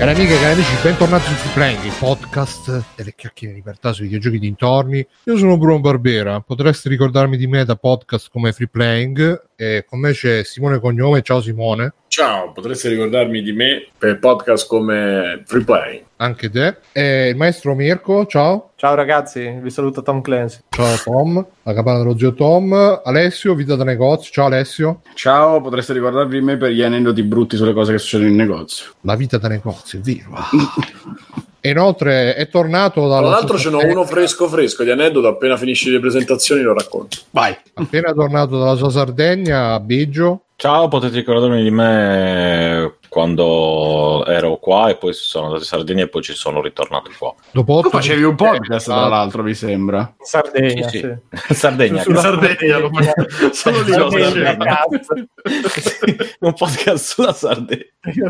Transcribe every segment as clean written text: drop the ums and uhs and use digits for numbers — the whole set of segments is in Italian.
Cari amiche e cari amici, bentornati su Freeplaying, il podcast delle chiacchiere in libertà sui videogiochi dintorni. Io sono Bruno Barbera, potreste ricordarmi di me da podcast come Freeplaying, e con me c'è Simone Cognome. Ciao Simone. Ciao, potreste ricordarmi di me per podcast come Freeplaying. Anche te. E il maestro Mirko, ciao. Ciao ragazzi, vi saluta Tom Clancy. Ciao Tom, la campana dello zio Tom. Alessio, vita da negozio. Ciao Alessio. Ciao, potreste ricordarvi di me per gli aneddoti brutti sulle cose che succedono in negozio. La vita da negozio, è vero. E inoltre è tornato dalla... Tra l'altro ce n'ho uno fresco di aneddoto, appena finisci le presentazioni lo racconto. Vai. Appena tornato dalla sua Sardegna, Biggio. Ciao, potete ricordarmi di me quando ero qua e poi sono andato in Sardegna e poi ci sono ritornato qua. Dopo Tu facevi un podcast tra l'altro, mi sembra. Sardegna, Sì. sì. Sardegna. Sardegna lo solo lì lo Sardegna, facevo. cazzo. Un podcast sulla Sardegna.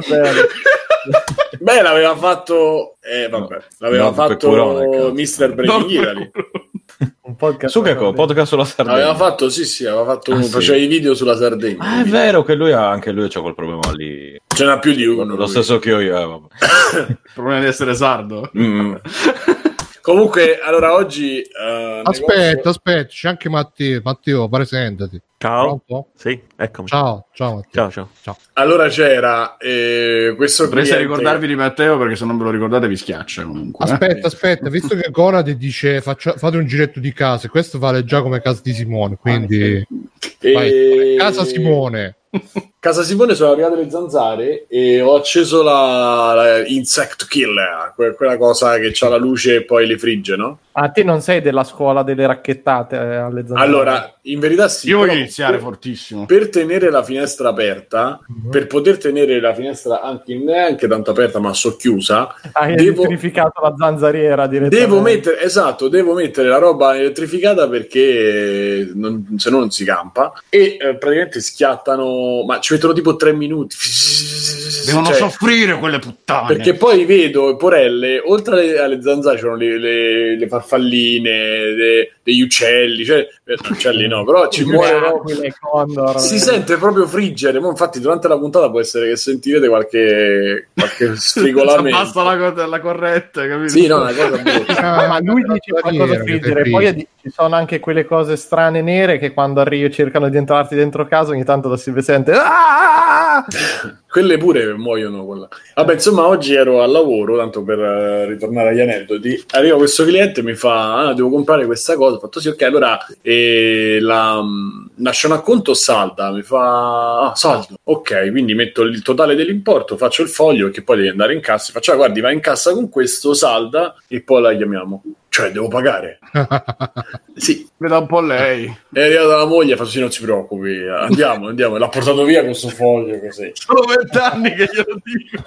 Beh, l'aveva fatto... l'aveva No, fatto Pecorone, cazzo. Mr. Breaking Italy. Un podcast Su che cosa? Podcast sulla Sardegna. Aveva fatto, sì, aveva fatto Ah, sì. faceva i video sulla Sardegna. Ah, è vero che anche lui c'ha quel problema lì. Ce n'ha più di uno. Lo lui. stesso che io, vabbè. Il problema di essere sardo. Comunque, allora oggi... Aspetta, c'è anche Matteo. Matteo, presentati. Ciao. Pronto? Sì, eccomi. Ciao Matteo. Ciao. Allora c'era questo Dovreste cliente... ricordarvi di Matteo perché se non ve lo ricordate vi schiaccia comunque. Aspetta, visto che Conad dice fate un giretto di casa, questo vale già come casa di Simone, quindi vai. Casa Simone. Casa Simone sono arrivate le zanzare e ho acceso la Insect Killer, quella cosa che c'ha la luce e poi le frigge, no? Ah, te non sei della scuola delle racchettate alle zanzare? Allora, in verità sì. Io voglio però iniziare fortissimo. per tenere la finestra aperta, per poter tenere la finestra anche neanche tanto aperta ma socchiusa, Hai devo elettrificato la zanzariera direttamente. devo mettere la roba elettrificata perché se no non si campa e praticamente schiattano, ma ci mettono tipo 3 minuti. Devono Cioè, soffrire quelle puttane. perché poi vedo porelle, oltre alle zanzare c'erano le farfalline, degli uccelli, cioè uccelli no, però ci muore Aquile, condor. si sente proprio friggere. Infatti durante la puntata può essere che sentirete qualche sfrigolamento. Basta la corretta, capito? Sì, no, una cosa brutta. Ma lui dice qualcosa da friggere, poi ci sono anche quelle cose strane nere che quando arrivi cercano di entrarti dentro casa ogni tanto si sente Quelle pure muoiono. Vabbè, insomma, oggi ero al lavoro, tanto per ritornare agli aneddoti. Arriva questo cliente e mi fa: devo comprare questa cosa. Ho fatto sì, ok, allora lascia un acconto o salda? Mi fa saldo. Ok, quindi metto il totale dell'importo, faccio il foglio perché poi devi andare in cassa. Faccio: guardi, vai in cassa con questo, salda e poi la chiamiamo. Cioè, devo pagare. Sì. Veda un po' lei. È arrivata la moglie, fa: sì, non si preoccupi, andiamo. E l'ha portato via questo foglio così. Sono 20 anni che glielo dico.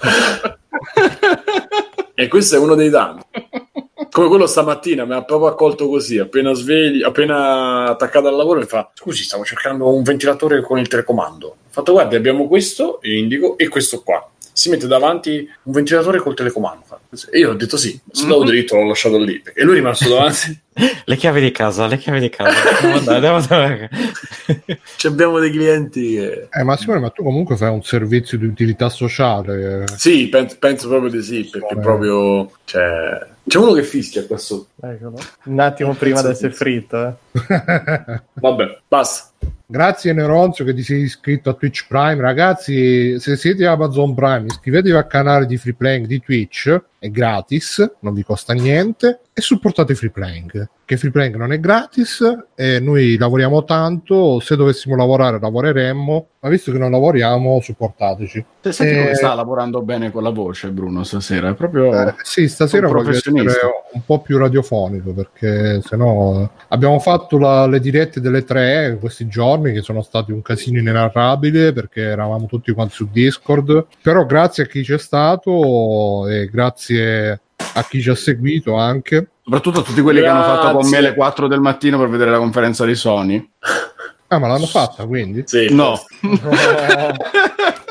E questo è uno dei tanti. Come quello stamattina mi ha proprio accolto così, appena attaccato al lavoro, mi fa: scusi, stavo cercando un ventilatore con il telecomando. Ho fatto: guardi, abbiamo questo, e indico, e questo qua. Si mette davanti un ventilatore col telecomando. E io ho detto sì, se davo dritto l'ho lasciato lì. E lui è rimasto davanti. Le chiavi di casa. Andiamo andare. Ci abbiamo dei clienti che... Ma Simone, ma tu comunque fai un servizio di utilità sociale. Sì, penso proprio di sì, perché proprio c'è uno che fischia qua sotto. Eccolo. Un attimo prima di essere fritto. Vabbè, basta. Grazie Neronzio che ti sei iscritto a Twitch Prime. Ragazzi, se siete Amazon Prime, iscrivetevi al canale di Freeplaying di Twitch, è gratis, non vi costa niente, e supportate Freeplaying, che Freeplaying non è gratis e noi lavoriamo tanto. Se dovessimo lavorare lavoreremmo, ma visto che non lavoriamo, supportateci. Senti come sta lavorando bene con la voce, Bruno, stasera? È proprio sì, stasera un voglio essere un po' più radiofonico, perché sennò abbiamo fatto le dirette delle 3 questi giorni che sono stati un casino inenarrabile perché eravamo tutti quanti su Discord. Però grazie a chi c'è stato e grazie a chi ci ha seguito anche, soprattutto a tutti quelli che hanno fatto con me alle 4 del mattino per vedere la conferenza di Sony. ma l'hanno fatta, quindi? Sì. No.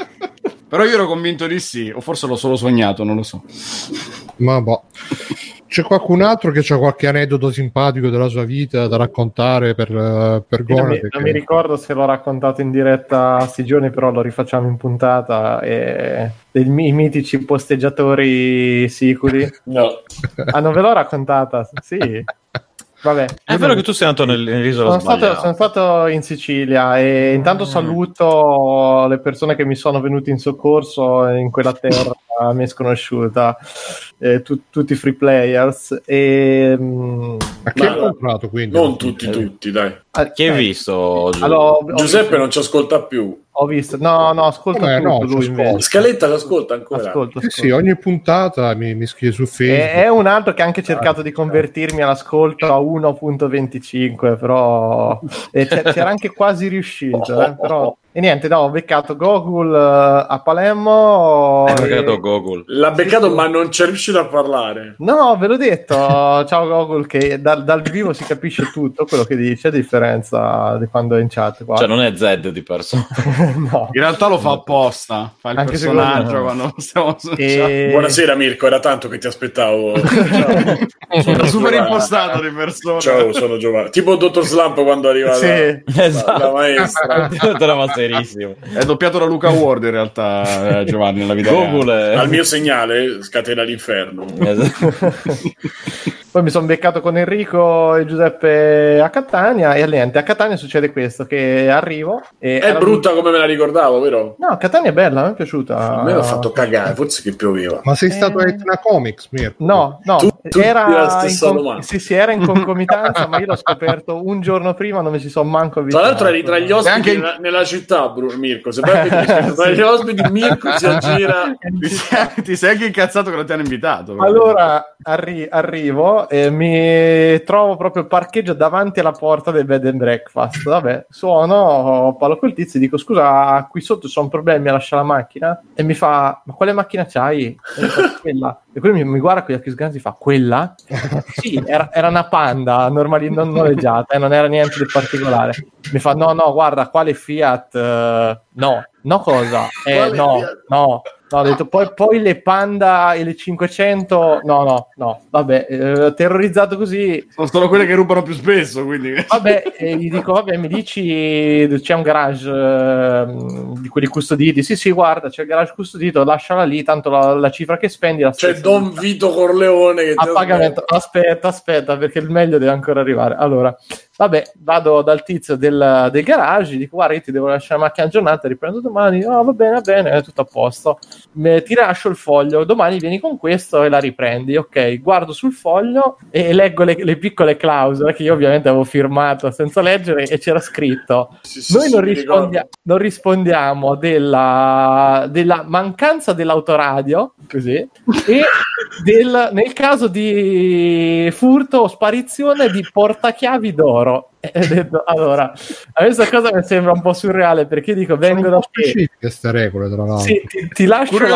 Però io ero convinto di sì, o forse l'ho solo sognato, non lo so. Ma boh. C'è qualcun altro che ha qualche aneddoto simpatico della sua vita da raccontare per Gone? Non mi ricordo se l'ho raccontato in diretta a sti giorni, però lo rifacciamo in puntata. I mitici posteggiatori sicuri. No. Ah, non ve l'ho raccontata? Sì. Vabbè, è vero che tu sei andato nell'isola sbagliata. Sono stato in Sicilia e intanto saluto le persone che mi sono venute in soccorso in quella terra mi è sconosciuta, tutti i free players. Ma che hai comprato quindi? Non tutti, dai. Chi hai visto? Allora, Giuseppe non ci ascolta più. Ho visto, no, ascolta tutto lui invece. Scaletta l'ascolta ancora. Ascolta. Sì, ogni puntata mi scrive su Facebook. È un altro che ha anche cercato di convertirmi all'ascolto a 1.25, però c'era anche quasi riuscito, però. E niente, no, ho beccato Gogol a Palermo. L'ha beccato, ma non c'è riuscito a parlare. No, ve l'ho detto. Ciao Gogol, che dal vivo si capisce tutto quello che dice, a differenza di quando è in chat qua. Cioè non è Zed di persona. No. In realtà lo fa apposta, fa il Anche personaggio quando stiamo Buonasera Mirko, era tanto che ti aspettavo. Sono super impostato di persona. Ciao, sono Giovanni. Tipo Dottor Slump quando arriva la maestra. Serissimo. È doppiato da Luca Ward in realtà, Giovanni, nella vita reale. Al mio segnale scatena l'inferno. Poi mi sono beccato con Enrico e Giuseppe a Catania e a Catania succede questo, che arrivo e è brutta come me la ricordavo, vero? No, Catania è bella, mi è piaciuta. A me l'ha fatto cagare, forse che pioveva. Ma sei stato a Etna Comics, Mirko? No, era la stessa domanda. Sì, era in concomitanza, ma io l'ho scoperto un giorno prima, non mi ci sono manco avvicinato. Tra l'altro eri tra gli ospiti anche nella città, Mirko. Se tra gli ospiti Mirko si aggira. Ti sei anche incazzato che non ti hanno invitato. Allora arrivo e mi trovo proprio il parcheggio davanti alla porta del bed and breakfast. Vabbè, parlo col tizio e dico: scusa, qui sotto sono problemi a lasciare la macchina? E mi fa: ma quale macchina c'hai? E mi fa: quella. E quello mi guarda con gli occhi sgranati e fa: quella? Sì, era una Panda normale, non noleggiata, non era niente di particolare. Mi fa: no, guarda, quale Fiat? No cosa? No, ho detto poi le Panda e le 500 no, vabbè, terrorizzato così. Sono quelle che rubano più spesso, quindi vabbè, gli dico: vabbè, mi dici c'è un garage di quelli custoditi? Sì, guarda, c'è il garage custodito, lasciala lì, tanto la cifra che spendi la c'è Don Vito Corleone che a pagamento. Aspetta, perché il meglio deve ancora arrivare. Allora, vabbè, vado dal tizio del garage, gli dico: guarda, io ti devo lasciare la macchina aggiornata, riprendo domani. Va bene, è tutto a posto. Ti lascio il foglio, domani vieni con questo e la riprendi. Ok, guardo sul foglio e leggo le piccole clausole che io ovviamente avevo firmato senza leggere e c'era scritto: noi non rispondiamo della mancanza dell'autoradio, così, e nel caso di furto o sparizione di portachiavi d'oro. E ho detto: allora, a me questa cosa mi sembra un po' surreale, perché dico: vengo da te, queste regole, tra l'altro. sì, ti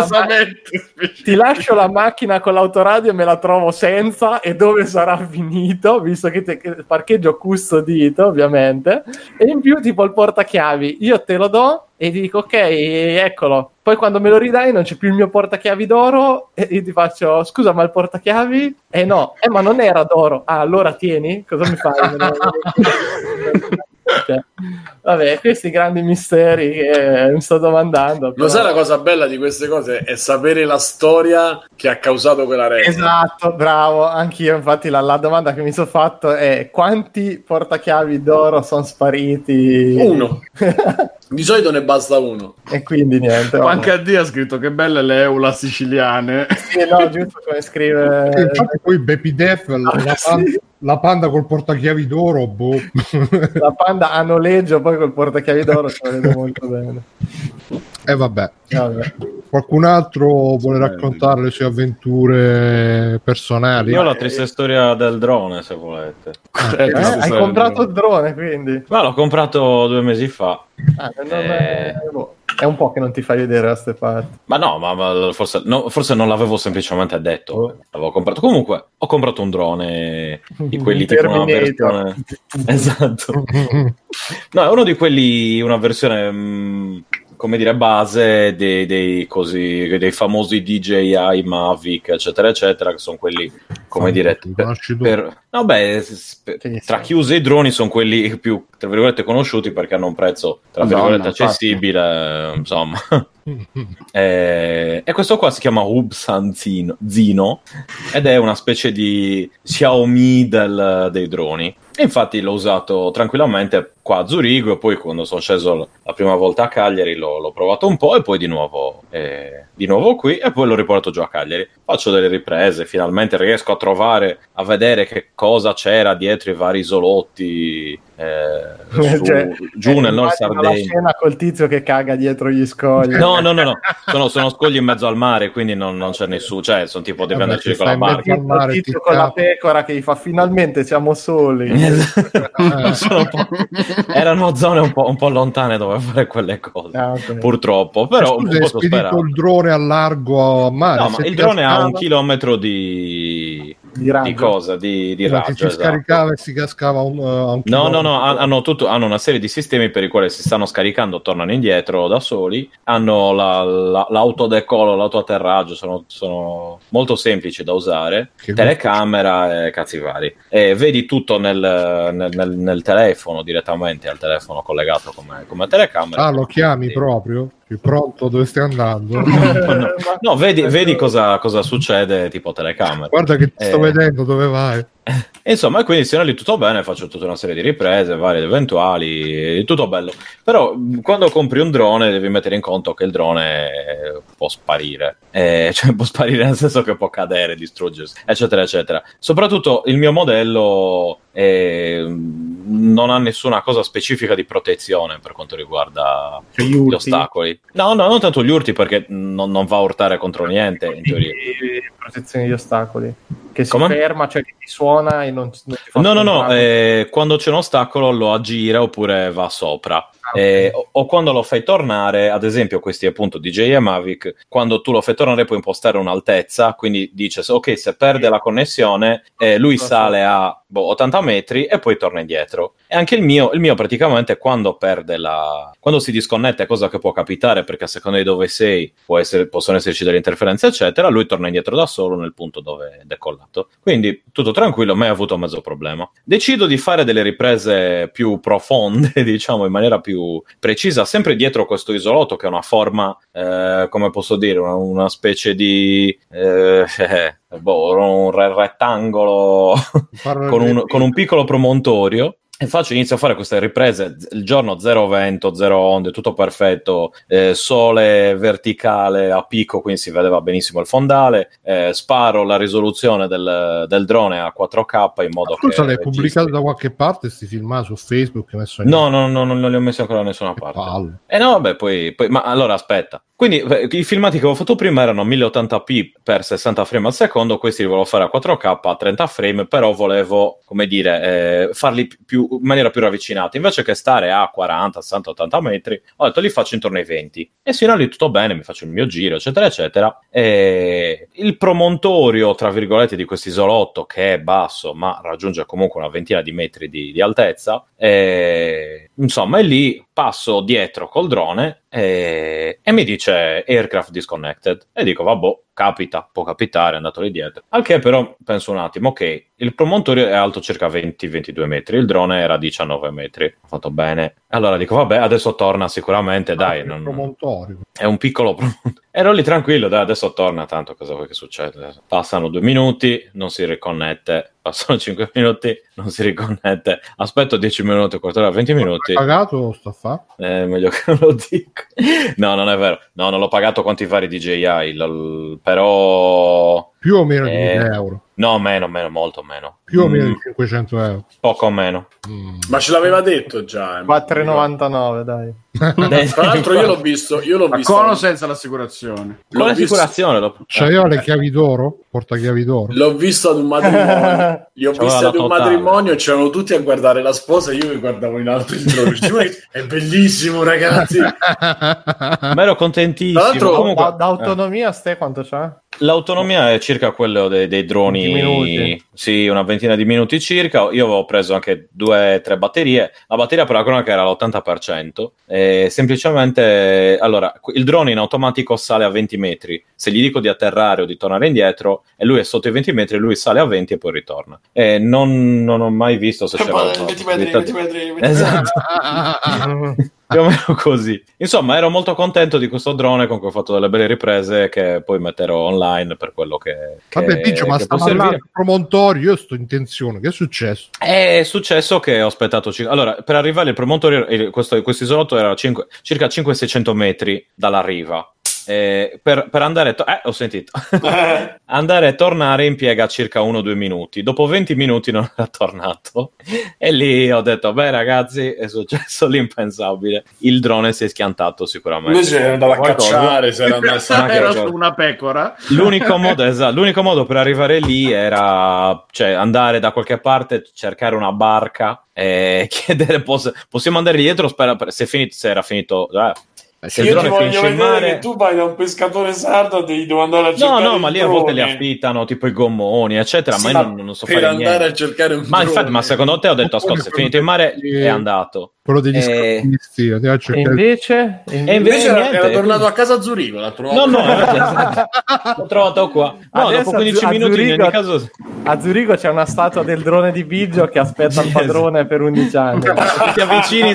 lascio la macchina con l'autoradio e me la trovo senza, e dove sarà finito, visto che parcheggio custodito ovviamente, e in più tipo il portachiavi io te lo do e ti dico: ok, eccolo, poi quando me lo ridai non c'è più il mio portachiavi d'oro, e io ti faccio: scusa, ma il portachiavi? No, ma non era d'oro. Ah, allora tieni, cosa mi fai? Cioè, vabbè, questi grandi misteri che mi sto domandando. Lo sai, la cosa bella di queste cose è sapere la storia che ha causato quella regola. Esatto, bravo, anch'io. Infatti la domanda che mi sono fatto è: quanti portachiavi d'oro sono spariti? Uno. Di solito ne basta uno. E quindi niente. Anche a D ha scritto che belle le eula siciliane. Sì, no, giusto come scrive. Infatti poi Baby Def la Panda col portachiavi d'oro, boh. La Panda a noleggio, poi col portachiavi d'oro ci vedo molto bene. E vabbè. Qualcun altro vuole raccontare le sue avventure personali? Io ho la triste storia del drone, se volete. Hai comprato il drone, quindi? Ma l'ho comprato 2 mesi fa. È un po' che non ti fai vedere da ste parti. Ma no, ma forse non l'avevo semplicemente detto. L'avevo comprato. Comunque, ho comprato un drone di quelli tipo una versione. Esatto. No, è uno di quelli, una versione come dire, base dei famosi DJI Mavic, eccetera, eccetera, che sono quelli, come dire, tra chiusi e droni sono quelli più, tra virgolette, conosciuti perché hanno un prezzo, tra virgolette, accessibile, insomma. E questo qua si chiama Hubsan Zino ed è una specie di Xiaomi dei droni. E infatti l'ho usato tranquillamente qua a Zurigo e poi quando sono sceso la prima volta a Cagliari l'ho provato un po' e poi di nuovo qui e poi l'ho riportato giù a Cagliari. Faccio delle riprese, finalmente riesco a vedere che cosa c'era dietro i vari isolotti giù nel Nord Sardegna. La scena col tizio che caga dietro gli scogli. No. Sono scogli in mezzo al mare, quindi non c'è nessuno, cioè sono tipo devi andarci con la barca. Il tizio con la pecora che gli fa finalmente siamo soli. Erano zone un po' lontane dove fare quelle cose, okay. Purtroppo, però scusa, hai spedito il drone a largo a mare? No, ma il drone ha 1 chilometro di cosa? Di raggio, si scaricava e si cascava a un No, hanno una serie di sistemi per i quali si stanno scaricando, tornano indietro da soli, hanno l'autodecollo, l'autoatterraggio, sono molto semplici da usare, telecamera e cazzi vari, e vedi tutto nel telefono, direttamente al telefono collegato come telecamera. Lo chiami proprio? Più pronto, dove stai andando? No, vedi cosa succede tipo telecamera. Guarda che ti sto vedendo, dove vai? Insomma, quindi se non lì tutto bene, faccio tutta una serie di riprese, varie ed eventuali, tutto bello. Però quando compri un drone devi mettere in conto che il drone può sparire, cioè può sparire nel senso che può cadere, distruggersi, eccetera, eccetera. Soprattutto il mio modello non ha nessuna cosa specifica di protezione per quanto riguarda gli ostacoli. No, non tanto gli urti, perché non va a urtare contro niente, in teoria. Protezione degli ostacoli. Che si ferma, cioè che ti suona e non ti fa No, quando c'è un ostacolo lo aggira oppure va sopra. Okay. O quando lo fai tornare, ad esempio questi appunto DJI Mavic, quando tu lo fai tornare puoi impostare un'altezza, quindi dice ok, se perde la connessione lui sale a 80 metri e poi torna indietro. E anche il mio praticamente quando quando si disconnette, cosa che può capitare perché a seconda di dove sei possono esserci delle interferenze eccetera, lui torna indietro da solo nel punto dove è decollato, quindi tutto tranquillo, mai avuto mezzo problema. Decido di fare delle riprese più profonde, diciamo in maniera più precisa, sempre dietro questo isolotto che ha una forma come posso dire, una specie di un rettangolo con un piccolo promontorio. E inizio a fare queste riprese il giorno, zero vento, zero onde, tutto perfetto, sole verticale a picco, quindi si vedeva benissimo il fondale, sparo la risoluzione del drone a 4K in modo che... l'hai pubblicato da qualche parte questi filmati su Facebook? No, non li ho messi ancora da nessuna parte. Poi, ma allora aspetta. Quindi i filmati che avevo fatto prima erano 1080p per 60 frame al secondo, questi li volevo fare a 4K a 30 frame, però volevo, come dire, farli in maniera più ravvicinata. Invece che stare a 40, 60, 80 metri, ho detto li faccio intorno ai 20. E fino a lì tutto bene, mi faccio il mio giro, eccetera, eccetera. E il promontorio, tra virgolette, di questo isolotto, che è basso, ma raggiunge comunque una ventina di metri di altezza, insomma, è lì, passo dietro col drone e mi dice aircraft disconnected e dico vabbè, può capitare, è andato lì dietro. Al che però penso un attimo, ok, il promontorio è alto circa 20-22 metri, il drone era 19 metri, ho fatto bene, allora dico vabbè, adesso torna sicuramente, dai, promontorio è un piccolo promontorio. Ero lì tranquillo, dai, adesso torna, tanto cosa vuoi che succeda? Passano 2 minuti, non si riconnette, passano 5 minuti, non si riconnette, aspetto 10 minuti, quarto d'ora, 20 minuti. L'hai pagato sto a fa? Meglio che non lo dico. No, non è vero, no, non l'ho pagato quanto i vari DJI, però... Più o meno di 1.000 euro? No, meno, molto meno. Più o meno di 500 euro? Poco meno. Ma ce l'aveva detto già. 4,99 dai. Tra l'altro io l'ho visto con o senza l'assicurazione? Con l'assicurazione. C'aveva le chiavi d'oro? Portachiavi d'oro? L'ho visto ad un matrimonio. Li ho visti ad un matrimonio e c'erano tutti a guardare la sposa e io mi guardavo in alto il drone. È bellissimo, ragazzi. Ma ero contentissimo. Tra l'altro, d'autonomia ste quanto c'ha? L'autonomia è circa quello dei droni, minuti. Sì, una ventina di minuti circa. Io avevo preso anche 2-3 batterie. La batteria per la cronaca era l'80%. E semplicemente, allora, il drone in automatico sale a 20 metri. Se gli dico di atterrare o di tornare indietro, e lui è sotto i 20 metri, lui sale a 20 e poi ritorna. E non ho mai visto se c'era 20 metri. Esatto. Più o meno così. Insomma, ero molto contento di questo drone con cui ho fatto delle belle riprese che poi metterò online per quello che vabbè, Piccio, ma sta parlando promontorio, io sto in tensione. Che è successo? È successo che ho aspettato allora, per arrivare al promontorio, questo isolotto era circa 500-600 metri dalla riva. Per andare ho sentito andare e tornare impiega circa 1-2 minuti. Dopo 20 minuti non era tornato e lì ho detto beh ragazzi, è successo l'impensabile, il drone si è schiantato sicuramente. Invece era andato a cacciare, se era messo era su una pecora. L'unico modo per arrivare lì era andare da qualche parte, cercare una barca e chiedere possiamo andare dietro, se era finito se io ti voglio vedere mare... che tu vai da un pescatore sardo, devi andare a cercare no, ma lì a volte li affittano tipo i gommoni eccetera, sì, ma io non so fare niente per andare a cercare un ma infatti, ma secondo te ho detto ascolta, se è finito in mare è andato quello degli scappisti e invece era tornato a casa a Zurigo, l'ha trovato l'ho trovato qua dopo 15 minuti Zurigo, in ogni caso a Zurigo c'è una statua del drone di Biggio che aspetta il padrone per 11 anni. Ti avvicini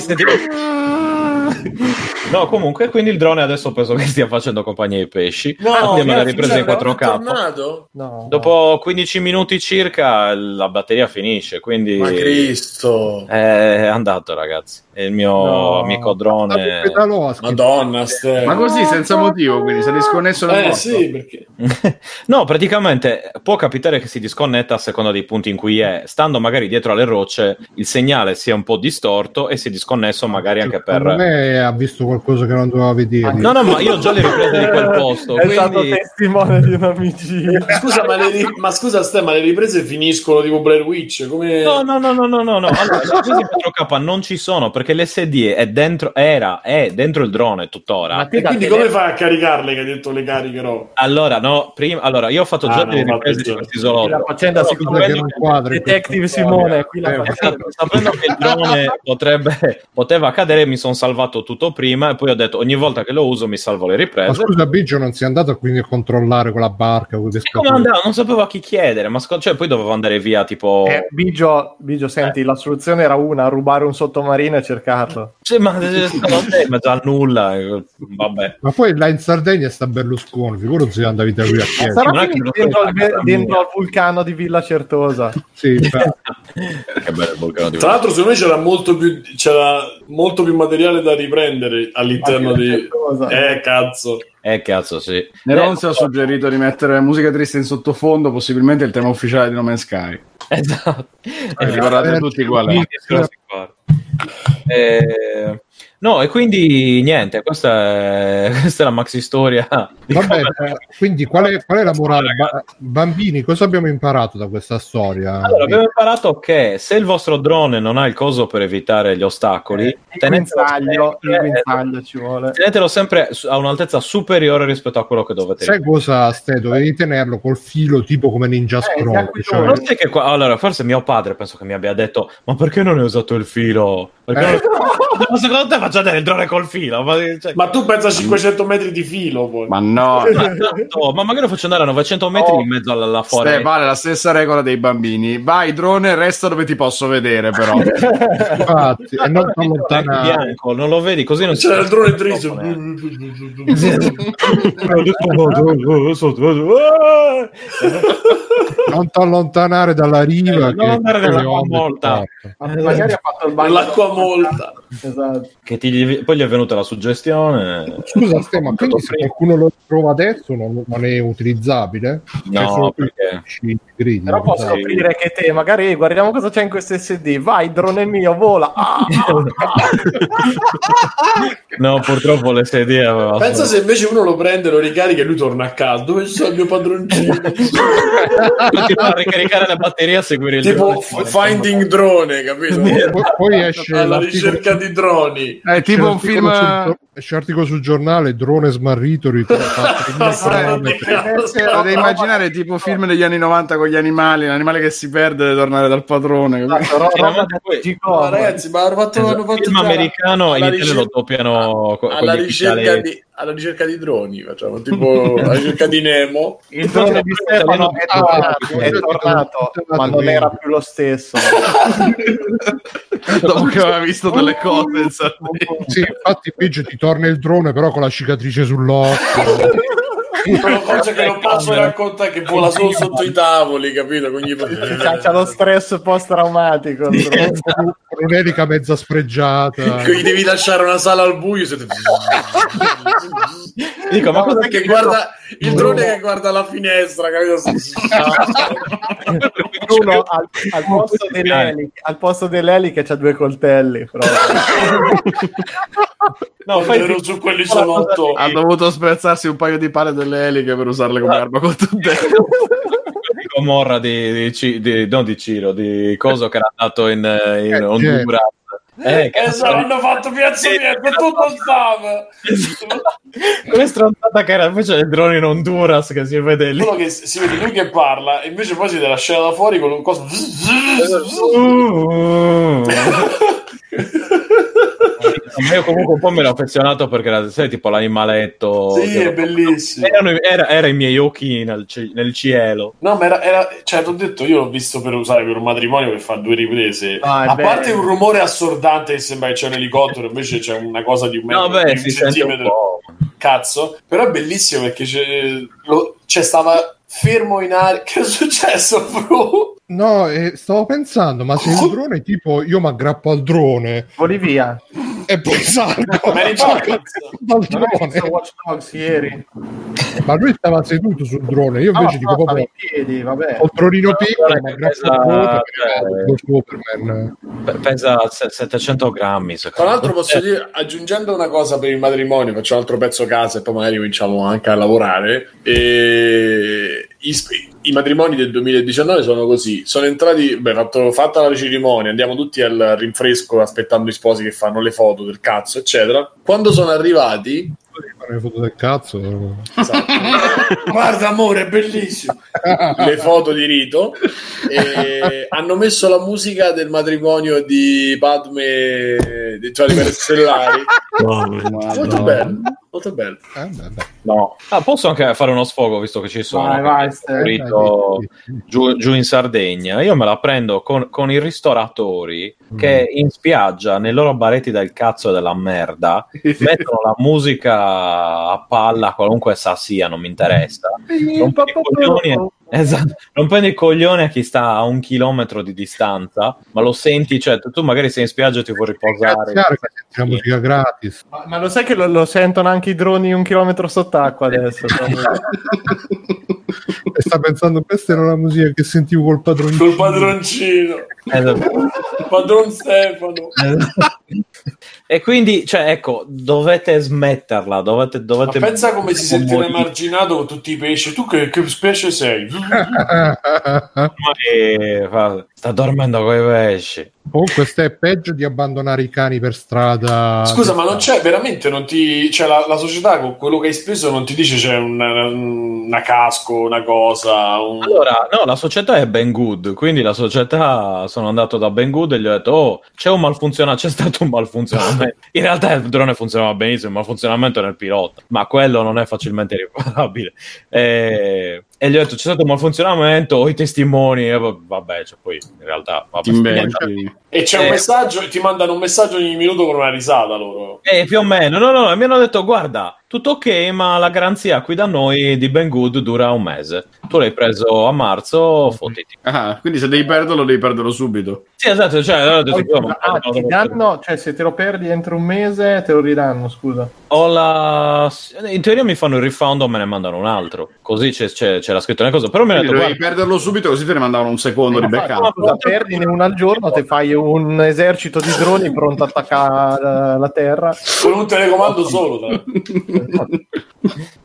no, comunque, quindi il drone adesso penso che stia facendo compagnia ai pesci. Abbiamo la ripresa in 4K. No. Dopo 15 minuti circa la batteria finisce, quindi ma Cristo è andato, ragazzi. È il mio amico drone. Madonna, ma così senza motivo, quindi si è disconnesso dal sì, perché no, praticamente può capitare che si disconnetta a seconda dei punti in cui è. Stando magari dietro alle rocce, il segnale sia un po' distorto e si è disconnesso magari anche per me ha visto qualcosa che non doveva vedere. No, ma io ho già le riprese di quel posto. È stato testimone di una vigilia. Scusa, ma scusa, Ste, ma le riprese finiscono tipo Blair Witch? Come... No. Allora, le riprese in 4K non ci sono perché l'SD è dentro il drone tuttora. E quindi come fai a caricarle? Che hai detto le caricherò. Allora, io ho fatto già delle riprese di questo isolotto. La faccenda Detective Simone. Sapendo che il drone poteva cadere, mi sono salvato tutto prima e poi ho detto ogni volta che lo uso mi salvo le riprese. Ma scusa Biggio, non sei andato quindi a controllare quella barca? Come andavo? Non sapevo a chi chiedere, ma poi dovevo andare via tipo Biggio, senti, la soluzione era rubare un sottomarino e cercarlo. Ma già nulla, vabbè. Ma poi là in Sardegna sta Berlusconi, figuro se andavi da lui a chiedere. Sarà dentro al vulcano di Villa Certosa. Sì, che bello il vulcano di Tra l'altro secondo me c'era molto più materiale da riprendere all'interno di cazzo sì. Neronzi ha suggerito di mettere musica triste in sottofondo, possibilmente il tema ufficiale di No Man's Sky. Esatto. Ricordate tutti qual è. No, e quindi niente, questa è la maxi storia. Vabbè, quindi qual è la morale? Bambini, cosa abbiamo imparato da questa storia? Allora, abbiamo imparato che se il vostro drone non ha il coso per evitare gli ostacoli, il guinzaglio ci vuole. Tenetelo sempre a un'altezza superiore rispetto a quello che dovete. Sai cosa, Ste? Dovevi tenerlo col filo tipo come Ninja Scroll. Non sai che allora, forse mio padre penso che mi abbia detto ma perché non hai usato il filo? Perché ma secondo te faccio vedere il drone col filo? Ma tu pensa a 500 metri di filo poi. Ma no, ma magari lo faccio andare a 900 metri in mezzo alla foresta. Vale la stessa regola dei bambini. Vai drone, resta dove ti posso vedere però. Infatti, e non allontanare. Non lo vedi così non c'era il drone triso. Non ti allontanare dalla riva, non andare dall'acqua molta. Magari ha fatto il bagno l'acqua molta. Esatto. Che poi gli è venuta la suggestione. Scusa ma quindi se qualcuno lo trova adesso non è utilizzabile? No, perché però posso scoprire che te magari guardiamo cosa c'è in questo SD. Vai drone mio, vola. No, purtroppo le sedie aveva pensa se invece uno lo prende, lo ricarica e lui torna a casa. Dove c'è il mio padroncino? Ti fa ricaricare la batteria a seguire il tipo Finding Drone, capito? Poi esce alla ricerca di droni. È tipo un film C'è articolo sul giornale, drone smarrito, potete immaginare tipo film degli anni 90 con gli animali, l'animale che si perde deve tornare dal padrone. Ragazzi, ma hanno fatto film americano in Italia lo doppiano alla ricerca di droni, facciamo tipo alla ricerca di Nemo. Il drone di Stefano è tornato, ma non era più lo stesso. Dopo che aveva visto delle cose, sì, infatti Pidge ti torna il drone però con la cicatrice sull'occhio. Sono cose che non posso raccontare, che vola solo sotto i tavoli, capito? C'ha lo stress post-traumatico. Un'elica mezza sfregiata. Gli devi lasciare una sala al buio. Dico, ma cosa che guarda il drone che guarda la finestra, capito? Uno al posto dell'elica c'ha 2 coltelli. No, fai su quelli sono 8. Ha dovuto sprezzarsi un paio di pale delle eliche per usarle come arma contundente. Gomorra di Ciro, di Coso che era andato in Honduras. Hanno fatto piazza niente, tutto stava. Come stronzata che era invece il drone in Honduras che si vede lì. Quello che si vede lui che parla e invece poi si deve lasciare da fuori con un coso. Io comunque un po' me l'ho affezionato perché era tipo l'animaletto. Sì, è bellissimo. Era i miei occhi nel cielo. No, ma era cioè, ti ho detto, io l'ho visto per usare per un matrimonio che fa 2 riprese. A parte un rumore assordante che sembra che c'è un elicottero, invece c'è una cosa di un metro, di un centimetro. Cazzo, però è bellissimo perché stava fermo in aria. Che è successo, bro? No, stavo pensando, ma se il drone tipo io mi aggrappo al drone, voli via e poi salgo dal drone. Watch Dogs ieri. Ma lui stava seduto sul drone, io invece dico proprio piedi, vabbè. Ho il dronino piccolo, mi aggrappo al drone, pesa 700 grammi. Tra l'altro posso dire, aggiungendo una cosa per il matrimonio, faccio un altro pezzo casa e poi magari cominciamo anche a lavorare. I matrimoni del 2019 sono così, sono entrati, fatta la cerimonia, andiamo tutti al rinfresco aspettando i sposi che fanno le foto del cazzo eccetera. Quando sono arrivati le foto del cazzo, esatto. Guarda amore, è bellissimo, le foto di rito, e hanno messo la musica del matrimonio di Padme, cioè di Stellari. Molto bello, molto bello. No. Posso anche fare uno sfogo visto che ci sono. Vai, giù in Sardegna. Io me la prendo con i ristoratori che in spiaggia, nei loro baretti del cazzo e della merda, mettono la musica a palla, qualunque essa sia, non mi interessa. Rompendo i coglioni a chi sta a 1 chilometro di distanza, ma lo senti, cioè tu magari sei in spiaggia e ti vuoi riposare. La musica gratis. Ma lo sai che lo sentono anche i droni 1 chilometro sott'acqua adesso? E sta pensando, questa era la musica che sentivo col padroncino. Col padroncino. Padron Stefano. E quindi, cioè, ecco, dovete smetterla. Dovete pensa come si sente emarginato con tutti i pesci. Tu che specie sei? Sta dormendo coi pesci. Comunque è peggio di abbandonare i cani per strada. Scusa, ma non c'è veramente, non ti, cioè la società con quello che hai speso non ti dice c'è una casco, una cosa Allora, no, la società è Banggood, quindi la società, sono andato da Banggood e gli ho detto c'è stato un malfunzionamento. In realtà il drone funzionava benissimo, il malfunzionamento è nel pilota, ma quello non è facilmente riparabile. E gli ho detto c'è stato un malfunzionamento, ho i testimoni, e vabbè, cioè, poi in realtà e c'è un messaggio, ti mandano un messaggio ogni minuto con una risata loro. Più o meno, no, mi hanno detto guarda, tutto ok, ma la garanzia qui da noi di Banggood dura 1 mese. Tu l'hai preso a marzo, fottiti. Quindi se devi perderlo, devi perderlo subito. Sì, esatto, cioè, ti danno, cioè se te lo perdi entro 1 mese te lo ridanno, scusa. In teoria mi fanno il refund o me ne mandano un altro. Così c'era scritto una cosa, però mi hanno detto devi perderlo subito, così te ne mandavano un secondo di backup. La perdi in 1 al giorno, te fai un esercito di droni pronto a attaccare la terra con un telecomando solo.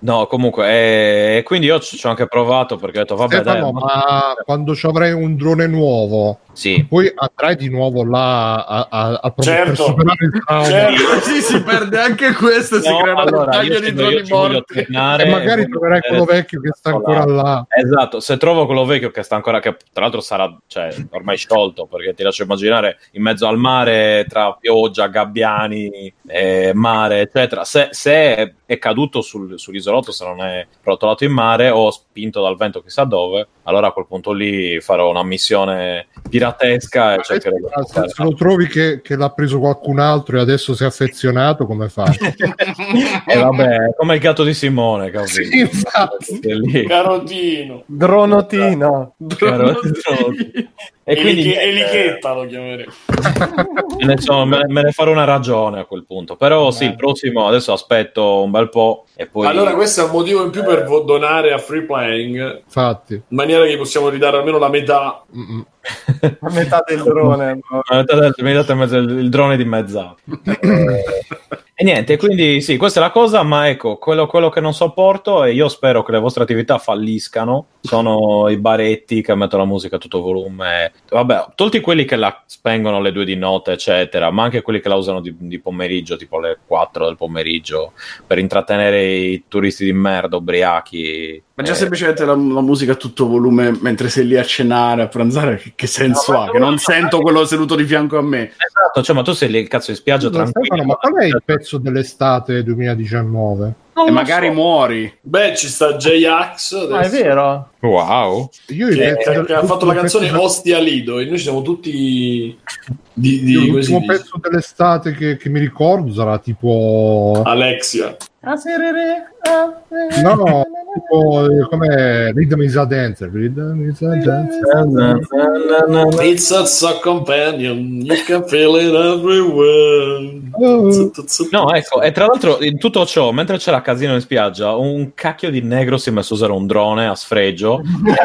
No, comunque, quindi io ci ho anche provato perché ho detto vabbè Stefano, dai, ma quando ci avrai un drone nuovo, sì. poi andrai di nuovo là per Certo. superare il trauma. Certo. Sì, si perde anche questo e si crea una montagna di droni morti. E magari troverai quello vecchio che sta ancora là. Esatto, se trovo quello vecchio che sta ancora, che tra l'altro sarà, cioè, ormai sciolto, perché ti lascio immaginare in mezzo al mare, tra pioggia, gabbiani, mare, eccetera. Se è caduto sull'isolotto, se non è rotolato in mare o spinto dal vento chissà dove, allora a quel punto lì farò una missione piratesca e cercherò di se lo trovi che l'ha preso qualcun altro e adesso si è affezionato, come fai? E vabbè, come il gatto di Simone, capito? Sì, infatti. Carotino. Dronotino. E quindi Elichetta lo chiameremo. me ne farò una ragione a quel punto. Però sì, il prossimo adesso aspetto un bel po' e poi... Allora questo è un motivo in più per donare a Free Playing, Infatti. in maniera che possiamo ridare almeno la metà. A metà del drone. Mi date il drone dimezzato. E niente, quindi sì, questa è la cosa, ma ecco, quello che non sopporto, e io spero che le vostre attività falliscano, sono i baretti che mettono la musica a tutto volume. Vabbè, tolti quelli che la spengono alle 2 di notte, eccetera, ma anche quelli che la usano di pomeriggio, tipo alle 4 del pomeriggio, per intrattenere i turisti di merda, ubriachi. Ma già semplicemente la musica a tutto volume mentre sei lì a cenare, a pranzare, che senso ha? Che non sento quello seduto di fianco a me. Esatto, cioè, ma tu sei lì il cazzo di spiaggia tranquillo. Stefano, ma qual è il pezzo dell'estate 2019? E magari muori. Beh, ci sta J-Ax Ma è vero? Wow. Io che ha fatto la canzone Ostia Lido e noi siamo tutti l'ultimo pezzo dell'estate che mi ricordo sarà tipo Alexia. No, tipo come Rhythm is a Dancer. It's a companion, you can feel it everywhere. No, ecco, e tra l'altro in tutto ciò, mentre c'era casino in spiaggia, un cacchio di negro si è messo a usare un drone a sfregio.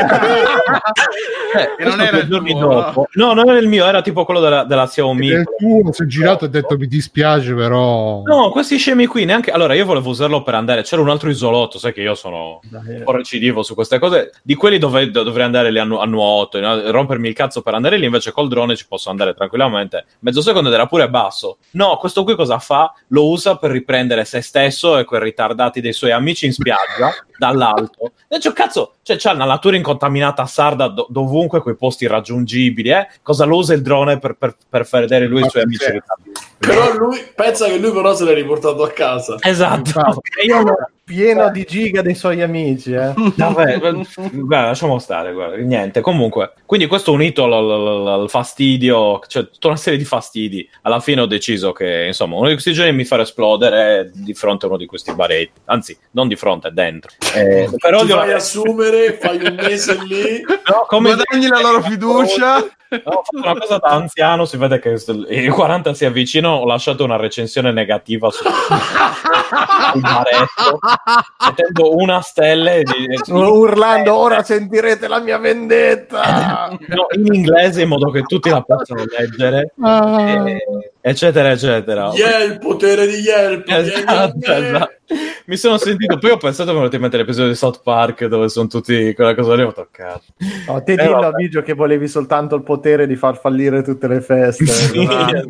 E non era il giorni tuo, dopo. No, non era il mio, era tipo quello della Xiaomi. Il tuo si è girato e ha detto mi dispiace, però No, questi scemi qui neanche. Allora, io volevo usarlo per andare. C'era un altro isolotto, sai che io sono un po' recidivo su queste cose. Di quelli dovrei andare lì a nuoto, rompermi il cazzo per andare lì. Invece col drone ci posso andare tranquillamente. Mezzo secondo ed era pure basso. No, questo qui cosa fa? Lo usa per riprendere se stesso e quei ritardati dei suoi amici in spiaggia dall'alto. E cioè, cazzo, cioè, c'ha una natura incontaminata sarda dovunque, quei posti irraggiungibili. Cosa lo usa il drone per vedere lui e i suoi amici ritardati? Però lui pensa che lui però se l'è riportato a casa. Esatto. E io pieno di giga dei suoi amici, Vabbè, lasciamo stare, guarda, niente. Comunque, quindi questo unito al fastidio, cioè tutta una serie di fastidi, alla fine ho deciso che, insomma, uno di questi giorni mi farà esplodere di fronte a uno di questi baretti, anzi, non di fronte, dentro. Però ti fai assumere, fai un mese lì, no, come guadagni la loro fiducia. No, ho fatto una cosa da anziano, si vede che il 40 si avvicina, ho lasciato una recensione negativa sul baretto, mettendo una stella urlando ora sentirete la mia vendetta, no, in inglese, in modo che tutti la possano leggere, eccetera eccetera. Il potere di Yelp. Esatto. Mi sono sentito, poi ho pensato che venuto in mente l'episodio di South Park dove sono tutti quella cosa lì, ho toccato. No, te dillo a Biggio che volevi soltanto il potere di far fallire tutte le feste. Sì,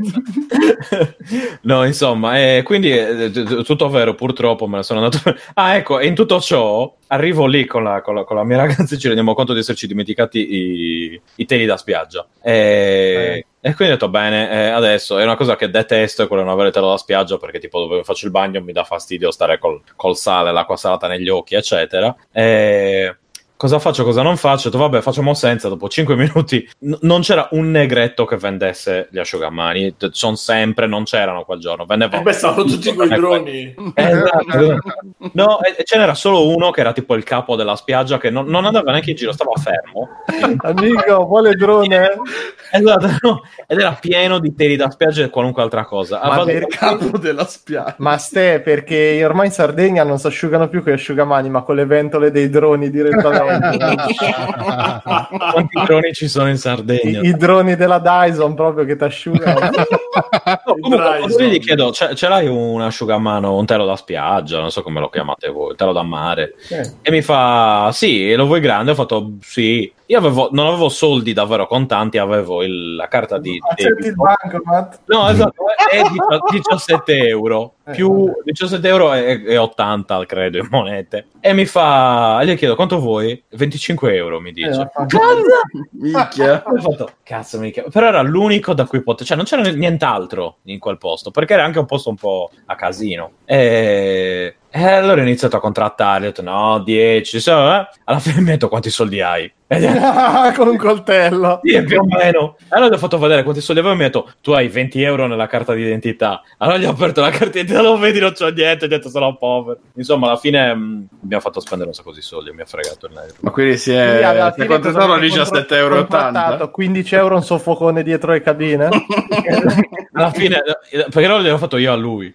no, insomma, quindi tutto vero, purtroppo me ne sono andato. Ecco, e in tutto ciò arrivo lì con la mia ragazza e ci rendiamo conto di esserci dimenticati i teli da spiaggia. E quindi ho detto bene, adesso è una cosa che detesto, è quella di non avere telo da spiaggia, perché tipo dove faccio il bagno mi dà fastidio stare col sale, l'acqua salata negli occhi, eccetera. Cosa faccio, cosa non faccio? Ho detto, vabbè, facciamo senza. Dopo 5 minuti non c'era un negretto che vendesse gli asciugamani. Sono sempre, non c'erano quel giorno. Vendevano. Stavano tutti quei droni. Esatto. No, ce n'era solo uno che era tipo il capo della spiaggia, che non andava neanche in giro, stava fermo. Amico, vuole drone? Esatto, no. Ed era pieno di teli da spiaggia e qualunque altra cosa. Ma per capo della spiaggia. Ma perché ormai in Sardegna non si asciugano più con gli asciugamani, ma con le ventole dei droni direttamente. Quanti droni ci sono in Sardegna? I droni della Dyson proprio che ti asciugano. Comunque gli chiedo, ce l'hai un asciugamano, un telo da spiaggia, non so come lo chiamate voi, telo da mare, e mi fa sì, lo vuoi grande? Ho fatto sì. Io non avevo soldi davvero contanti, avevo la carta di accetti il bancomat? No, esatto, è 17 euro più 17 euro e 80 credo in monete, e mi fa, gli chiedo quanto vuoi? 25 euro mi dice. Minchia. Ho fatto cazzo minchia, però era l'unico da cui potevo, cioè non c'era nient'altro in quel posto, perché era anche un posto un po' a casino, e allora ho iniziato a contrattare, ho detto no, 10, alla fine mi ha detto quanti soldi hai? Con un coltello. Sì, più o meno. Allora gli ho fatto vedere quanti soldi avevo e mi ha detto tu hai 20 euro nella carta d'identità. Allora gli ho aperto la carta d'identità, lo vedi, non c'ho niente, ho detto sono povero. Insomma, alla fine abbiamo fatto spendere un sacco di soldi, mi ha fregato il negro. Ma quindi si è contrattato a 17,80 euro. 15 euro un soffocone dietro le cabine? Alla fine, perché non gliel'ho fatto io a lui.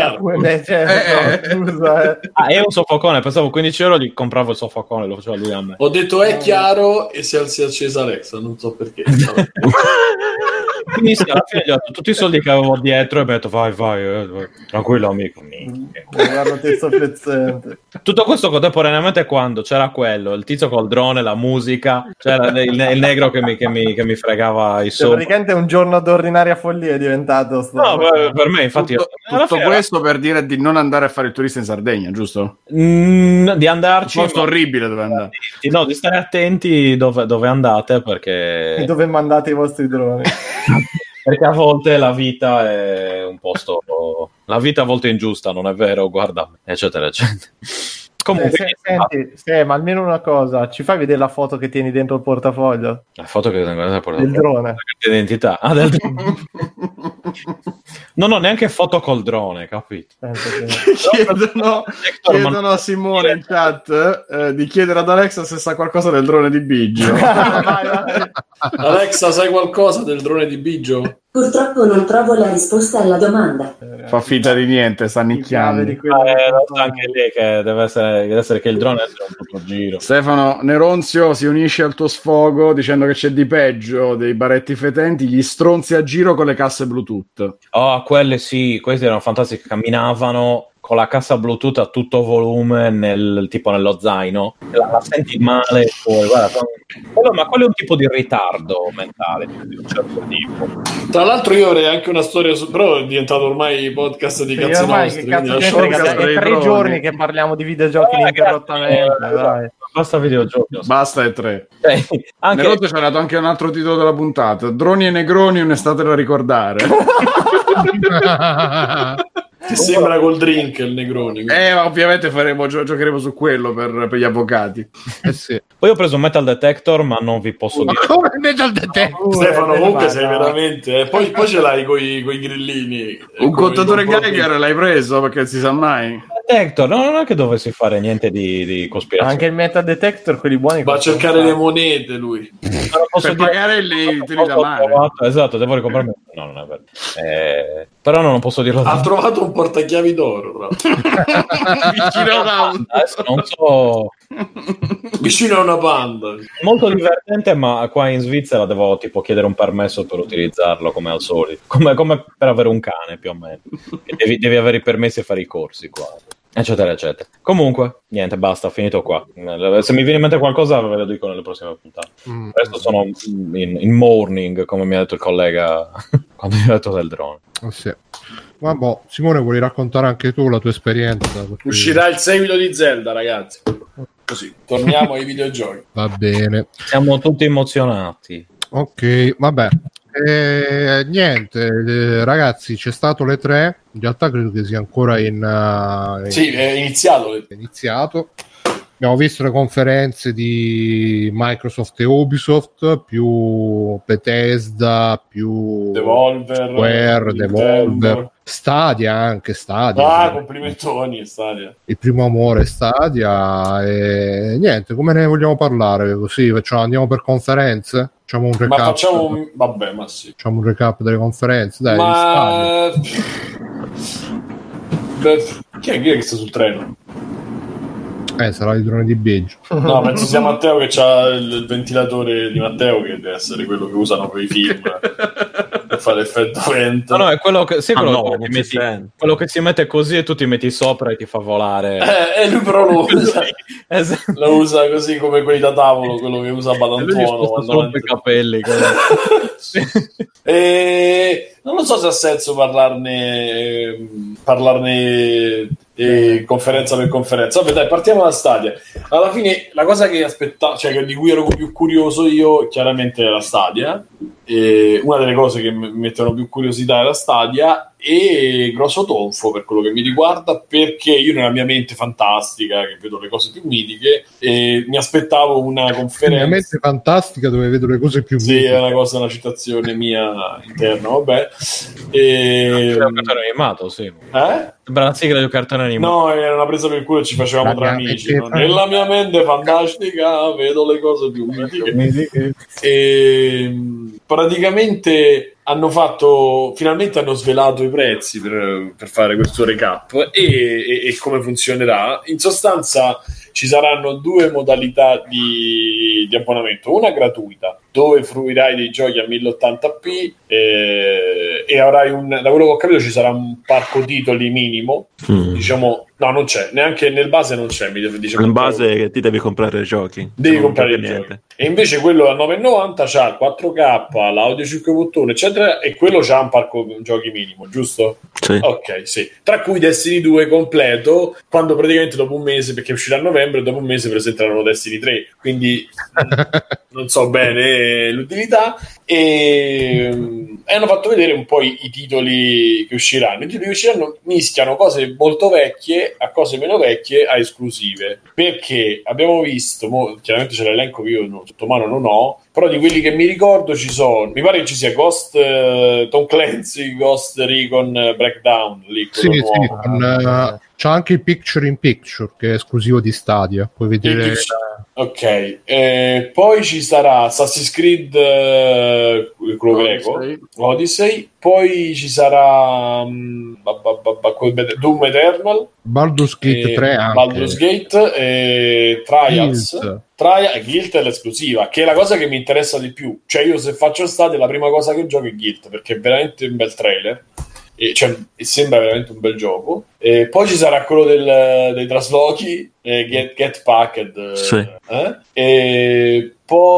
Scusa. È un soffocone, pensavo 15 euro gli compravo il soffocone, lo faceva lui a me. Ho detto è chiaro e si è accesa Alexa, non so perché. Quindi alla fine gli ho dato tutti i soldi che avevo dietro e mi ha detto vai, tranquillo amico. Guarda te sto pezzente. Tutto questo contemporaneamente quando c'era quello, il tizio col drone, la musica, c'era il negro che mi fregava i soldi. Praticamente un giorno d'ordinaria follia è diventato no, per me infatti tutto questo per dire di non andare a fare il turista in Sardegna, giusto? Di andarci, un posto orribile dove andare. No, di stare attenti dove andate, perché e dove mandate i vostri droni. Perché a volte la vita è un posto, la vita a volte è ingiusta, non è vero? Guarda, eccetera eccetera. Comunque, senti, ma almeno una cosa, ci fai vedere la foto che tieni dentro il portafoglio? La foto che tengo dentro il portafoglio? Del drone. L'identità. Del drone. Non ho neanche foto col drone, capito? Chiedono a Simone in chat di chiedere ad Alexa se sa qualcosa del drone di Biggio. vai. Alexa, sai qualcosa del drone di Biggio? Purtroppo non trovo la risposta alla domanda. Fa finta di niente, sta nicchiando. Anche lì che deve essere che il drone è un po' giro. Stefano Neronzio si unisce al tuo sfogo dicendo che c'è di peggio dei baretti fetenti, gli stronzi a giro con le casse Bluetooth. Oh, quelle sì, questi erano fantastici, camminavano con la cassa Bluetooth a tutto volume tipo nello zaino, la senti male poi, guarda, ma quello è un tipo di ritardo mentale di un certo tipo. Tra l'altro io avrei anche una storia però è diventato ormai podcast di cazzi nostri, che cazzo è 3 giorni che parliamo di videogiochi ininterrottamente, dai. Basta videogiochi, basta e 3. Anche Neroto ci ha dato anche un altro titolo della puntata, Droni e Negroni, un'estate da ricordare. Ti sembra col drink il Negroni? Ovviamente giocheremo su quello per gli avvocati. Sì. Poi ho preso un Metal Detector, ma non vi posso dire. Ma come Metal Detector? Stefano, comunque sei veramente. Poi ce l'hai coi grillini. Un contatore Geiger l'hai preso perché non si sa mai. Detector, no, non è che dovessi fare niente di cospirazione. Anche il Metal Detector, quelli buoni. Va a cercare le monete lui. Per pagare i tiri da mano. Esatto, devo ricomprarmi. No, non è vero. Però non posso dirlo. Ha trovato un portachiavi d'oro. Vicino a un'auto. Adesso non so. Vicino a una panda. Molto divertente, ma qua in Svizzera devo tipo chiedere un permesso per utilizzarlo come al solito. Come per avere un cane, più o meno. Devi avere i permessi e fare i corsi qua. Eccetera, eccetera. Comunque, niente, basta, ho finito qua. Se mi viene in mente qualcosa, ve lo dico nelle prossime puntate. Adesso sono in morning, come mi ha detto il collega quando mi ha detto del drone. Sì. Vabbè, Simone, vuoi raccontare anche tu la tua esperienza? Uscirà il seguito di Zelda, ragazzi. Così, torniamo ai videogiochi. Va bene. Siamo tutti emozionati. Ok, vabbè. Niente, ragazzi, c'è stato le 3. In realtà credo che sia ancora sì, è iniziato. Abbiamo visto le conferenze di Microsoft e Ubisoft, più Bethesda, più Devolver, Square, Devolver, Stadia anche, Stadia. Complimentoni, Stadia. Il primo amore Stadia e niente, come ne vogliamo parlare così? Andiamo per conferenze? Facciamo un recap. Ma facciamo vabbè, ma sì. Facciamo un recap delle conferenze, dai. Ma chi è che sta sul treno? Sarà il drone di Biggio. No, penso sia Matteo che c'ha il ventilatore di Matteo, che deve essere quello che usano per i film. fa l'effetto vento. No, è quello che quello che si mette così e tu ti metti sopra e ti fa volare. E lui però lo usa, lo usa così come quelli da tavolo, quello che usa Badantuono. Rompe i capelli. Non lo so se ha senso parlarne conferenza per conferenza. Vabbè, dai, partiamo da Stadia. Alla fine la cosa che aspettavo, cioè di cui ero più curioso io, chiaramente era Stadia. Una delle cose che mi mettono più curiosità è la Stadia, e grosso tonfo per quello che mi riguarda, perché io nella mia mente fantastica, che vedo le cose più mitiche, mi aspettavo una conferenza. La mente fantastica dove vedo le cose più mitiche. Sì, è una citazione mia interna, vabbè. Un cartone animato, sì. Sembra la sigla di un cartone animato. No, era una presa per il culo e ci facevamo tra amici. Nella mia mente fantastica vedo le cose più mitiche. E praticamente finalmente hanno svelato i prezzi per fare questo recap e come funzionerà. In sostanza ci saranno due modalità di abbonamento, una gratuita dove fruirai dei giochi a 1080p e avrai da quello che ho capito ci sarà un parco titoli minimo, diciamo. No, non c'è, neanche nel base non c'è. Diciamo, in base che ti devi comprare i giochi. Devi comprare i giochi. E invece quello a 9,90 c'ha il 4K, l'audio 5.1, eccetera, e quello c'ha un parco giochi minimo, giusto? Sì. Ok, sì. Tra cui Destiny 2 completo, quando praticamente dopo un mese, perché uscirà a novembre, dopo un mese presenteranno Destiny 3, quindi non so bene l'utilità, e hanno fatto vedere un po' i titoli che usciranno. I titoli che usciranno mischiano cose molto vecchie a cose meno vecchie a esclusive, perché abbiamo visto, chiaramente c'è l'elenco che io sotto mano non ho, però di quelli che mi ricordo ci sono, mi pare che ci sia Ghost Tom Clancy, Ghost Recon Breakdown lì, sì, c'è anche il Picture in Picture che è esclusivo di Stadia, puoi vedere ok, poi ci sarà Assassin's Creed quello greco, Odyssey, poi ci sarà Doom Eternal, Baldur's Gate 3 anche. Baldur's Gate, Trials Guild è l'esclusiva, che è la cosa che mi interessa di più. Cioè io se faccio Stadia la prima cosa che gioco è Guild, perché è veramente un bel trailer e sembra veramente un bel gioco. Poi ci sarà quello dei traslochi, Get Packed, sì. E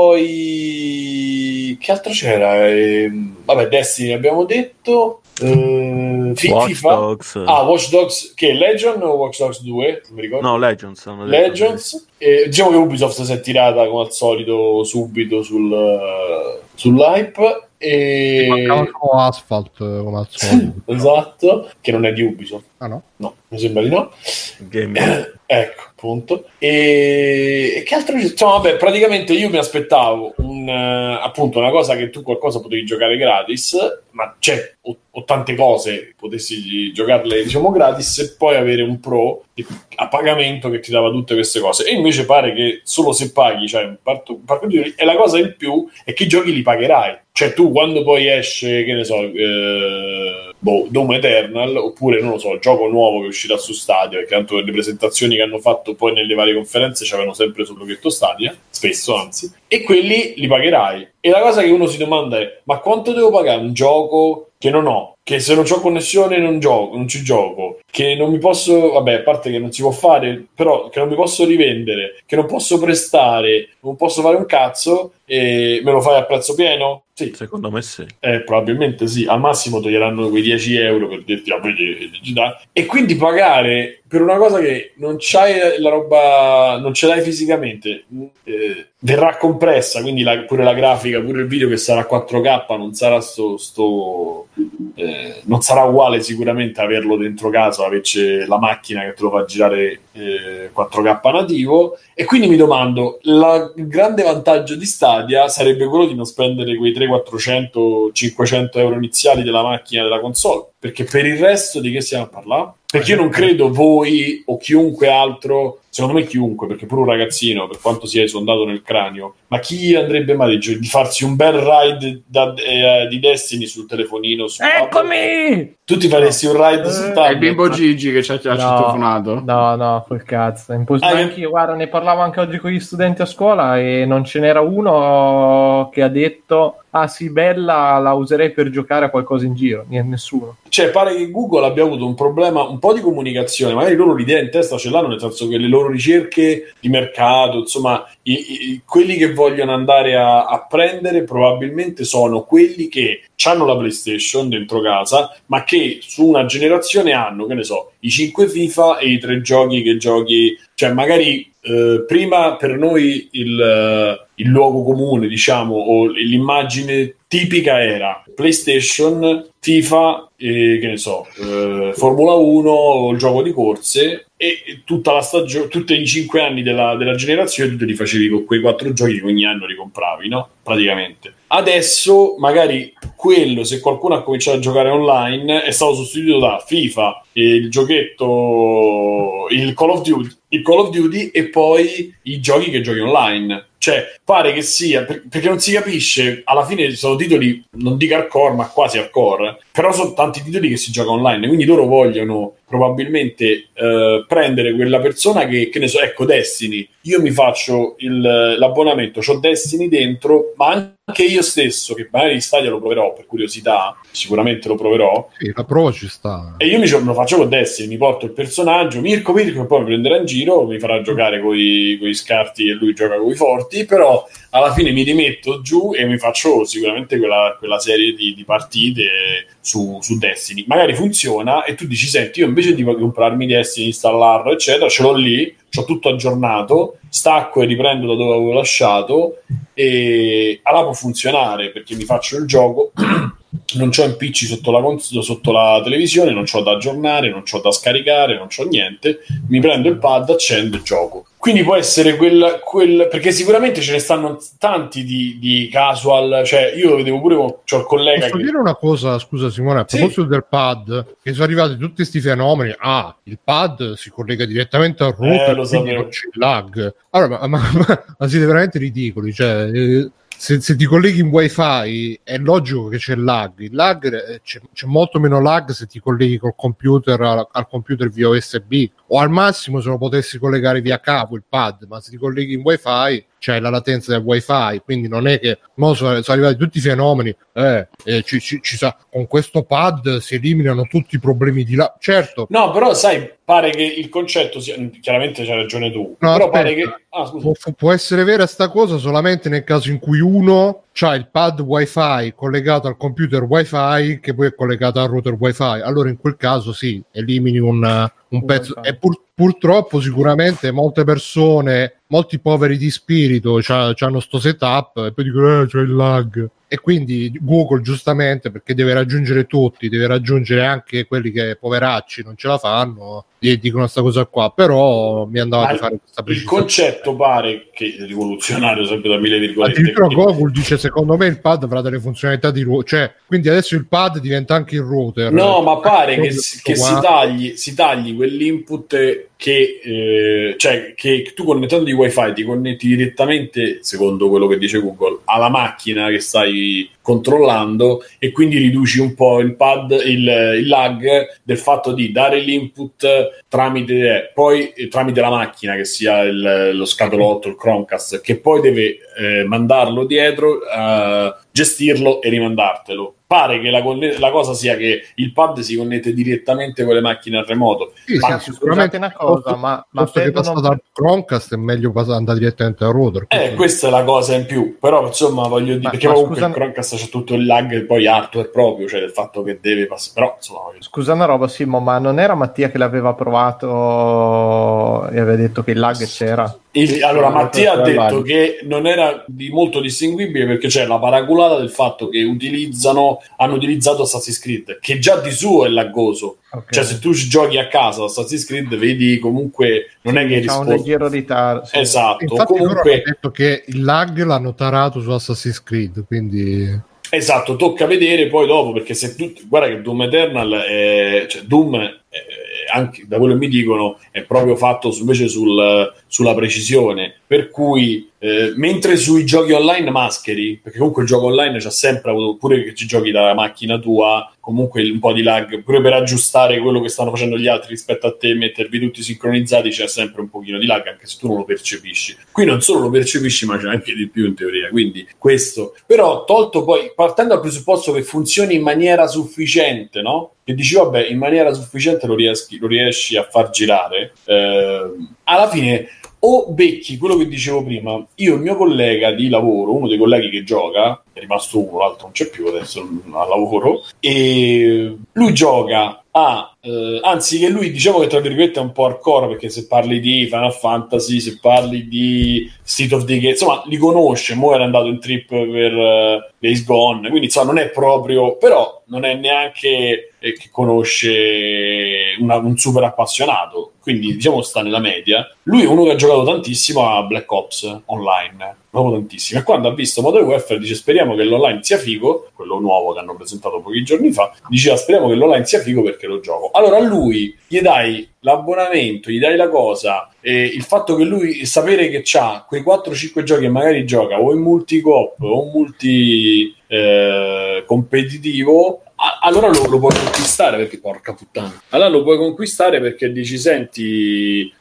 poi che altro c'era? Vabbè, Destiny abbiamo detto, Watch Dogs. Watch Dogs, che è Legion o Watch Dogs 2? Non mi ricordo. No, Legends. Diciamo che Ubisoft si è tirata come al solito subito sull'hype, e mancava Asphalt come al solito. esatto, che non è di Ubisoft. Ah no? No, mi sembra di no. Ecco, appunto. E che altro? Insomma, vabbè, praticamente io mi aspettavo appunto una cosa che tu qualcosa potevi giocare gratis, ma c'è o tante cose potessi giocarle diciamo gratis e poi avere un pro a pagamento che ti dava tutte queste cose, e invece pare che solo se paghi, cioè un parco di giochi, e la cosa in più è che i giochi li pagherai, cioè tu quando poi esce, che ne so, Doom Eternal, oppure non lo so, il gioco nuovo che uscirà su Stadia, perché tanto le presentazioni che hanno fatto poi nelle varie conferenze c'avevano sempre sul loghetto Stadia, spesso anzi, e quelli li pagherai. E la cosa che uno si domanda è: ma quanto devo pagare un gioco che non ho, che se non c'ho connessione non ci gioco, che non mi posso, vabbè, a parte che non si può fare, però che non mi posso rivendere, che non posso prestare, non posso fare un cazzo, e me lo fai a prezzo pieno? Sì. Secondo me sì. Probabilmente sì, al massimo toglieranno quei 10 euro per dirti e quindi pagare per una cosa che non c'hai la roba, non ce l'hai fisicamente, verrà compressa, quindi pure la grafica, pure il video che sarà 4K non sarà non sarà uguale sicuramente averlo dentro casa, averci la macchina che te lo fa girare 4K nativo, e quindi mi domando, il grande vantaggio di Stadia sarebbe quello di non spendere quei 300-400-500 euro iniziali della macchina della console, perché per il resto di che stiamo a parlare? Perché io non credo voi o chiunque altro, secondo me chiunque, perché pure un ragazzino, per quanto sia esondato nel cranio, ma chi andrebbe mai di farsi un bel ride di Destiny sul telefonino? Eccomi! Tu ti faresti un ride sul tablet? È il bimbo Gigi che ci ha citofonato? No, quel cazzo. Anche, guarda, ne parlavo anche oggi con gli studenti a scuola e non ce n'era uno che ha detto ah sì, bella, la userei per giocare a qualcosa in giro, nessuno. Cioè, pare che Google abbia avuto un problema, un po' di comunicazione, magari loro l'idea in testa ce l'hanno, nel senso che le loro ricerche di mercato, insomma, quelli che vogliono andare a prendere probabilmente sono quelli che hanno la PlayStation dentro casa, ma che su una generazione hanno, che ne so, i 5 FIFA e i 3 giochi che giochi, cioè magari prima per noi il luogo comune, diciamo, o l'immagine tipica era PlayStation, FIFA, che ne so, Formula 1 o il gioco di corse, e tutta la stagione, tutti i 5 anni della generazione tu te li facevi con quei 4 giochi che ogni anno li compravi, no? Praticamente. Adesso magari quello, se qualcuno ha cominciato a giocare online, è stato sostituito da FIFA, il giochetto, il Call of Duty e poi i giochi che giochi online. Cioè, pare che sia, perché non si capisce, alla fine sono titoli, non dico hardcore, ma quasi hardcore, però sono tanti titoli che si gioca online, quindi loro vogliono probabilmente prendere quella persona che ne so, ecco, Destiny, io mi faccio l'abbonamento, c'ho Destiny dentro, ma anche io stesso, che magari in Stadia lo proverò per curiosità, sicuramente lo proverò. Sì, la Pro ci sta. E io me lo faccio con Destiny, mi porto il personaggio, Mirko, e poi mi prenderà in giro, mi farà giocare con i scarti e lui gioca con i forti, però alla fine mi rimetto giù e mi faccio sicuramente quella serie di partite su Destiny. Magari funziona e tu dici, senti, io invece di comprarmi Destiny, installarlo, eccetera, ce l'ho lì, c'ho tutto aggiornato, stacco e riprendo da dove avevo lasciato e allora può funzionare, perché mi faccio il gioco, non c'ho impicci sotto la televisione, non c'ho da aggiornare, non c'ho da scaricare, non c'ho niente, mi prendo il pad, accendo e gioco. Quindi può essere quel perché sicuramente ce ne stanno tanti di casual, cioè io lo vedevo pure, c'ho il collega. Posso dire una cosa, scusa Simone, a proposito del pad, che sono arrivati tutti questi fenomeni, il pad si collega direttamente al router, quindi non c'è lag. Allora, ma siete veramente ridicoli, cioè se ti colleghi in wifi è logico che c'è lag. Il lag c'è molto meno lag se ti colleghi col computer al computer via USB, o al massimo se lo potessi collegare via cavo il pad, ma se ti colleghi in wifi c'è la latenza del wifi, quindi non è che sono arrivati tutti i fenomeni, con questo pad si eliminano tutti i problemi di là, certo. No, però sai, pare che il concetto sia, chiaramente c'hai ragione tu, no, però aspetta, pare che può essere vera sta cosa solamente nel caso in cui uno c'ha il pad wifi collegato al computer wifi che poi è collegato al router wifi, allora in quel caso sì, elimini un pezzo e purtroppo sicuramente molte persone, molti poveri di spirito c'hanno sto setup e poi dicono c'è il lag, e quindi Google giustamente, perché deve raggiungere tutti, deve raggiungere anche quelli che poveracci non ce la fanno, e dicono sta cosa qua, però mi andava di fare questa precisazione. Il concetto pare che è rivoluzionario, sempre da 1000 virgolette. Addirittura Google dice secondo me il pad avrà delle funzionalità di cioè quindi adesso il pad diventa anche il router. No, ma pare che si tagli quell'input cioè che tu connettendo di wifi ti connetti direttamente, secondo quello che dice Google, alla macchina che stai controllando, e quindi riduci un po' il lag del fatto di dare l'input tramite la macchina, che sia lo scatolotto, il Chromecast, che poi deve mandarlo dietro, gestirlo e rimandartelo. Pare che la cosa sia che il pad si connette direttamente con le macchine a remoto. Sì, sicuramente una cosa, ma che passa dal Chromecast è meglio andare direttamente al router. Questa è la cosa in più, però insomma voglio dire, perché comunque il Chromecast c'è tutto il lag e poi hardware proprio, cioè del fatto che deve passare, però insomma. Scusa una roba, Simo, ma non era Mattia che l'aveva provato e aveva detto che il lag c'era? Allora Mattia ha detto che non era molto distinguibile, perché c'è la paraculata del fatto che hanno utilizzato Assassin's Creed, che già di suo è laggoso. Okay. Cioè se tu giochi a casa Assassin's Creed vedi comunque non è che risponde, un leggero ritardo. Sì. Esatto. Infatti comunque hanno detto che il lag l'hanno tarato su Assassin's Creed, quindi esatto, tocca vedere poi dopo, perché se tu guarda che Doom Eternal Doom anche da quello che mi dicono è proprio fatto invece sulla precisione, per cui mentre sui giochi online mascheri, perché comunque il gioco online c'ha sempre avuto, pure che ci giochi da macchina tua, comunque un po' di lag, pure per aggiustare quello che stanno facendo gli altri rispetto a te e mettervi tutti sincronizzati c'è sempre un pochino di lag, anche se tu non lo percepisci. Qui non solo lo percepisci, ma c'è anche di più in teoria, quindi questo. Però tolto poi, partendo dal presupposto che funzioni in maniera sufficiente, no? Che dici vabbè, in maniera sufficiente lo riesci a far girare, alla fine o becchi quello che dicevo prima. Io, il mio collega di lavoro, uno dei colleghi che gioca, è rimasto uno, l'altro non c'è più, adesso al lavoro, e lui gioca anzi che lui diciamo che tra virgolette è un po' hardcore, perché se parli di Final Fantasy, se parli di State of Decay, insomma li conosce, mo era andato in trip per Days Gone, quindi insomma non è proprio, però non è neanche che conosce un super appassionato, quindi diciamo sta nella media. Lui è uno che ha giocato tantissimo a Black Ops Online, proprio tantissimo, e quando ha visto Modern Warfare dice speriamo che l'online sia figo, quello nuovo che hanno presentato pochi giorni fa, diceva speriamo che l'online sia figo perché lo gioco. Allora a lui gli dai l'abbonamento, gli dai la cosa, e il fatto che lui sapere che c'ha quei 4-5 giochi e magari gioca o in multi-coop o in multi competitivo, allora lo puoi conquistare, perché porca puttana, allora lo puoi conquistare perché dici senti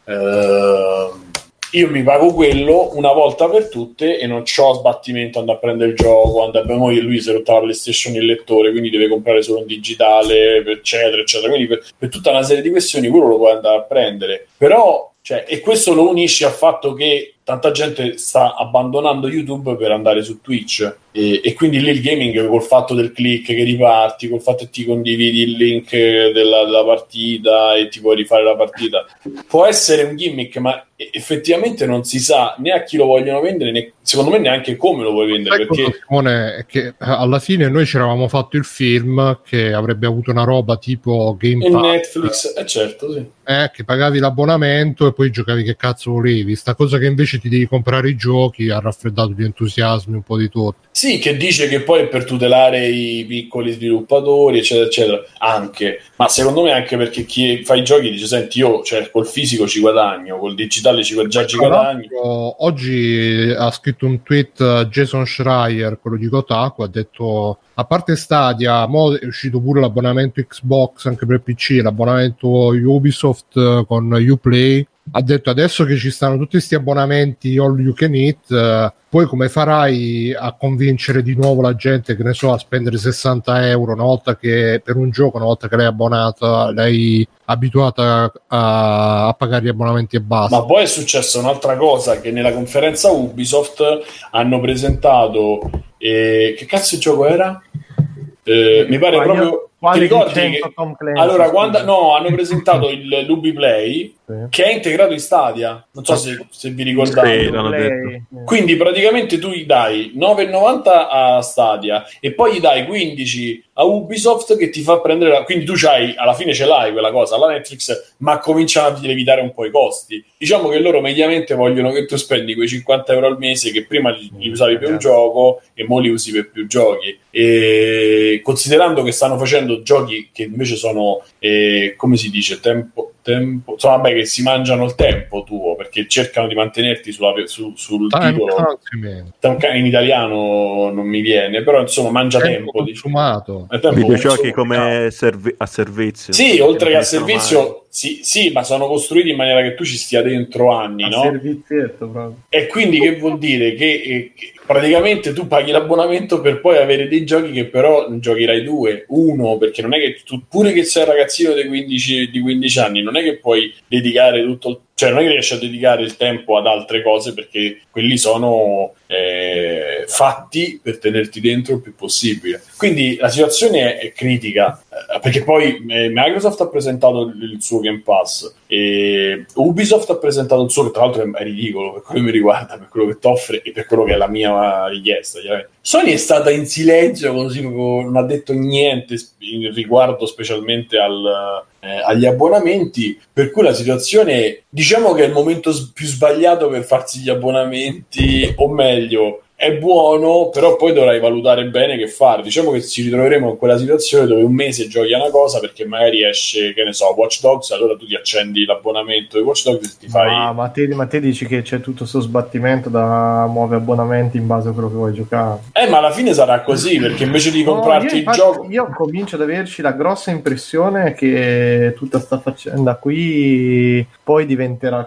io mi pago quello una volta per tutte e non c'ho sbattimento, andare a prendere il gioco, poi lui si è rotta la PlayStation il lettore, quindi deve comprare solo un digitale, eccetera eccetera, quindi per tutta una serie di questioni quello lo puoi andare a prendere, però cioè, e questo lo unisci al fatto che tanta gente sta abbandonando YouTube per andare su Twitch, e quindi lì il gaming col fatto del click che riparti, col fatto che ti condividi il link della partita e ti puoi rifare la partita, può essere un gimmick, ma effettivamente non si sa né a chi lo vogliono vendere, né secondo me neanche come lo vuoi vendere, perché Simone, è che alla fine noi ci eravamo fatto il film che avrebbe avuto una roba tipo Game Pass, Netflix, certo, sì, che pagavi l'abbonamento e poi giocavi che cazzo volevi. Sta cosa che invece ti devi comprare i giochi ha raffreddato gli entusiasmi un po' di tutti. Sì, che dice che poi è per tutelare i piccoli sviluppatori, eccetera, eccetera, anche, ma secondo me anche perché chi fa i giochi dice, senti, io cioè, col fisico ci guadagno, col digitale ci guadagno. Oggi ha scritto un tweet Jason Schreier, quello di Kotaku, ha detto, a parte Stadia, mo è uscito pure l'abbonamento Xbox anche per PC, l'abbonamento Ubisoft con Uplay. Ha detto adesso che ci stanno tutti questi abbonamenti all you can eat, poi come farai a convincere di nuovo la gente, che ne so, a spendere 60 euro una volta che per un gioco, una volta che l'hai abbonata, l'hai abituata a pagare gli abbonamenti e basta. Ma poi è successa un'altra cosa, che nella conferenza Ubisoft hanno presentato che cazzo di gioco era? Mi pare proprio ti ricordi che allora quando hanno presentato l'Ubiplay, sì, che è integrato in Stadia, non so se vi ricordate, sì, quindi praticamente tu gli dai 9,90 a Stadia e poi gli dai 15 a Ubisoft che ti fa prendere quindi tu c'hai, alla fine ce l'hai quella cosa alla Netflix, ma cominciano a lievitare un po' i costi. Diciamo che loro mediamente vogliono che tu spendi quei 50 euro al mese che prima li usavi per un gioco e mo li usi per più giochi, e considerando che stanno facendo giochi che invece sono come si dice, tempo insomma, vabbè, che si mangiano il tempo tuo, perché cercano di mantenerti sul titolo. In italiano non mi viene, però insomma mangia tempo consumato, videogiochi come a servizio, sì, oltre che a servizio, sì, ma sono costruiti in maniera che tu ci stia dentro anni, no? Servizietto proprio. E quindi che vuol dire? Che praticamente tu paghi l'abbonamento per poi avere dei giochi che però non giocherai uno, perché non è che tu, pure che sei un ragazzino di 15 anni, non è che puoi dedicare tutto, cioè non è che riesci a dedicare il tempo ad altre cose, perché quelli sono fatti per tenerti dentro il più possibile. Quindi la situazione è critica, perché poi Microsoft ha presentato il suo Game Pass e Ubisoft ha presentato il suo, che tra l'altro è ridicolo per quello che mi riguarda, per quello che ti offre e per quello che è la mia richiesta. Sony è stata in silenzio, così non ha detto niente in riguardo specialmente agli abbonamenti, per cui la situazione, diciamo che è il momento più sbagliato per farsi gli abbonamenti, o meglio è buono, però poi dovrai valutare bene che fare. Diciamo che ci ritroveremo in quella situazione dove un mese giochi a una cosa perché magari esce, che ne so, Watch Dogs, allora tu ti accendi l'abbonamento di Watch Dogs e ti fai... Ma te dici che c'è tutto questo sbattimento da muove abbonamenti in base a quello che vuoi giocare? Ma alla fine sarà così, perché invece di comprarti il gioco... Io comincio ad averci la grossa impressione che tutta sta faccenda qui poi diventerà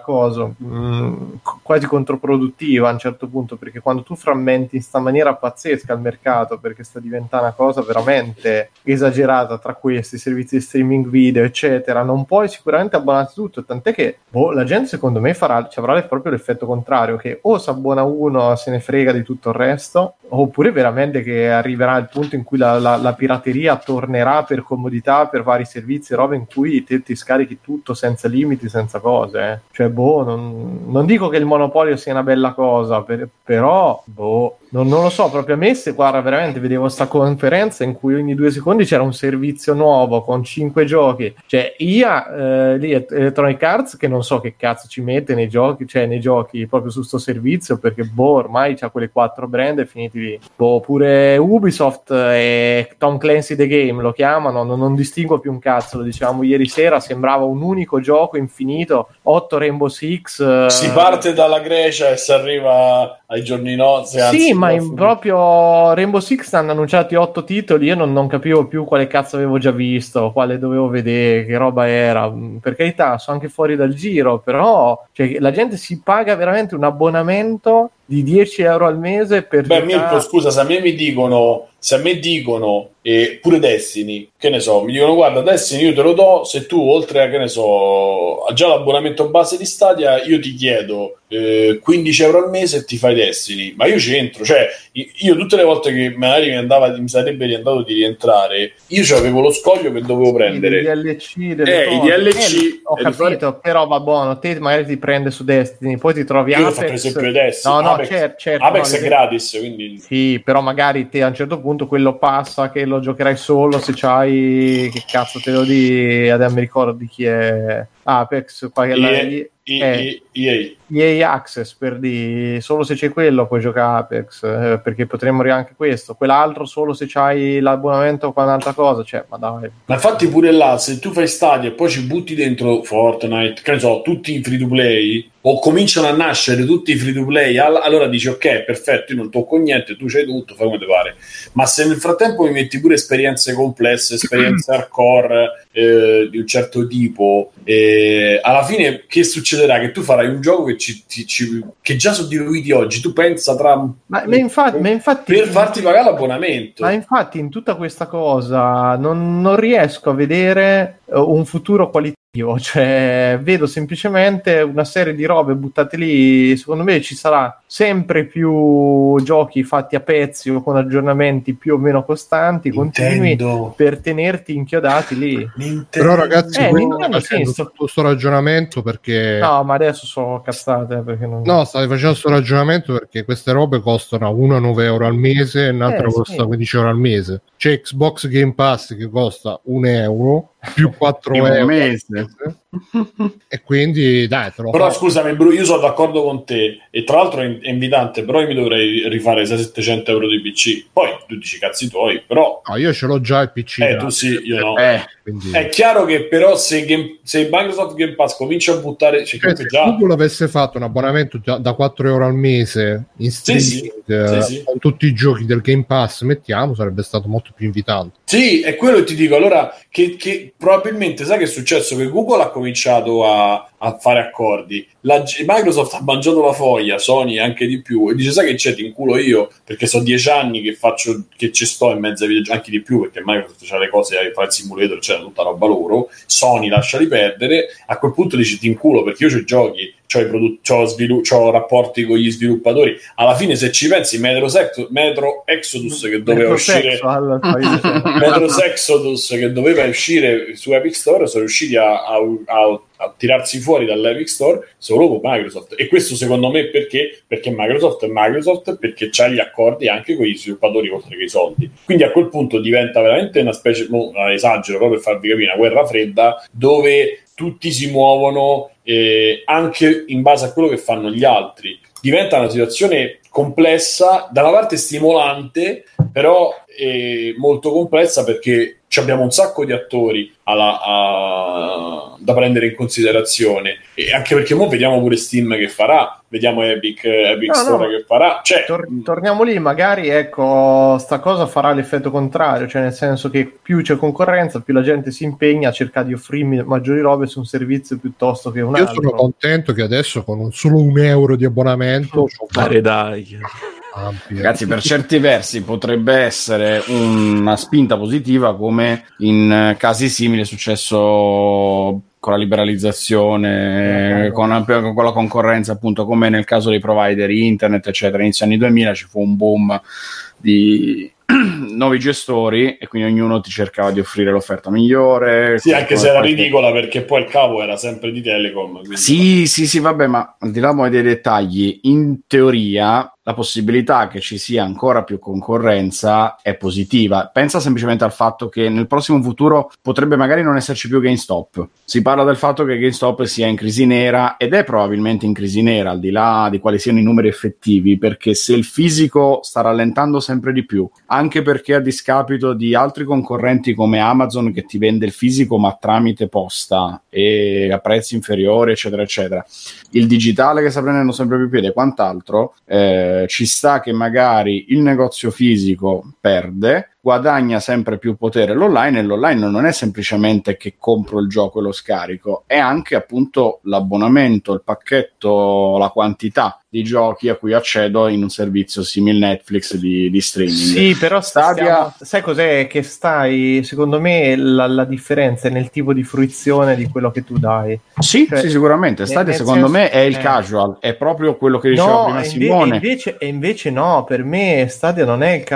quasi controproduttiva a un certo punto, perché quando tu frammenti in sta maniera pazzesca il mercato, perché sta diventando una cosa veramente esagerata tra questi servizi di streaming video eccetera, non puoi sicuramente abbonarti tutto, tant'è che la gente secondo me ci avrà proprio l'effetto contrario, che o si abbona uno se ne frega di tutto il resto, oppure veramente che arriverà il punto in cui la pirateria tornerà per comodità, per vari servizi e robe in cui te ti scarichi tutto senza limiti, senza cose, cioè non dico che il monopolio sia una bella cosa, però non lo so, proprio a me guarda, veramente vedevo sta conferenza in cui ogni 2 secondi c'era un servizio nuovo con 5 giochi, cioè IA lì Electronic Arts che non so che cazzo ci mette nei giochi proprio su sto servizio, perché ormai c'ha quelle 4 brand e finiti lì. Pure Ubisoft e Tom Clancy The Game lo chiamano, non distingo più un cazzo, lo dicevamo ieri sera, sembrava un unico gioco infinito, 8 Rainbow Six, si parte dalla Grecia e si arriva ai giorni nostri. Sì, ma proprio Rainbow Six hanno annunciati 8 titoli, io non capivo più quale cazzo avevo già visto, quale dovevo vedere, che roba era. Per carità, sono anche fuori dal giro, però cioè, la gente si paga veramente un abbonamento di 10 euro al mese per Mirko, scusa, se a me dicono e pure Destiny, che ne so, mi dicono guarda Destiny io te lo do se tu oltre a, che ne so, a già l'abbonamento base di Stadia io ti chiedo 15 euro al mese e ti fai Destiny, ma io c'entro, cioè io tutte le volte che magari mi sarebbe riandato di rientrare, io avevo lo scoglio che dovevo prendere i DLC i DLC ho capito, però va buono, te magari ti prende su Destiny, poi ti trovi Apex, per esempio Destiny, certo, Apex è gratis, quindi sì, però magari te a un certo punto quello passa che lo giocherai solo se c'hai, che cazzo te lo di, adesso mi ricordo di chi è Apex, EA Access, per di solo se c'è quello puoi giocare Apex, perché potremmo arrivare anche questo, quell'altro solo se c'hai l'abbonamento con un'altra cosa, cioè ma dai. Ma infatti pure là, se tu fai Stadia e poi ci butti dentro Fortnite, che ne so, tutti i free to play, o cominciano a nascere tutti i free to play, allora dici ok, perfetto, io non tocco niente, tu c'hai tutto, fai come ti pare. Ma se nel frattempo mi metti pure esperienze complesse, esperienze hardcore di un certo tipo, alla fine che succederà? Che tu farai un gioco che già sono diluiti oggi, tu pensa tra ma infatti per farti pagare l'abbonamento. Ma infatti in tutta questa cosa non riesco a vedere un futuro qualitativo, cioè vedo semplicemente una serie di robe buttate lì. Secondo me ci sarà sempre più giochi fatti a pezzi o con aggiornamenti più o meno costanti, continui, per tenerti inchiodati lì. Però ragazzi, sto ragionamento perché no, ma adesso sono cazzate perché non... No, stai facendo questo ragionamento perché queste robe costano una 9 euro al mese e un'altra costa 15 euro al mese. C'è Xbox Game Pass che costa 1 euro più 4 euro al mese. E quindi dai, però scusami Bru, io sono d'accordo con te e tra l'altro è invitante, però io mi dovrei rifare 700 euro di PC, poi tu dici cazzi tuoi, però no, io ce l'ho già il PC tu sì, io no, quindi... è chiaro che però se Microsoft Game Pass comincia a buttare, se Google avesse fatto un abbonamento da 4 euro al mese in streaming con tutti i giochi del Game Pass, mettiamo, sarebbe stato molto più invitante. Sì, è quello che ti dico. Allora, che probabilmente sai che è successo? Che Google ha cominciato a fare accordi. Microsoft ha mangiato la foglia, Sony anche di più, e dice sai che c'è, ti inculo io, perché so 10 anni che ci sto in mezzo ai videogiochi, anche di più, perché Microsoft c'ha le cose, fa il simulator, c'è tutta roba loro, Sony lasciali perdere, a quel punto dice ti inculo perché io c'ho i giochi, c'ho rapporti con gli sviluppatori. Alla fine se ci pensi Metro Exodus che doveva uscire Metro Exodus che doveva uscire su Epic Store, sono riusciti a tirarsi fuori dall'Epic Store solo con Microsoft, e questo secondo me perché Microsoft è Microsoft, perché c'ha gli accordi anche con gli sviluppatori oltre che i soldi. Quindi a quel punto diventa veramente una specie, esagero proprio per farvi capire, una guerra fredda dove tutti si muovono anche in base a quello che fanno gli altri. Diventa una situazione complessa, da una parte stimolante, però molto complessa, perché abbiamo un sacco di attori da prendere in consideraone, e anche perché mo vediamo pure Steam che farà, vediamo Epic Store che farà, cioè torniamo lì, magari ecco sta cosa farà l'effetto contrario, cioè nel senso che più c'è concorrenza, più la gente si impegna a cercare di offrirmi maggiori robe su un servizio piuttosto che un altro. Io sono contento che adesso con solo €1 di abbonamento dai. Ragazzi, per certi versi potrebbe essere una spinta positiva, come in casi simili è successo con la liberalizzazione, con la concorrenza, appunto, come nel caso dei provider internet, eccetera. Inizio anni 2000 ci fu un boom di nuovi gestori, e quindi ognuno ti cercava di offrire l'offerta migliore. Sì, anche se era ridicola, perché poi il capo era sempre di Telecom. Sì, vabbè, ma al di là dei dettagli, in teoria la possibilità che ci sia ancora più concorrenza è positiva. Pensa semplicemente al fatto che nel prossimo futuro potrebbe magari non esserci più GameStop. Si parla del fatto che GameStop sia in crisi nera, ed è probabilmente in crisi nera, al di là di quali siano i numeri effettivi, perché se il fisico sta rallentando sempre di più, anche perché a discapito di altri concorrenti come Amazon, che ti vende il fisico ma tramite posta e a prezzi inferiori, eccetera eccetera, il digitale che sta prendendo sempre più piede e quant'altro, ci sta che magari il negozio fisico perde, guadagna sempre più potere l'online, e l'online non è semplicemente che compro il gioco e lo scarico, è anche appunto l'abbonamento, il pacchetto, la quantità di giochi a cui accedo in un servizio simile Netflix di streaming. Sì, però Stadia, sai cos'è che secondo me la differenza è nel tipo di fruizione di quello che tu dai. Sì, cioè, sì, sicuramente Stadia secondo me è il casual, è proprio quello che diceva prima Simone. E invece no, per me Stadia non è il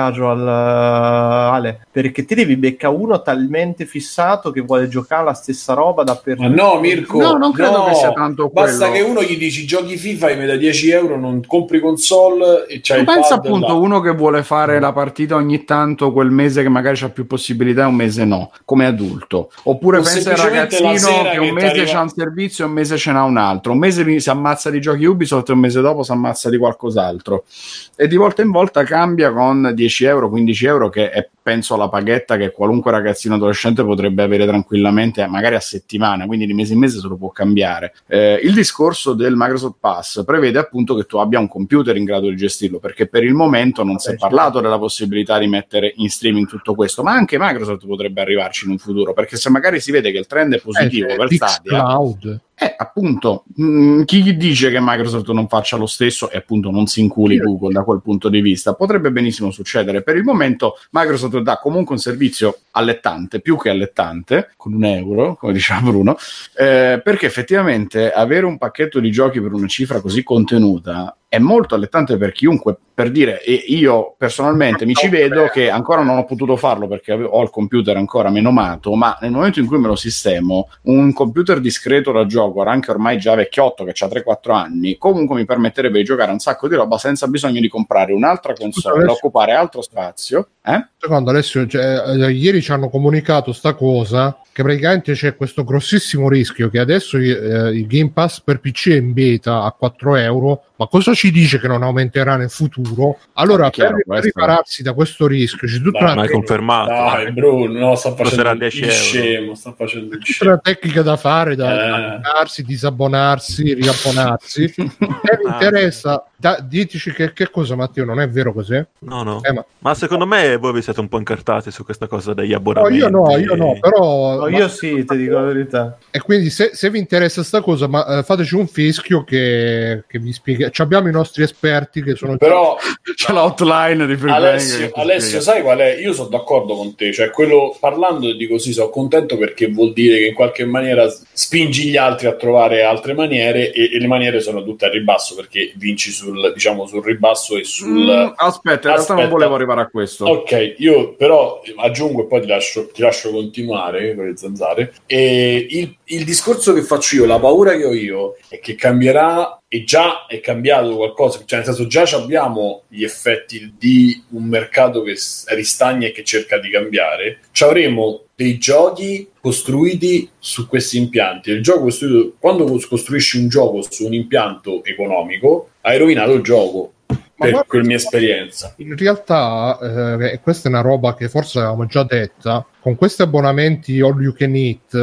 casual, Ale, perché ti devi beccare uno talmente fissato che vuole giocare la stessa roba dappertutto. Ma no, Mirko, no, non credo che sia tanto quello. Basta che uno gli dici giochi FIFA e mi dai €10, non compri console e c'hai il pad. Pensa appunto uno che vuole fare la partita ogni tanto, quel mese che magari c'ha più possibilità e un mese no, come adulto. Oppure pensa al ragazzino che un mese c'ha un servizio e un mese ce n'ha un altro, un mese si ammazza di giochi Ubisoft e un mese dopo si ammazza di qualcos'altro, e di volta in volta cambia con €10, €15, che è penso alla paghetta che qualunque ragazzino adolescente potrebbe avere tranquillamente, magari a settimana, quindi di mese in mese se lo può cambiare. Il discorso del Microsoft Pass prevede appunto che tu abbia un computer in grado di gestirlo, perché per il momento non si è parlato della possibilità di mettere in streaming tutto questo, ma anche Microsoft potrebbe arrivarci in un futuro, perché se magari si vede che il trend è positivo per Stadia, Cloud. Appunto, chi dice che Microsoft non faccia lo stesso e appunto non si inculi Google da quel punto di vista? Potrebbe benissimo succedere. Per il momento Microsoft dà comunque un servizio allettante, più che allettante, con €1, come diceva Bruno, perché effettivamente avere un pacchetto di giochi per una cifra così contenuta è molto allettante per chiunque. Per dire, e io personalmente mi ci vedo che ancora non ho potuto farlo perché ho il computer ancora menomato, ma nel momento in cui me lo sistemo, un computer discreto da gioco, anche ormai già vecchiotto, che ha 3-4 anni, comunque mi permetterebbe di giocare un sacco di roba senza bisogno di comprare un'altra console, occupare altro spazio. Secondo Alessio, ieri ci hanno comunicato sta cosa, che praticamente c'è questo grossissimo rischio che adesso il Game Pass per PC è in beta a €4, ma cosa ci dice che non aumenterà nel futuro? Allora, per ripararsi da questo rischio c'è tutta una ma è confermato. Dai, Bruno, no, sta facendo il €10. Sta facendo il tutta una tecnica da fare, da abbonarsi, disabbonarsi, riabbonarsi. Se vi interessa, diteci che cosa, Matteo, non è vero così? No. Ma secondo me voi vi siete un po' incartati su questa cosa degli abbonamenti. Io no, però... io sì, ti dico la verità. E quindi se vi interessa sta cosa, fateci un fischio che vi spiega. Abbiamo i nostri esperti che sono... Però c'è l'outline di Alessio, sai qual è? Io sono d'accordo con te, cioè quello, parlando di così, sono contento perché vuol dire che in qualche maniera spingi gli altri a trovare altre maniere, e le maniere sono tutte a ribasso, perché vinci sul ribasso e sul... Aspetta, in realtà non volevo arrivare a questo. Ok, io però aggiungo e poi ti lascio continuare con le zanzare. E il discorso che faccio io, la paura che ho io è che cambierà, e già è cambiato qualcosa, cioè nel senso già abbiamo gli effetti di un mercato che ristagna e che cerca di cambiare. Ci avremo dei giochi costruiti su questi impianti. Il gioco costruito, quando costruisci un gioco su un impianto economico, hai rovinato il gioco. per quella mia esperienza. In realtà, questa è una roba che forse avevamo già detta, con questi abbonamenti all you can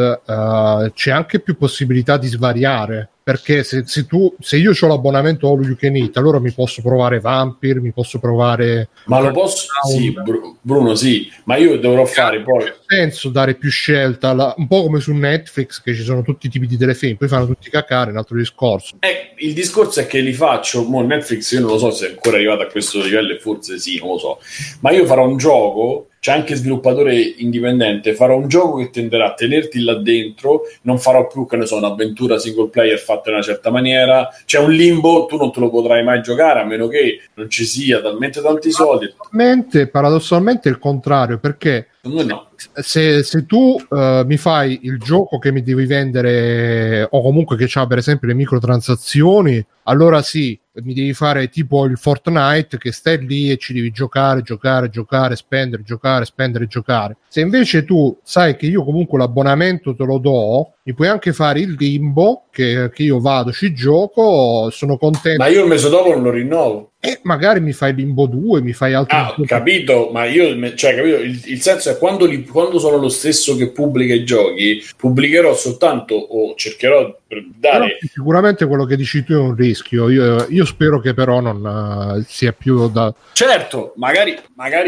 eat c'è anche più possibilità di svariare, perché se io ho l'abbonamento all you can eat, allora mi posso provare Vampire, mi posso provare... Ma lo posso? Sì, Bruno, sì, ma io dovrò fare poi... C'è senso dare più scelta, un po' come su Netflix, che ci sono tutti i tipi di telefilm, poi fanno tutti cacare, un altro discorso. Il discorso è che li faccio, Netflix io non lo so se è ancora arrivato a questo livello, e forse sì, non lo so, ma io farò un gioco, c'è anche sviluppatore indipendente, farò un gioco che tenderà a tenerti là dentro, non farò più, che ne so, un'avventura single player fatta in una certa maniera, c'è un limbo, tu non te lo potrai mai giocare a meno che non ci sia talmente tanti soldi. Paradossalmente è il contrario, perché no. Se tu mi fai il gioco che mi devi vendere, o comunque che c'ha per esempio le microtransazioni, allora sì, mi devi fare tipo il Fortnite, che stai lì e ci devi giocare, spendere, giocare. Se invece tu sai che io comunque l'abbonamento te lo do, mi puoi anche fare il limbo, che io vado, ci gioco, sono contento. Ma io il mese dopo non lo rinnovo. E magari mi fai Limbo 2, mi fai altri... capito, ma capito, il senso è quando sono lo stesso che pubblica i giochi, pubblicherò soltanto, o cercherò di dare... Però sicuramente quello che dici tu è un rischio, io spero che però non sia più da... Certo, magari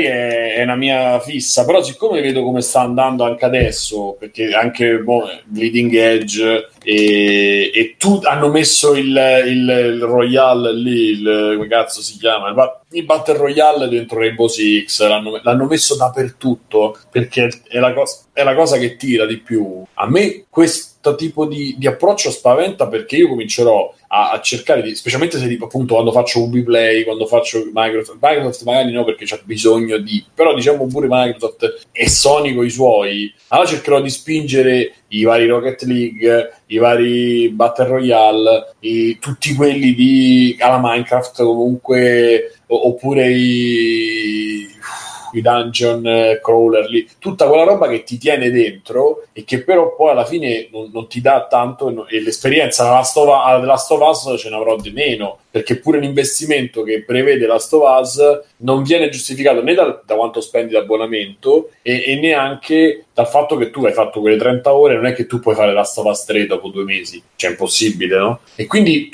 è una mia fissa, però siccome vedo come sta andando anche adesso, perché anche Bleeding Edge e tu hanno messo il Royale lì, come cazzo si chiama, il Battle Royale dentro Rainbow Six, l'hanno messo dappertutto, perché è la cosa che tira di più. A me questo tipo di approccio spaventa, perché io comincerò a cercare di, specialmente se appunto quando faccio Ubiplay, quando faccio Microsoft magari no, perché c'ha bisogno di, però diciamo pure Microsoft e Sony con i suoi, allora cercherò di spingere i vari Rocket League, i vari Battle Royale, tutti quelli alla Minecraft comunque, oppure i dungeon crawler lì, tutta quella roba che ti tiene dentro e che però poi alla fine non ti dà tanto, e l'esperienza della Last of Us ce ne avrò di meno, perché pure l'investimento che prevede Last of Us non viene giustificato né da quanto spendi d'abbonamento e neanche dal fatto che tu hai fatto quelle 30 ore, non è che tu puoi fare Last of Us 3 dopo 2 mesi, cioè è impossibile, no? E quindi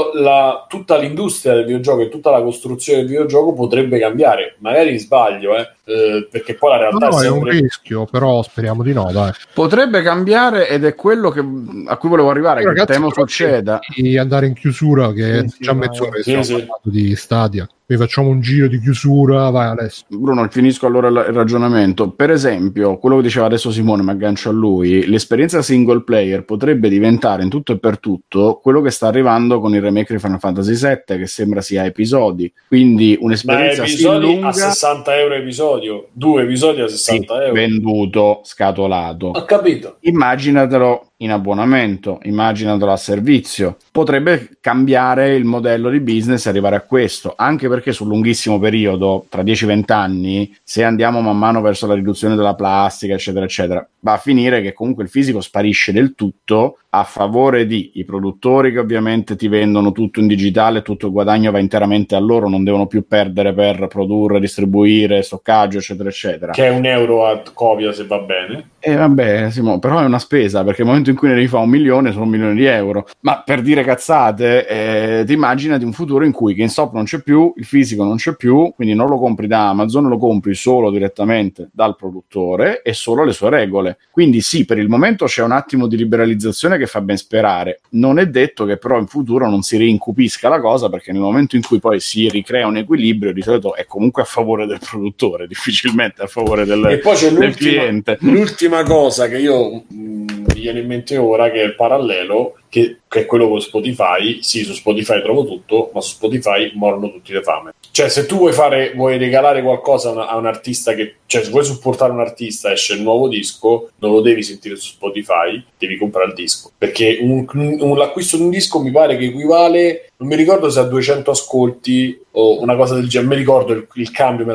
tutta l'industria del videogioco e tutta la costruzione del videogioco potrebbe cambiare, magari sbaglio, perché poi la realtà è un rischio, però speriamo di no, dai. Potrebbe cambiare, ed è quello a cui volevo arrivare, che ragazzi, temo succeda di andare in chiusura, che è già mezz'ora che stiamo parlando di Stadia. Poi facciamo un giro di chiusura, vai Alessio. Bruno, finisco allora il ragionamento. Per esempio, quello che diceva adesso Simone, mi aggancio a lui, l'esperienza single player potrebbe diventare in tutto e per tutto quello che sta arrivando con il remake di Final Fantasy VII, che sembra sia episodi, quindi un'esperienza episodi lunga, a 60 euro episodio, 2 episodi a 60 euro venduto, scatolato. Ho capito. Immaginatelo in abbonamento, immaginatelo a servizio. Potrebbe cambiare il modello di business e arrivare a questo, anche perché sul lunghissimo periodo, tra 10-20 anni, se andiamo man mano verso la riduzione della plastica, eccetera, eccetera, va a finire che comunque il fisico sparisce del tutto a favore di i produttori, che ovviamente ti vendono tutto in digitale, tutto il guadagno va interamente a loro, non devono più perdere per produrre, distribuire, stoccaggio, eccetera, eccetera. Che è €1 a copia se va bene. Vabbè, Simo, però è una spesa, perché nel momento in cui ne rifà 1 milione sono 1 milione di euro. Ma per dire cazzate, ti immagina di un futuro in cui GameStop non c'è più, il fisico non c'è più, quindi non lo compri da Amazon, lo compri solo direttamente dal produttore e solo le sue regole. Quindi sì, per il momento c'è un attimo di liberalizzazione che fa ben sperare. Non è detto che però in futuro non si rincupisca la cosa, perché nel momento in cui poi si ricrea un equilibrio, di solito è comunque a favore del produttore, difficilmente a favore del cliente. L'ultima cosa che io mi viene in mente ora, che è il parallelo, che è quello con Spotify. Sì, su Spotify trovo tutto, ma su Spotify morono tutti le fame. Cioè, se tu vuoi regalare qualcosa a un artista, cioè se vuoi supportare un artista, esce il nuovo disco, non lo devi sentire su Spotify, devi comprare il disco, perché l'acquisto di un disco mi pare che equivale, non mi ricordo se a 200 ascolti o una cosa del genere, mi ricordo il cambio,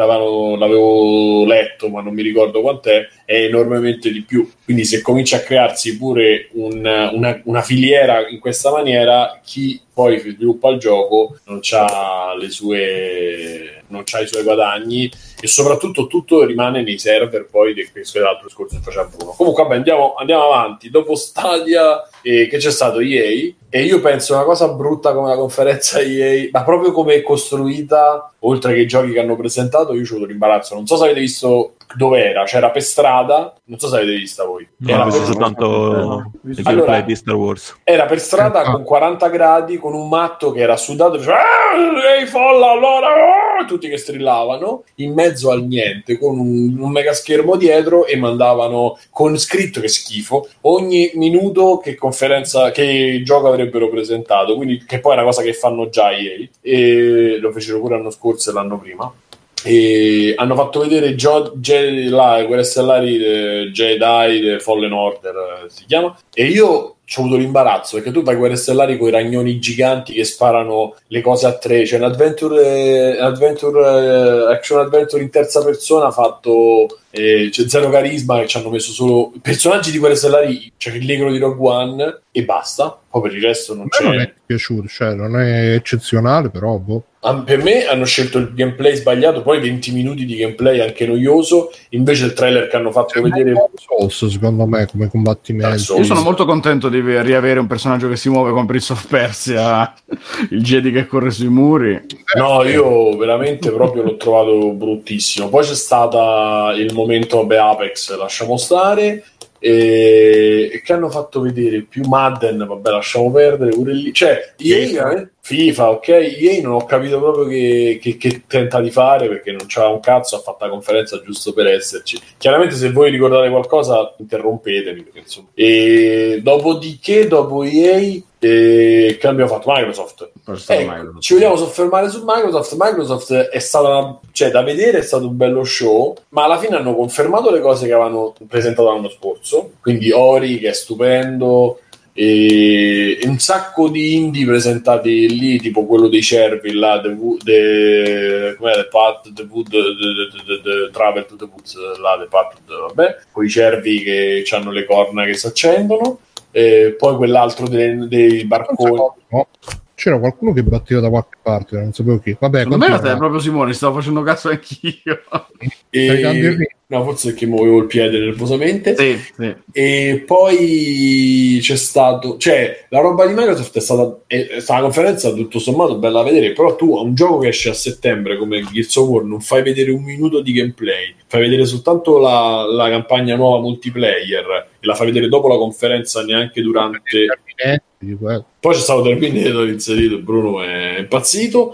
l'avevo letto, ma non mi ricordo quant'è, è enormemente di più. Quindi se comincia a crearsi pure una filiera in questa maniera, chi poi sviluppa il gioco non c'ha i suoi guadagni, e soprattutto tutto rimane nei server poi questo è l'altro discorso che faceva Bruno. Comunque vabbè, andiamo avanti. Dopo Stadia che c'è stato EA, e io penso una cosa brutta come la conferenza EA, ma proprio come è costruita, oltre che i giochi che hanno presentato, io ho avuto l'imbarazzo. Non so se avete visto dov'era, c'era per strada, non so se avete vista voi. Ho visto soltanto il gameplay di Star Wars. Era per strada con 40 gradi, con un matto che era sudato, diceva ehi folla, allora tutti che strillavano, in mezzo al niente, con un mega schermo dietro, e mandavano con scritto, che schifo, ogni minuto che conferenza, che gioco avrebbero presentato, quindi che poi è una cosa che fanno già EA, e lo fecero pure l'anno scorso e l'anno prima. E hanno fatto vedere Guerre Stellari Jedi Fallen Order si chiama, e io ci ho avuto l'imbarazzo perché tu fai Guerre Stellari con i ragnoni giganti che sparano le cose a tre, c'è un action adventure in terza persona fatto, c'è zero carisma, che ci hanno messo solo personaggi di Guerre Stellari, c'è il negro di Rogue One e basta, poi per il resto non c'è. Non è piaciuto, cioè non è eccezionale, però boh. Per me hanno scelto il gameplay sbagliato, poi 20 minuti di gameplay anche noioso, invece il trailer che hanno fatto vedere Souls, secondo me, come combattimento. Io sono molto contento di riavere un personaggio che si muove con Prince of Persia, il Jedi che corre sui muri. No, io veramente proprio l'ho trovato bruttissimo. Poi c'è stata il momento Apex, lasciamo stare, e che hanno fatto vedere più Madden, vabbè, lasciamo perdere pure lì, cioè FIFA, ok, EA non ho capito proprio che tenta di fare, perché non c'ha un cazzo, ha fatto la conferenza giusto per esserci. Chiaramente se voi ricordate qualcosa interrompetemi, perché insomma. E dopodiché, dopo EA, che abbiamo fatto? Microsoft. Ci vogliamo soffermare su Microsoft. Microsoft è stata cioè, da vedere, è stato un bello show, ma alla fine hanno confermato le cose che avevano presentato l'anno scorso, quindi Ori, che è stupendo, e un sacco di indie presentati lì, tipo quello dei cervi là, Travel to the Woods là, vabbè, con i cervi che hanno le corna che si accendono, poi quell'altro dei barconi. No. C'era qualcuno che batteva da qualche parte, non sapevo chi. Vabbè, secondo me era proprio Simone, stavo facendo caso anch'io. No, forse perché muovevo il piede nervosamente. Sì. E poi c'è stato, cioè la roba di Microsoft è stata una conferenza tutto sommato bella da vedere, però tu a un gioco che esce a settembre come Gears of War non fai vedere un minuto di gameplay, fai vedere soltanto la campagna nuova multiplayer, e la fai vedere dopo la conferenza, neanche durante. Poi c'è stato Terminator inserito, Bruno è impazzito,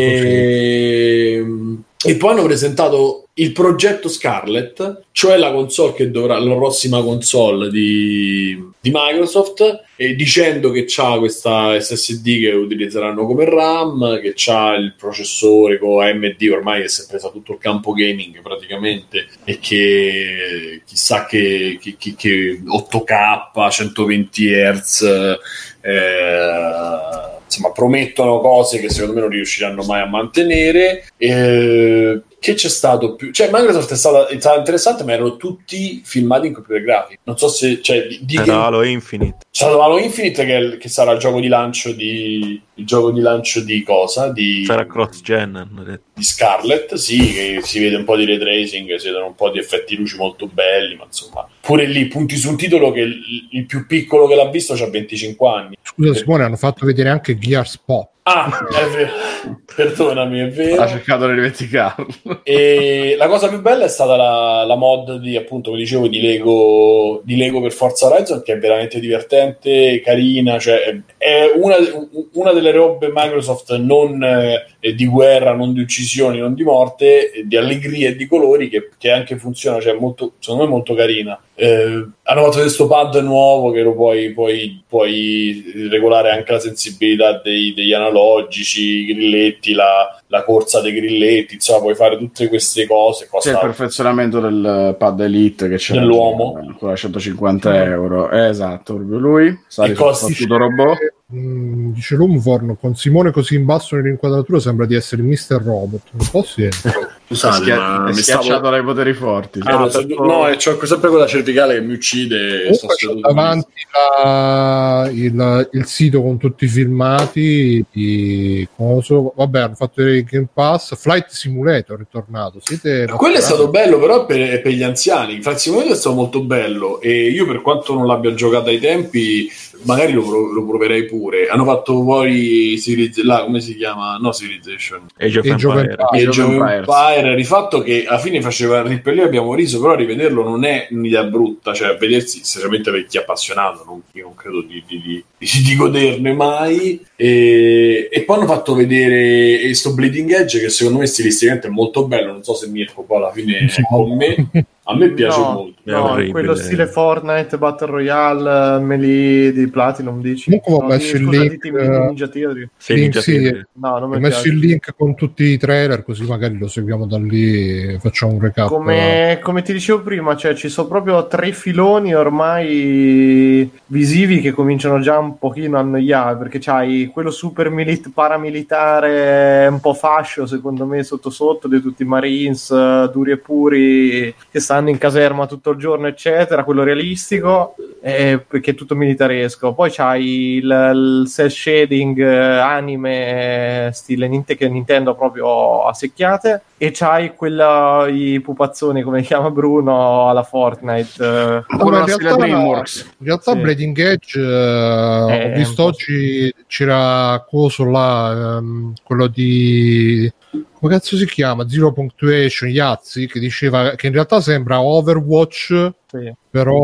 e poi hanno presentato il progetto Scarlet, cioè la console che dovrà, la prossima console di Microsoft, e dicendo che c'ha questa SSD che utilizzeranno come RAM, che c'ha il processore con AMD ormai che si è presa tutto il campo gaming praticamente, e che chissà che 8K 120 Hz, insomma promettono cose che secondo me non riusciranno mai a mantenere. Che c'è stato più, cioè Microsoft è stata interessante, ma erano tutti filmati in computer grafico, non so se Halo Infinite. C'è stato Halo Infinite che sarà il gioco di lancio di cosa? Sarà cross gen, hanno detto. Di Scarlet, sì, che si vede un po' di ray tracing, si vedono un po' di effetti luci molto belli, ma insomma pure lì punti sul titolo che il più piccolo che l'ha visto c'ha 25 anni. Scusa Simone, hanno fatto vedere anche Gears Pop. Ah, è vero. Perdonami, è vero. Ha cercato di dimenticarlo. E la cosa più bella è stata la mod di, appunto, come dicevo, di Lego per Forza Horizon, che è veramente divertente, carina, cioè è una delle robe Microsoft non di guerra, non di uccisioni, non di morte, di allegria e di colori che anche funziona, cioè molto, secondo me molto carina. Hanno fatto questo pad nuovo che lo puoi regolare anche la sensibilità degli analogici, i grilletti, la corsa dei grilletti, insomma puoi fare tutte queste cose. C'è il perfezionamento del pad Elite che c'è dell'uomo con 150 euro, esatto, proprio lui tutto robot. Dice Lumvorno, con Simone così in basso nell'inquadratura sembra di essere Mr. Robot, un po' sì. Scusate, ma è mi schiacciato stavo... dai poteri forti. No, c'ho sempre quella cervicale che mi uccide. Comunque c'ho davanti il sito con tutti i filmati di vabbè, hanno fatto il Game Pass. Flight Simulator è tornato. Quello è stato bello, però per gli anziani. Flight Simulator è stato molto bello, e io, per quanto non l'abbia giocato ai tempi, magari lo proverei pure. Hanno fatto poi come si chiama? No, Civilization, Age of Empire rifatto, che alla fine faceva ripellere, abbiamo riso, però rivederlo non è un'idea brutta, cioè vedersi, sinceramente, per chi è appassionato, io non credo di goderne mai. E poi hanno fatto vedere sto Bleeding Edge, che secondo me stilisticamente è molto bello. Non so se Mirko poi alla fine è con me. A me piace molto. No, è quello stile Fortnite Battle Royale Melee di Platinum, dici? Comunque ho messo il link. Ninja Theory. No, non ho messo il link con tutti i trailer, così magari lo seguiamo da lì e facciamo un recap. Come ti dicevo prima, cioè ci sono proprio 3 filoni ormai visivi che cominciano già un pochino a annoiare, perché c'hai quello super paramilitare un po' fascio, secondo me, sotto di tutti i Marines duri e puri che stanno in caserma tutto il giorno, eccetera, quello realistico, perché è tutto militaresco. Poi c'hai il cel shading anime stile che Nintendo proprio a secchiate, e c'hai i pupazzoni, come chiama Bruno, alla Fortnite. In realtà sì. Bleeding Edge ho visto oggi c'era coso là, quello di... come cazzo si chiama? Zero Punctuation Yazzi, che diceva che in realtà sembra Overwatch, sì. Però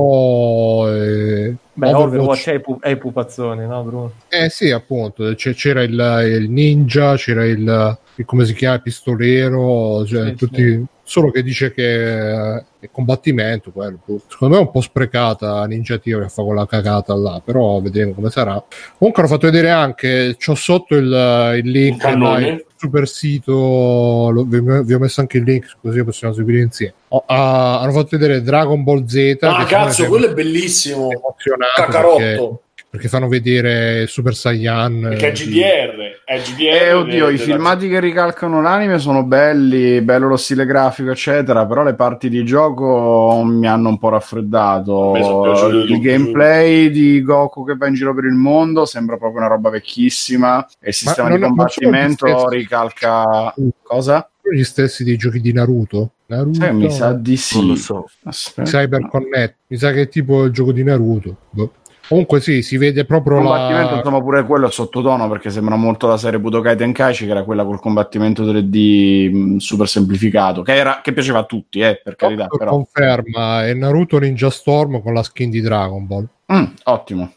Overwatch è pupazzoni, no Bruno? Sì, appunto, c'era il ninja, c'era il come si chiama, il pistolero, cioè sì, tutti sì. Solo che dice che è combattimento, quello. Secondo me è un po' sprecata Ninja Theory a fare quella cagata là, però vedremo come sarà. Comunque hanno fatto vedere anche, c'ho sotto il link il super sito, vi ho messo anche il link così possiamo seguire insieme. Hanno fatto vedere Dragon Ball Z. Cazzo, quello è bellissimo, Cacarotto. Perché fanno vedere Super Saiyan, che è GDR, oddio, i filmati che ricalcano l'anime sono belli, bello lo stile grafico eccetera, però le parti di gioco mi hanno un po' raffreddato. Il gameplay di Goku che va in giro per il mondo sembra proprio una roba vecchissima, e il sistema di combattimento ricalca cosa? Gli stessi dei giochi di Naruto? Mi sa di sì, non lo so. Cyberconnect, mi sa che è tipo il gioco di Naruto. Comunque sì, si vede proprio il combattimento, insomma, pure quello è sottotono, perché sembra molto la serie Budokai Tenkaichi, che era quella col combattimento 3D super semplificato, che piaceva a tutti, per carità. Però conferma, è Naruto Ninja Storm con la skin di Dragon Ball. Ottimo.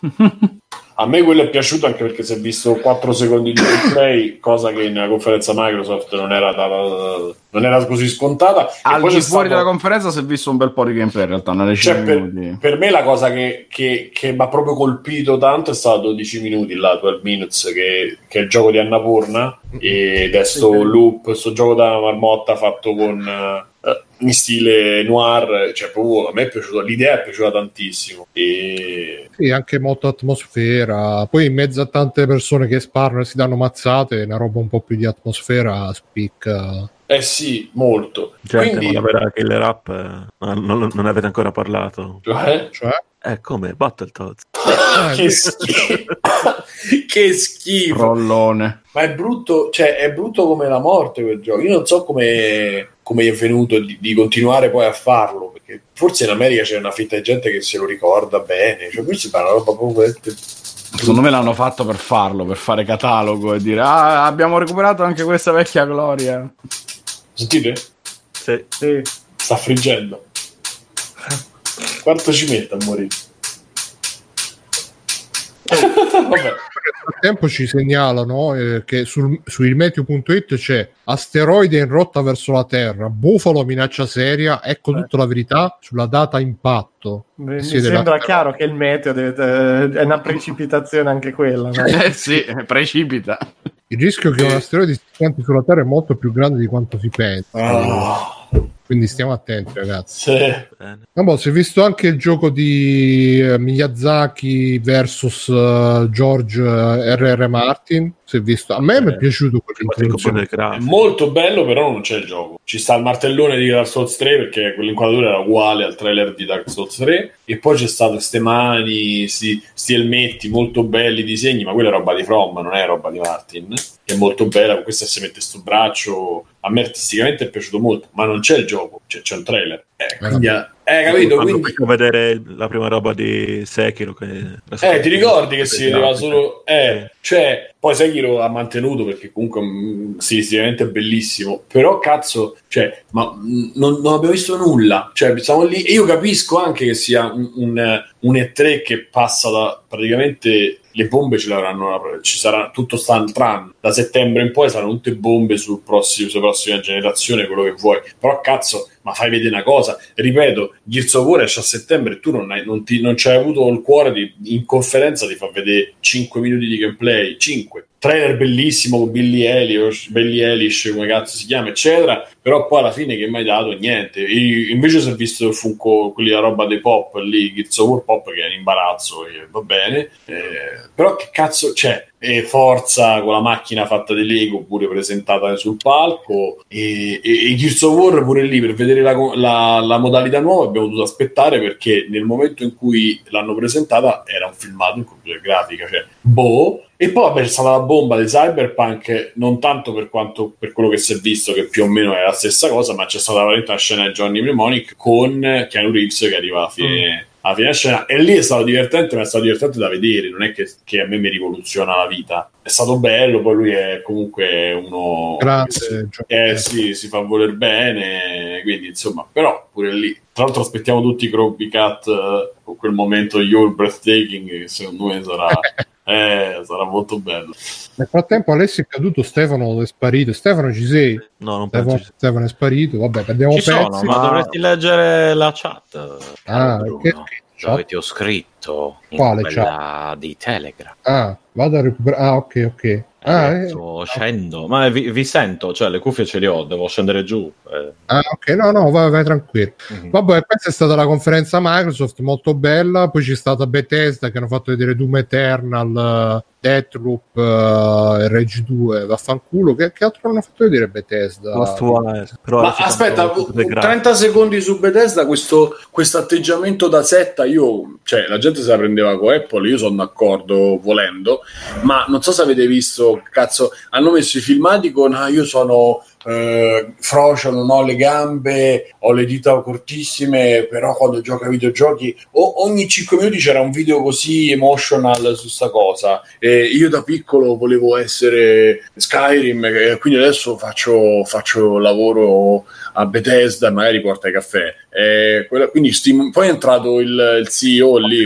A me quello è piaciuto anche perché si è visto 4 secondi di gameplay, cosa che nella conferenza Microsoft non era così scontata. Al di fuori della conferenza si è visto un bel po' di gameplay, in realtà. Per me la cosa che mi ha proprio colpito tanto è stato 12 minuti, là, 12 Minutes, che è il gioco di Annapurna, ed è sto loop, sto gioco da marmotta fatto con... in stile noir, cioè proprio a me è piaciuto, l'idea è piaciuta tantissimo, e sì, anche molto atmosfera, poi in mezzo a tante persone che sparano e si danno mazzate, una roba un po' più di atmosfera spicca. Sì, molto. Quindi ma la Killer App non avete ancora parlato, cioè? Come Battletoads. Che schifo. Che schifo, rollone. Ma è brutto, cioè è brutto come la morte quel gioco. Io non so come è venuto di continuare poi a farlo, perché forse in America c'è una fitta di gente che se lo ricorda bene, cioè qui si parla roba proprio. Secondo me l'hanno fatto per farlo, per fare catalogo e dire abbiamo recuperato anche questa vecchia gloria. Sentite? Sì. Sta friggendo. Quanto ci mette a morire? Vabbè. Nel frattempo ci segnalano che su ilmeteo.it c'è asteroide in rotta verso la Terra, bufalo minaccia seria, ecco tutta la verità sulla data impatto. Mi sembra chiaro che il meteo è una precipitazione anche quella, no? Sì, precipita. Il rischio che un asteroide si pianti sulla Terra è molto più grande di quanto si pensa. quindi stiamo attenti, ragazzi. Sì. Vabbè, si è visto anche il gioco di Miyazaki versus George R.R. Martin. Si è visto. A me mi è piaciuto quell'introduzione. È molto bello, però non c'è il gioco. Ci sta il martellone di Dark Souls 3 perché quell'inquadratura era uguale al trailer di Dark Souls 3, e poi c'è stato queste mani, sti elmetti molto belli, disegni, ma quella è roba di From, non è roba di Martin, che è molto bella. Con questa si mette sto braccio. A me artisticamente è piaciuto molto, ma non c'è il gioco, c'è un trailer. Quindi, capito? Quindi faccio vedere la prima roba di Sekiro. Ti ricordi che si vedeva solo. Cioè, poi Sekiro ha mantenuto perché comunque stilisticamente è bellissimo. Però cazzo, cioè, ma non abbiamo visto nulla. Cioè, siamo lì. E io capisco anche che sia un E3 che passa da praticamente. Le bombe ce l'avranno, ci sarà tutto tran da settembre in poi saranno tutte bombe sulla prossima generazione, quello che vuoi. Però cazzo, ma fai vedere una cosa, ripeto, Gears of War esce a settembre e tu non c'hai avuto il cuore in conferenza di far vedere 5 minuti di gameplay, 5 trailer bellissimo con Billy Eilish, come cazzo si chiama, eccetera, però poi alla fine che mi hai dato niente. Invece si è visto il Funko, quelli la roba dei pop lì, Gears of War pop, che è in imbarazzo, e va bene, però che cazzo c'è? E Forza con la macchina fatta di Lego pure presentata sul palco, e Gears of War pure lì per vedere la modalità nuova abbiamo dovuto aspettare, perché nel momento in cui l'hanno presentata era un filmato in computer grafica, cioè e poi vabbè c'è stata la bomba di Cyberpunk, non tanto per quello che si è visto, che più o meno è la stessa cosa, ma c'è stata veramente una scena di Johnny Mnemonic con Keanu Reeves che arriva alla fine della scena, e lì è stato divertente, ma è stato divertente da vedere, non è che a me mi rivoluziona la vita, è stato bello. Poi lui è comunque uno grande, si fa voler bene, quindi insomma, però pure lì, tra l'altro aspettiamo tutti i Krabby Cat con quel momento You're Breathtaking, che secondo me sarà molto bello. Nel frattempo Alessio è caduto, Stefano è sparito. Stefano, ci sei? No, non penso. Stefano è sparito, vabbè, prendiamo ci pezzi. sono, ma dovresti leggere la chat. Che dove ti ho scritto in quale quella chat? di Telegram. Vado a recuperare. Ok. Scendo, ma vi sento, cioè le cuffie ce le ho, devo scendere giù. Ok, no, vai tranquillo. Vabbè, questa è stata la conferenza Microsoft, molto bella. Poi c'è stata Bethesda che hanno fatto vedere Doom Eternal, Deathloop, Rage 2, vaffanculo. Che altro hanno fatto vedere Bethesda? Ma aspetta, 30 secondi su Bethesda, questo atteggiamento da setta, cioè la gente se la prendeva con Apple, io sono d'accordo volendo, ma non so se avete visto, cazzo, hanno messo i filmati con io sono frocio, non ho le gambe, ho le dita cortissime, però quando gioco ai videogiochi ogni 5 minuti c'era un video così emotional su sta cosa, e io da piccolo volevo essere Skyrim, e quindi adesso faccio lavoro a Bethesda e magari porta i caffè, quindi poi è entrato il CEO lì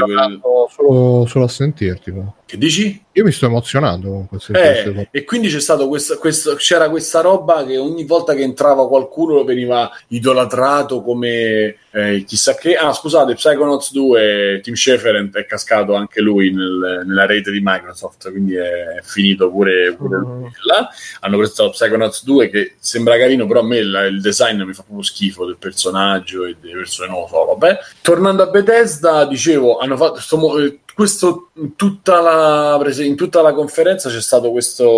solo a sentirti, no? Che dici? Io mi sto emozionando con queste cose. E quindi c'è stato c'era questa roba che ogni volta che entrava qualcuno veniva idolatrato come chissà che. Scusate, Psychonauts 2, Tim Schafer è cascato anche lui nella rete di Microsoft, quindi è finito pure lui là. Hanno presentato Psychonauts 2 che sembra carino, però a me il design mi fa proprio schifo del personaggio e delle persone, non lo so, vabbè. Tornando a Bethesda, dicevo, hanno fatto questo in tutta la conferenza c'è stato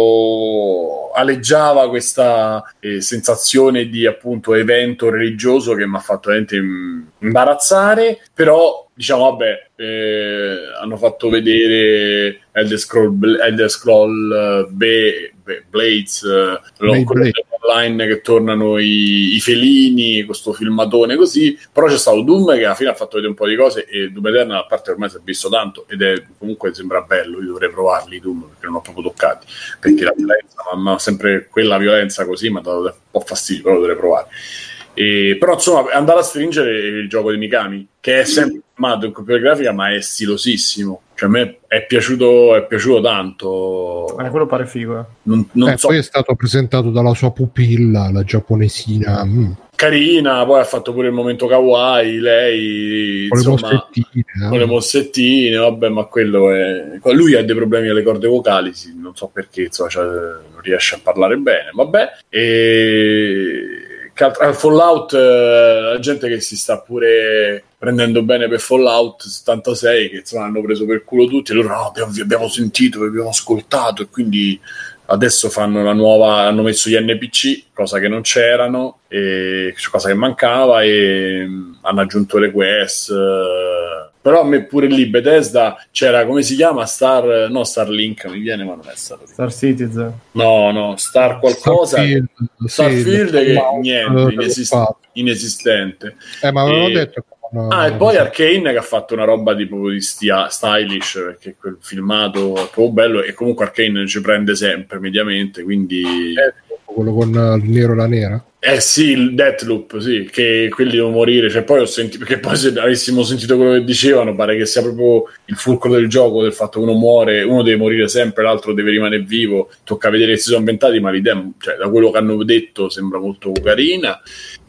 aleggiava questa sensazione di appunto evento religioso che mi ha fatto veramente imbarazzare, però diciamo vabbè, hanno fatto vedere Elder Scroll Blades, online, che tornano i felini, questo filmatone così, però c'è stato Doom che alla fine ha fatto vedere un po' di cose, e Doom Eternal a parte ormai si è visto tanto ed è comunque sembra bello. Io dovrei provarli Doom perché non ho proprio toccati, perché la violenza, ma sempre quella violenza così mi ha dato un po' fastidio, però dovrei provare. Però insomma andare a stringere il gioco di Mikami, che è sempre filmato in computer grafica ma è stilosissimo, cioè a me è piaciuto tanto. Quello pare figo. Non so. Poi è stato presentato dalla sua pupilla, la giapponesina, carina, poi ha fatto pure il momento kawaii lei, con insomma, le mossettine, vabbè, ma quello è, lui ha dei problemi alle corde vocali, non so perché, insomma, non riesce a parlare bene, vabbè. E Fallout, la gente che si sta pure prendendo bene per Fallout 76, che insomma hanno preso per culo tutti, e loro no, abbiamo sentito, abbiamo ascoltato, e quindi adesso fanno la nuova, hanno messo gli NPC, cosa che non c'erano, e cosa che mancava, e hanno aggiunto le quest. Però a me pure lì Bethesda c'era, come si chiama? Starlink mi viene, ma non è Star Citizen. No, Star qualcosa. Starfield che niente, inesistente. Ma avevo detto. E poi Arcane che ha fatto una roba tipo di stylish, perché quel filmato è proprio bello, e comunque Arcane ci prende sempre mediamente, quindi quello con il nero e la nera. Sì, il Deathloop, sì, che quelli devono morire, cioè poi ho sentito, perché poi se avessimo sentito quello che dicevano pare che sia proprio il fulcro del gioco, del fatto che uno muore, uno deve morire sempre, l'altro deve rimanere vivo, tocca vedere se si sono inventati, ma l'idea, cioè, da quello che hanno detto sembra molto carina.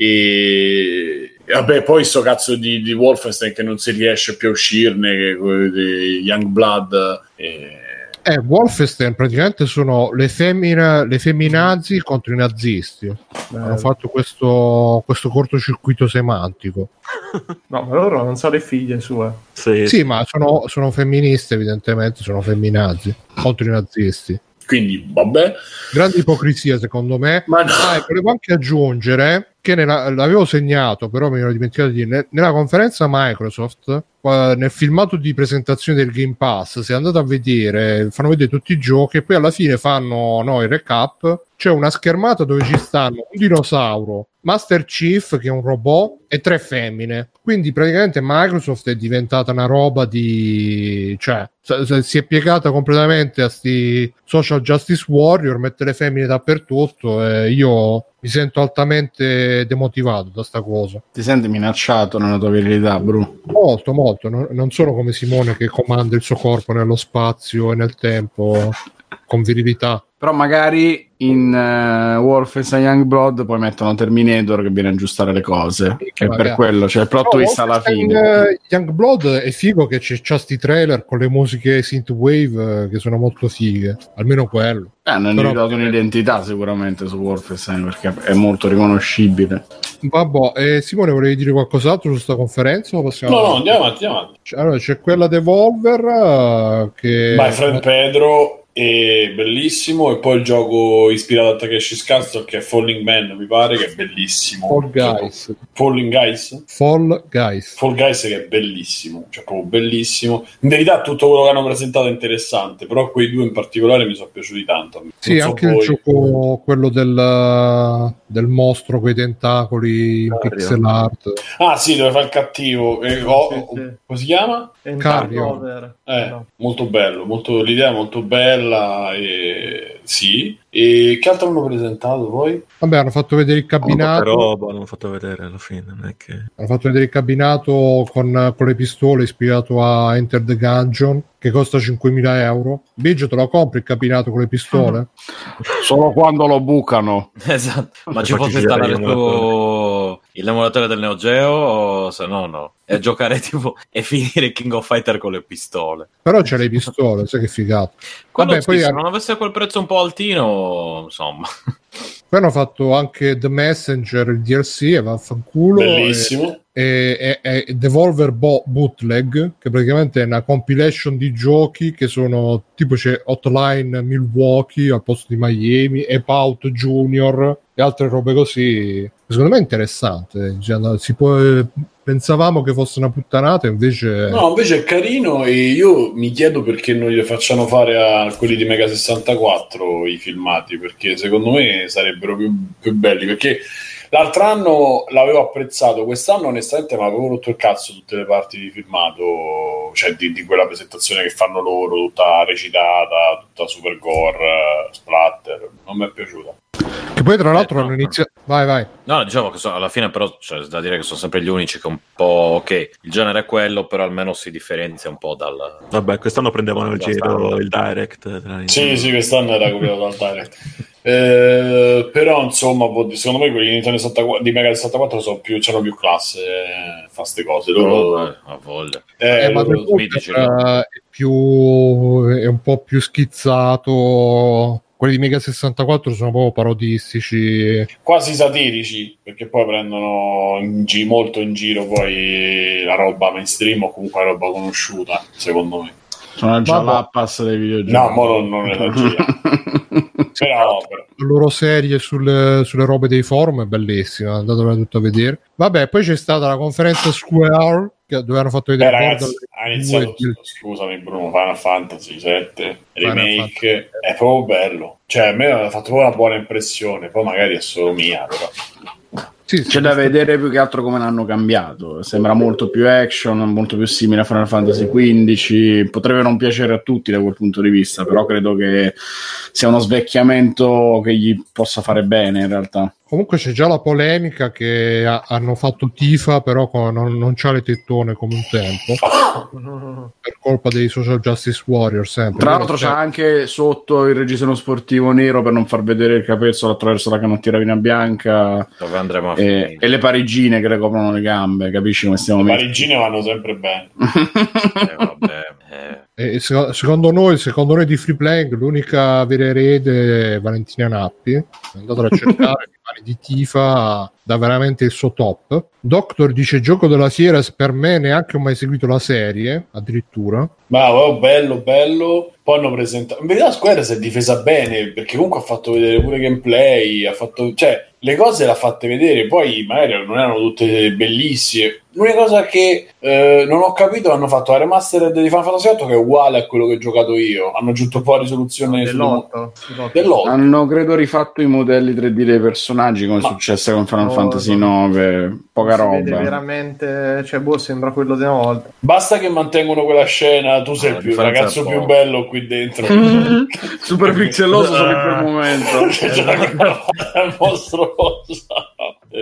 E vabbè, poi sto cazzo di Wolfenstein che non si riesce più a uscirne, che di Youngblood Wolfenstein praticamente sono le femminazi contro i nazisti. Hanno fatto questo cortocircuito semantico. No, ma loro non sono le figlie sue. Sì, ma sono femministe, evidentemente, sono femminazi contro i nazisti. Quindi, vabbè. Grande ipocrisia, secondo me. Ma no. Volevo anche aggiungere che l'avevo segnato, però mi ero dimenticato di dire, nella conferenza Microsoft, nel filmato di presentazione del Game Pass, se andate a vedere, fanno vedere tutti i giochi e poi alla fine fanno il recap. C'è una schermata dove ci stanno un dinosauro, Master Chief che è un robot e 3 femmine. Quindi praticamente Microsoft è diventata una roba di, cioè si è piegata completamente a sti social justice warrior, mette le femmine dappertutto, e io mi sento altamente demotivato da sta cosa. Ti senti minacciato nella tua virilità, Bru? Molto, non sono come Simone che comanda il suo corpo nello spazio e nel tempo con virilità. Però magari in Wolfenstein Youngblood poi mettono Terminator che viene a aggiustare le cose, che per quello c'è il plot twist alla fine. Youngblood è figo che c'ha sti trailer con le musiche synthwave che sono molto fighe, almeno quello. Hanno dato un'identità sicuramente su Wolfenstein, perché è molto riconoscibile. Vabbè, Simone, volevi dire qualcos'altro su sta conferenza? O No, andiamo avanti. Allora, c'è quella Devolver che... Vai, Fred Pedro, è bellissimo, e poi il gioco ispirato a Takeshi's Castle che è Falling Man, mi pare, che è bellissimo. Fall Guys che è bellissimo, cioè proprio bellissimo. In verità tutto quello che hanno presentato è interessante, però quei due in particolare mi sono piaciuti tanto. Sì, anche il gioco, quello del mostro con i tentacoli in pixel art. Ah sì, dove fa il cattivo. Come si chiama? Carrion. Molto bello, l'idea è molto bella, e sì. E che altro hanno presentato poi? Vabbè, hanno fatto vedere il cabinato. Hanno fatto vedere alla fine, non è che... Hanno fatto vedere il cabinato con le pistole ispirato a Enter the Gungeon, che costa 5.000 euro. Biggio, te lo compri il cabinato con le pistole? Solo quando lo bucano. Esatto. Ma ci posso installare l'emulatore del Neo Geo, o se no. E giocare tipo e finire King of Fighter con le pistole. Però c'è le pistole, sai che figato. Vabbè, poi se non avesse quel prezzo un po' altino, insomma. Poi hanno fatto anche The Messenger, il DLC, e vaffanculo. Bellissimo. E Devolver Bootleg, che praticamente è una compilation di giochi che sono tipo, c'è Hotline Milwaukee al posto di Miami, Ape Out Junior e altre robe così. Secondo me è interessante, pensavamo che fosse una puttanata, invece è carino, e io mi chiedo perché non li facciano fare a quelli di Mega 64 i filmati, perché secondo me sarebbero più belli, perché l'altro anno l'avevo apprezzato, quest'anno onestamente mi avevo rotto il cazzo tutte le parti di filmato, cioè di quella presentazione che fanno loro, tutta recitata, tutta super gore, splatter, non mi è piaciuta. Che poi tra l'altro hanno iniziato... Vai. No, diciamo che alla fine però c'è da dire che sono sempre gli unici che un po'... Ok, il genere è quello, però almeno si differenzia un po' dal... Vabbè, quest'anno prendevano il giro, il Direct. Sì, quest'anno era copiato dal Direct. Però insomma, secondo me quelli di Mega 64 c'hanno più classe, fa ste cose. Loro... a voglia. Ma è un po' più schizzato, quelli di Mega 64 sono proprio parodistici, quasi satirici, perché poi prendono molto in giro poi la roba mainstream o comunque la roba conosciuta, secondo me. Sono la Jalapas dei videogiochi. No, mo non esageriamo. però la loro serie sulle robe dei forum è bellissima, andatevela tutto a vedere. Vabbè, poi c'è stata la conferenza Square dove hanno fatto vedere ragazzi, ha iniziato, scusami Bruno, Final Fantasy 7 remake è proprio bello, cioè a me ha fatto proprio una buona impressione, poi magari è solo mia, però sì, c'è da vedere più che altro come l'hanno cambiato. Sembra molto più action, molto più simile a Final Fantasy XV. Potrebbe non piacere a tutti da quel punto di vista, però credo che sia uno svecchiamento che gli possa fare bene in realtà. Comunque c'è già la polemica che hanno fatto Tifa, però non c'ha le tettone come un tempo per colpa dei social justice warrior sempre. Tra l'altro c'è anche sotto il reggiseno sportivo nero per non far vedere il capezzolo attraverso la canottiera bianca, dove andremo a e le parigine che le coprono le gambe, capisci come stiamo le parigine vanno sempre bene. Secondo noi di Free Playing l'unica vera erede è Valentina Nappi, andatela a cercare. Di Tifa da veramente il suo top. Doctor dice gioco della Sierra, per me neanche ho mai seguito la serie addirittura, ma bello poi hanno presentato, in verità Square si è difesa bene perché comunque ha fatto vedere pure gameplay, ha fatto, cioè le cose l'ha fatte vedere, poi magari non erano tutte bellissime. L'unica cosa che non ho capito, hanno fatto la remastered di Final Fantasy 8 che è uguale a quello che ho giocato io, hanno aggiunto un po' la risoluzione dell'8. Hanno credo rifatto i modelli 3D dei personaggi come è successo con Final Fantasy 9, poca roba. Vede veramente, cioè sembra quello di una volta. Basta che mantengono quella scena, tu sei il ragazzo più bello qui dentro. Super pixeloso solo in quel momento. È il mostro cosa.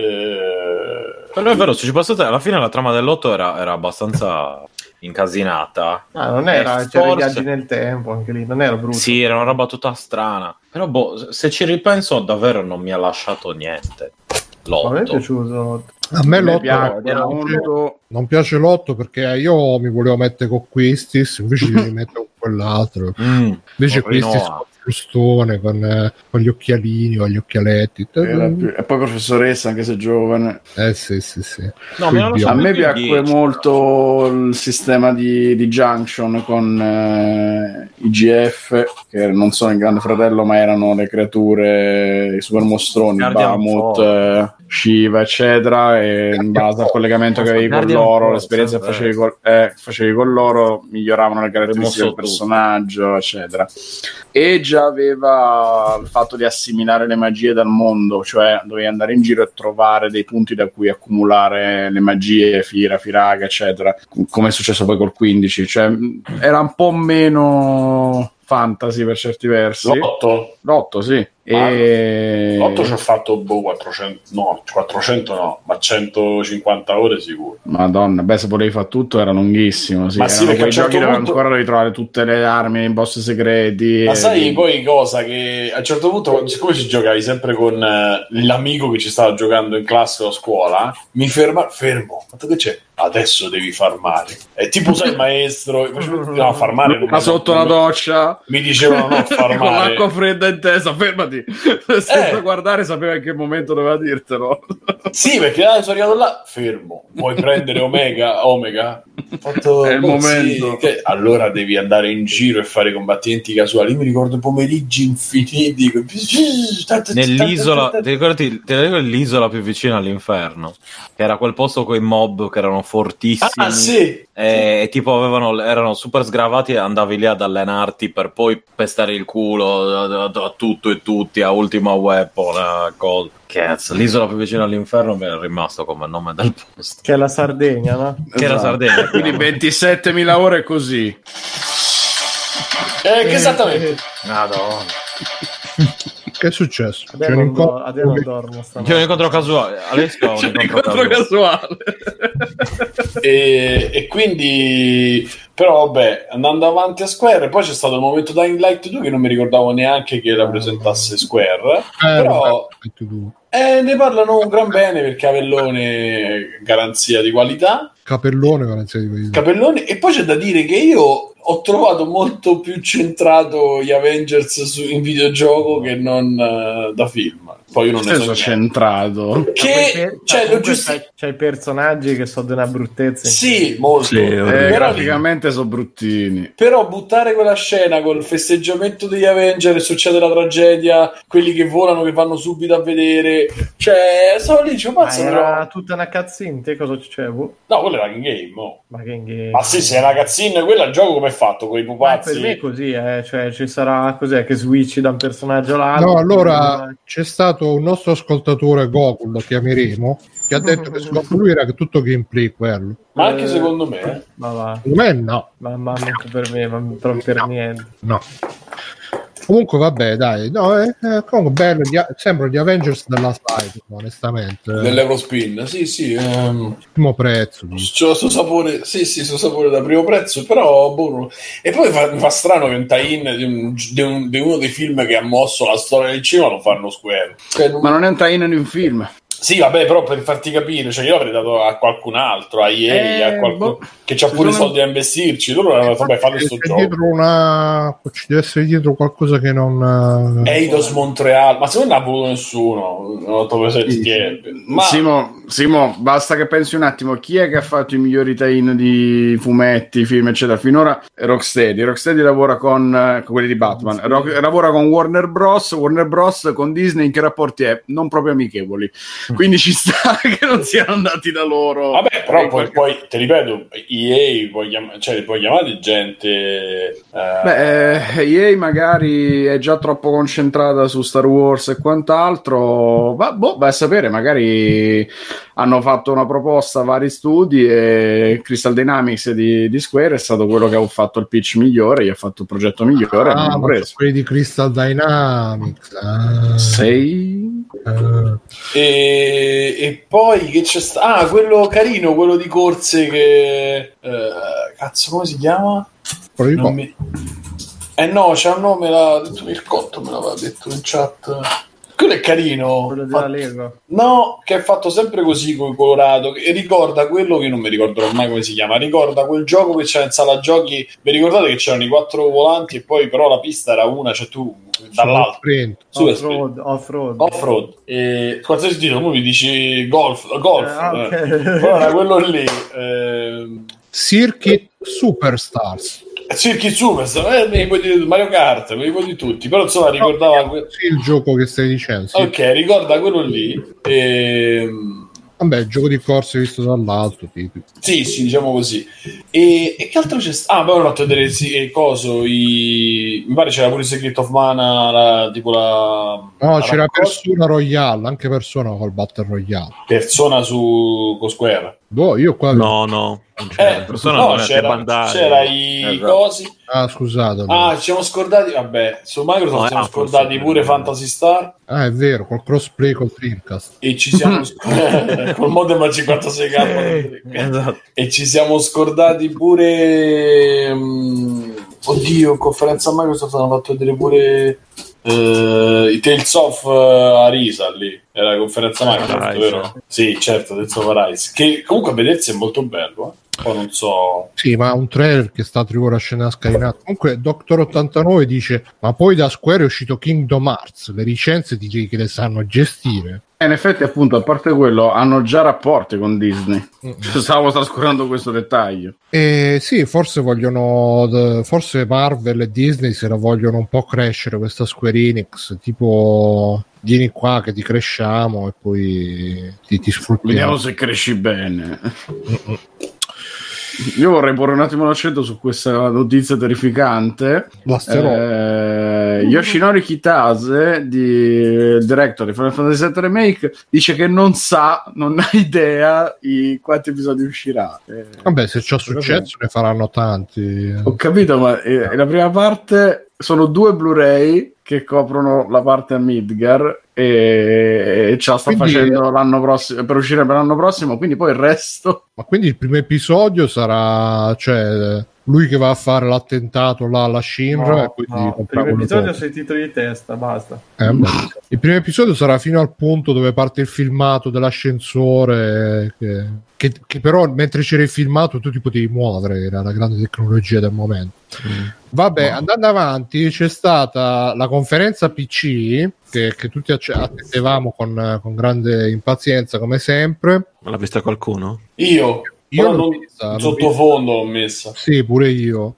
Però è vero, se ci passate alla fine la trama dell'8 era abbastanza incasinata. Non era, c'era i viaggi nel tempo anche lì, non era brutto. Sì, era una roba tutta strana. Però se ci ripenso davvero non mi ha lasciato niente l'8. A me è piaciuto. A me l'8 non piace l'8 perché io mi volevo mettere con Quistis, invece di rimettere con quell'altro. Invece Quistis con frustone, con gli occhialini o gli occhialetti. E poi professoressa, anche se giovane. Sì. No, a me piacque molto il sistema di Junction con IGF, che non sono il Grande Fratello, ma erano le creature, i super mostroni, Bahamut, Shiva, eccetera, e in base al collegamento che avevi con loro, l'esperienza che facevi con loro, miglioravano le caratteristiche del personaggio, eccetera. E già aveva il fatto di assimilare le magie dal mondo, cioè dovevi andare in giro e trovare dei punti da cui accumulare le magie, firaga, eccetera, come è successo poi col 15, cioè era un po' meno fantasy per certi versi. L'8 sì. L'8 ci ho fatto 400 no, ma 150 ore sicuro. Madonna, se volevi fare tutto era lunghissimo, sì. Ma sì, perché quei giochi dove ancora ritrovare tutte le armi, i boss segreti. Ma sai poi cosa, che a un certo punto, siccome ci giocavi sempre con l'amico che ci stava giocando in classe o a scuola, mi fermo, ma che c'è? Adesso devi farmare. È tipo sai il maestro, no, farmare ma sotto la doccia mi dicevano no, farmare con l'acqua fredda in testa, fermati. Senza guardare sapeva in che momento doveva dirtelo. Sì, perché sono arrivato là, fermo, vuoi prendere Omega? È il momento. Sì, allora devi andare in giro e fare combattimenti casuali. Io mi ricordo pomeriggi infiniti nell'isola. Ti ricordi l'isola più vicina all'inferno, che era quel posto con i mob che erano fortissimi, sì. E tipo erano super sgravati e andavi lì ad allenarti per poi pestare il culo a tutto e tutti, a Ultima Weapon, cosa. Cazzo, l'isola più vicina all'inferno mi è rimasto come nome del posto, che è la Sardegna, no? Che era Sardegna, quindi 27.000 ore così. Esattamente. Madonna. Che è successo? C'è un incontro casuale. Alessio, c'è un incontro casuale. e quindi però vabbè, andando avanti a Square, poi c'è stato il momento Dying Light 2 che non mi ricordavo neanche che la presentasse Square, però Ne parlano un gran bene per Capellone, garanzia di qualità. Capellone, e poi c'è da dire che io ho trovato molto più centrato gli Avengers in videogioco che non da film. Poi io non ne so centrato. Che c'è i personaggi che sono di una bruttezza. Sì, molto. Sì, praticamente sono bruttini. Però buttare quella scena col festeggiamento degli Avengers, succede la tragedia, quelli che volano che vanno subito a vedere, cioè stavo lì, era tutta una cutscene, te cosa dicevo? No, quello era in game, Ma che in game? Ma sì, se è una cutscene, quella il gioco come è fatto con i pupazzi? Per me è così, cioè ci sarà cos'è che switchi da un personaggio all'altro. No, allora c'è stato un nostro ascoltatore, Goku lo chiameremo, che ha detto che secondo lui era che tutto gameplay quello. Ma anche secondo me, Ma va. Secondo me no. Ma anche per me, ma proprio per niente. No. Comunque vabbè, dai, no, comunque bello, sembra gli Avengers della Side, onestamente. Dell'Eurospin, sì. Primo prezzo. C'ho sto sapore, sì, sto sapore da primo prezzo, però boh. E poi mi fa strano che un tie-in di uno dei film che ha mosso la storia del cinema lo fanno Square. Ma non è un tie-in di un film. Sì, vabbè, però per farti capire, cioè io l'avrei dato a qualcun altro, a EA, a qualcuno che c'ha pure i soldi a investirci. Loro hanno detto, vabbè, fate sto gioco. Ci deve essere dietro qualcosa che non... Eidos Montreal, ma secondo me non ha voluto nessuno, non ho trovato ma... Simo, basta che pensi un attimo, chi è che ha fatto i migliori tie-in di fumetti, film, eccetera? Finora Rocksteady lavora con quelli di Batman, lavora con Warner Bros. Con Disney in che rapporti è? Non proprio amichevoli. Quindi ci sta che non siano andati da loro. Vabbè, però poi ti ripeto, EA puoi chiamare gente. EA magari è già troppo concentrata su Star Wars e quant'altro. Vai a sapere, magari hanno fatto una proposta a vari studi e Crystal Dynamics di Square è stato quello che ha fatto il pitch migliore, gli ha fatto il progetto migliore. Ma preso quelli di Crystal Dynamics. E poi che c'è quello carino, quello di corse che cazzo, come si chiama? No, c'è un nome, il Cotto me l'aveva detto in chat. Quello è carino, quello della Lego. No, che è fatto sempre così con colorato, e ricorda quello che non mi ricordo ormai come si chiama, ricorda quel gioco che c'era in sala giochi. Vi ricordate che c'erano i 4 volanti e poi però la pista era una, cioè tu dall'alto off-road e qualsiasi titolo tu mi dici golf okay. Era quello lì, Circuit Superstars. Circuit Superstars, me li puoi dire Mario Kart, me li puoi dire tutti, però insomma ricordava il gioco che stai dicendo, sì. Ok, ricorda quello lì, vabbè, il gioco di corse visto dall'alto, tipo. Sì, diciamo così. E che altro c'è stato? Poi ho fatto vedere mi pare c'era pure Secret of Mana, tipo no, c'era raccolta. Persona Royale, anche Persona col Battle Royale. Persona con Square. Boh, io qua no. C'era i cosi. Scusate. Ci siamo scordati. Vabbè, su Microsoft siamo scordati pure Phantasy Star. È vero, col crossplay col Dreamcast. E ci siamo col modem a 56k. Esatto. E ci siamo scordati pure. Oddio, conferenza Microsoft hanno fatto vedere pure i Tales of Arisa lì. Era la conferenza Microsoft, vero? Sì, certo, Tales of Arise. Che comunque a vedersi è molto bello, Poi non so. Sì, ma un trailer che sta a scena scalinata. Comunque, Doctor 89 dice: ma poi da Square è uscito Kingdom Hearts. Le licenze direi che le sanno gestire. In effetti, appunto, a parte quello, hanno già rapporti con Disney. Stavo trascurando questo dettaglio. Sì, forse forse Marvel e Disney se la vogliono un po' crescere questa Square Enix, tipo vieni qua che ti cresciamo e poi ti sfruttiamo. Vediamo se cresci bene. Io vorrei porre un attimo l'accento su questa notizia terrificante. Yoshinori Kitase, il director di Final Fantasy VII Remake, dice che non ha idea di quanti episodi uscirà. Vabbè, se c'è successo ne faranno tanti. Ho capito, ma la prima parte sono 2 Blu-ray che coprono la parte a Midgar e ce la sta facendo l'anno prossimo, per uscire per l'anno prossimo, quindi poi il resto. Ma quindi il primo episodio sarà, cioè, lui che va a fare l'attentato là alla Shinra e quindi il primo episodio sei titoli di testa, basta. Il primo episodio sarà fino al punto dove parte il filmato dell'ascensore che però mentre c'era il filmato tu ti potevi muovere, era la grande tecnologia del momento. Vabbè, andando avanti c'è stata la conferenza PC che tutti attendevamo con grande impazienza come sempre. Ma l'ha vista qualcuno? Io l'ho vista, sottofondo l'ho messa. Sì, pure io.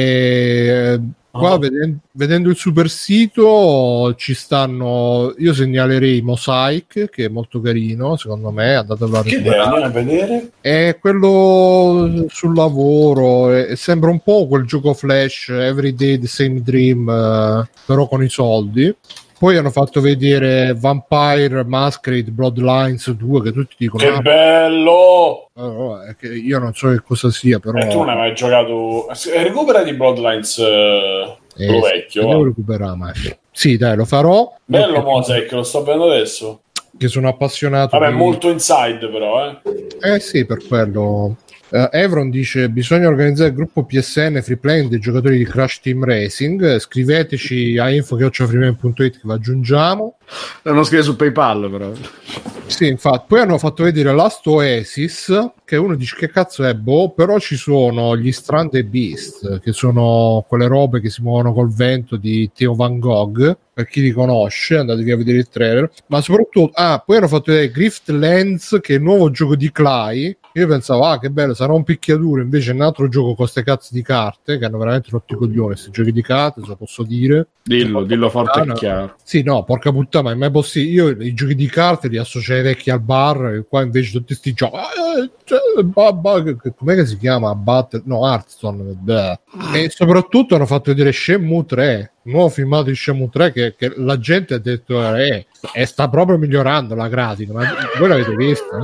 E qua vedendo il super sito ci stanno, io segnalerei Mosaic che è molto carino secondo me, andatelo a andiamo a vedere. è quello sul lavoro e sembra un po' quel gioco Flash Everyday the Same Dream però con i soldi. Poi hanno fatto vedere Vampire Masquerade Bloodlines 2 che tutti dicono che bello! È che io non so che cosa sia, però tu non hai mai giocato, recupera di Bloodlines quello vecchio, devo recuperare, ma sì dai, lo farò. Bello Mosaic, lo sto vedendo adesso, che sono appassionato molto inside però sì, per quello. Evron dice bisogna organizzare il gruppo PSN free play dei giocatori di Crash Team Racing, scriveteci a info@freeplay.it che vi aggiungiamo. Non scrive su PayPal però. Sì, infatti. Poi hanno fatto vedere Last Oasis, che uno dice che cazzo è, però ci sono gli Stranded Beast, che sono quelle robe che si muovono col vento di Theo Van Gogh, per chi li conosce, andatevi a vedere il trailer. Ma soprattutto, poi hanno fatto vedere Griftlands, che è il nuovo gioco di Clay. Io pensavo, che bello, sarà un picchiaduro, invece è un altro gioco con queste cazzo di carte, che hanno veramente rotto i coglioni, questi giochi di carte, se lo posso dire. Dillo forte e chiaro. Sì, no, porca puttana, ma è mai possibile? Io i giochi di carte li associo ai vecchi al bar, e qua invece tutti sti giochi com'è che si chiama? Hearthstone. E soprattutto hanno fatto vedere Shenmue 3, un nuovo filmato di Shenmue 3 che la gente ha detto e sta proprio migliorando la grafica, ma voi l'avete visto?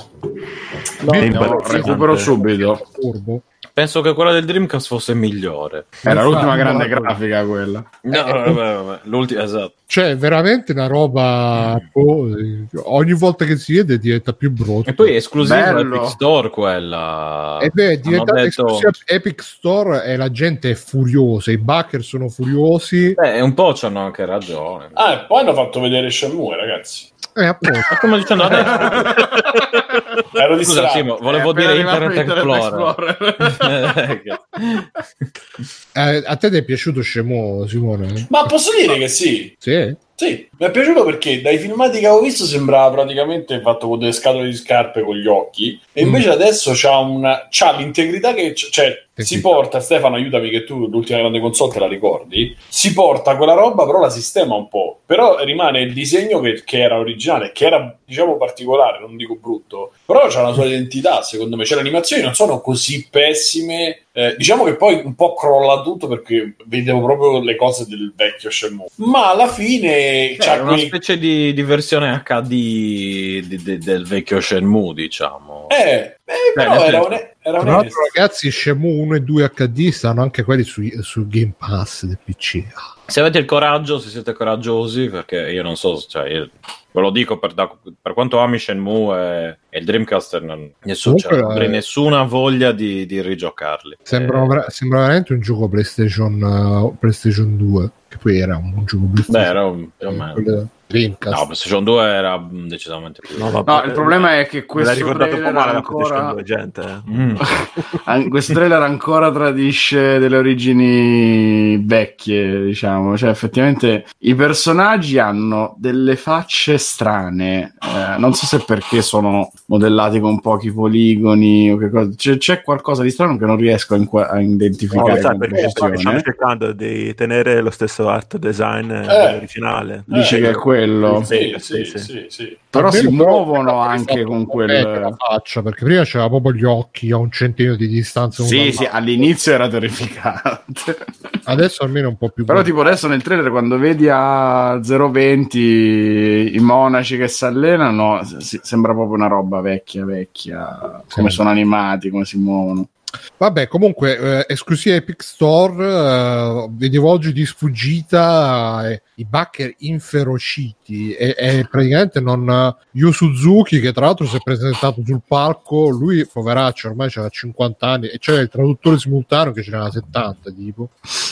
No, recupero subito. Turbo. Penso che quella del Dreamcast fosse migliore. Era l'ultima grande grafica quella. No, vabbè. L'ultima, esatto. Cioè, veramente una roba ogni volta che si vede diventa più brutto. E poi è esclusiva Epic Store quella. E beh, diventa esclusiva Epic Store e la gente è furiosa, i backer sono furiosi. Un po' c'hanno anche ragione. E poi hanno fatto vedere Shenmue, ragazzi. Appunto. Ma come dicendo adesso? Ero Scusa, Simo, volevo dire Internet Explorer. A te ti è piaciuto Shenmue, Simone? Ma posso dire che sì. Sì, mi è piaciuto perché dai filmati che avevo visto sembrava praticamente fatto con delle scatole di scarpe con gli occhi, e invece adesso c'ha l'integrità che si porta. Stefano, aiutami che tu l'ultima grande console te la ricordi, si porta quella roba però la sistema un po', però rimane il disegno che era originale, che era diciamo particolare, non dico brutto, però c'ha una sua identità secondo me. Le animazioni non sono così pessime, diciamo che poi un po' crolla tutto perché vedevo proprio le cose del vecchio Shenmue, ma alla fine c'è una specie di versione HD del vecchio Shenmue, diciamo. Però era tra l'altro, ragazzi, Shenmue 1 e 2 HD stanno anche quelli sul Game Pass del PC. Se avete il coraggio, se siete coraggiosi, perché io non so, io ve lo dico per quanto ami Shenmue e il Dreamcast, non avrei nessuna voglia di rigiocarli. Sembra veramente un gioco PlayStation 2, che poi era un gioco PlayStation. Dreamcast. No, PlayStation 2 era decisamente più. No, il problema è che questo ricordato un po' male ancora... la gente. Questo trailer ancora tradisce delle origini vecchie, diciamo. Cioè, effettivamente i personaggi hanno delle facce strane. Non so se perché sono modellati con pochi poligoni o che cosa. C'è qualcosa di strano che non riesco a identificare. No, perché stiamo cercando di tenere lo stesso art design dell'originale. Dice che è quello. Sì. Però si muovono anche con quella faccia, perché prima c'era proprio gli occhi a un centimetro di distanza. Sì, all'inizio era terrificante. Adesso almeno un po' più. Però tipo adesso nel trailer quando vedi a 020 i monaci che si allenano, sembra proprio una roba vecchia, come sono animati, come si muovono. Vabbè, comunque, esclusiva Epic Store, vedevo oggi di sfuggita i backer inferociti e praticamente non Yu Suzuki, che tra l'altro si è presentato sul palco, lui poveraccio ormai c'era 50 anni e c'era il traduttore simultaneo che ce n'era 70 tipo.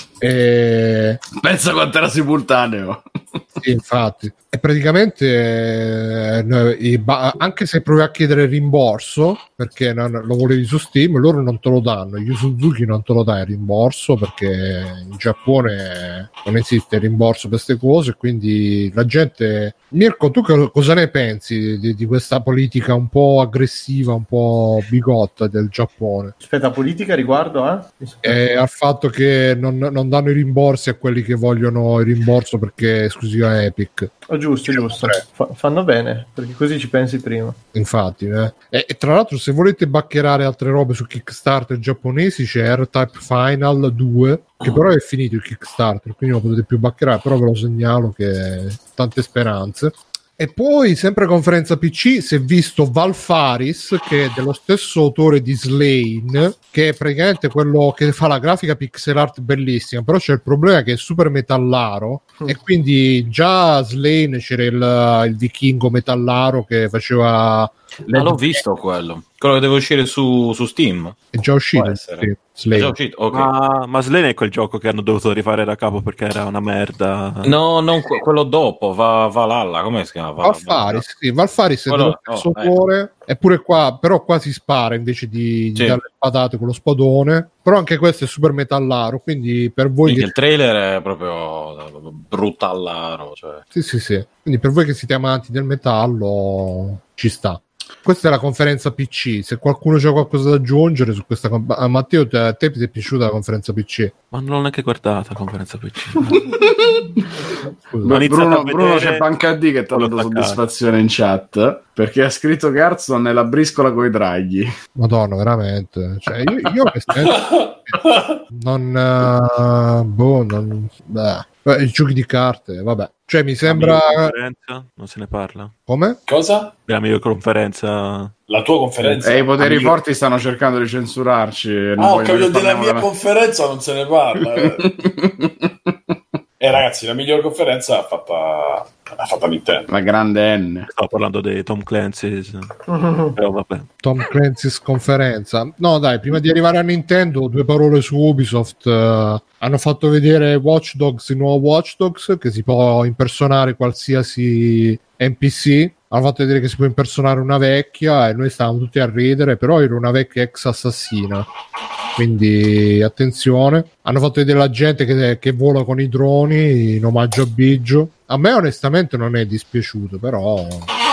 Pensa quanto era simultaneo. Sì, infatti. E praticamente anche se provi a chiedere rimborso perché lo volevi su Steam, loro non te lo danno. Yu Suzuki non te lo dà il rimborso perché in Giappone non esiste il rimborso per queste cose, quindi la gente... Mirko, tu cosa ne pensi di questa politica un po' aggressiva, un po' bigotta del Giappone? Aspetta, politica riguardo al fatto che non danno i rimborsi a quelli che vogliono il rimborso perché è esclusiva Epic. Giusto. Fanno bene, perché così ci pensi prima. Infatti, e tra l'altro, se volete baccherare altre robe su Kickstarter giapponesi, c'è R-Type Final 2, che però è finito il Kickstarter, quindi non potete più baccherare, però ve lo segnalo che tante speranze. E poi, sempre conferenza PC, si è visto Valfaris, che è dello stesso autore di Slain, che è praticamente quello che fa la grafica pixel art bellissima, però c'è il problema che è super metallaro, e quindi già Slain c'era il vichingo metallaro che faceva... l'ho visto quello che deve uscire su Steam. È già uscito, sì. È già uscito? Okay. Ma Slain è quel gioco che hanno dovuto rifare da capo perché era una merda. No, non quello dopo, Valhalla, come si chiama? Valfaris, sì, Valfaris è dello stesso autore, eppure qua, però qua si spara invece di dare le patate con lo spadone, però anche questo è super metallaro, quindi per voi il trailer è proprio brutallaro, cioè. Sì, quindi per voi che siete amanti del metallo ci sta. Questa è la conferenza PC. Se qualcuno c'ha qualcosa da aggiungere su questa Matteo, a te ti è piaciuta la conferenza PC? Ma non l'ho neanche guardata la conferenza PC. Bruno c'è Banca D che ti ha dato soddisfazione in chat perché ha scritto che Hearthstone è la briscola coi draghi. Madonna, veramente. Cioè, io i giochi di carte, vabbè. Cioè, mi sembra... Non se ne parla. Come? Cosa? La mia conferenza. La tua conferenza? I poteri forti stanno cercando di censurarci. Ho capito, della mia conferenza non se ne parla. Ragazzi, la miglior conferenza l'ha fatta Nintendo. La grande N. Stavo parlando di Tom Clancy's. Però vabbè. Tom Clancy's conferenza. No, dai, prima di arrivare a Nintendo, due parole su Ubisoft. Hanno fatto vedere Watch Dogs, il nuovo Watch Dogs, che si può impersonare qualsiasi NPC. Hanno fatto vedere che si può impersonare una vecchia e noi stavamo tutti a ridere, però era una vecchia ex assassina, quindi attenzione. Hanno fatto vedere la gente che vola con i droni in omaggio a Biggio. A me onestamente non è dispiaciuto, però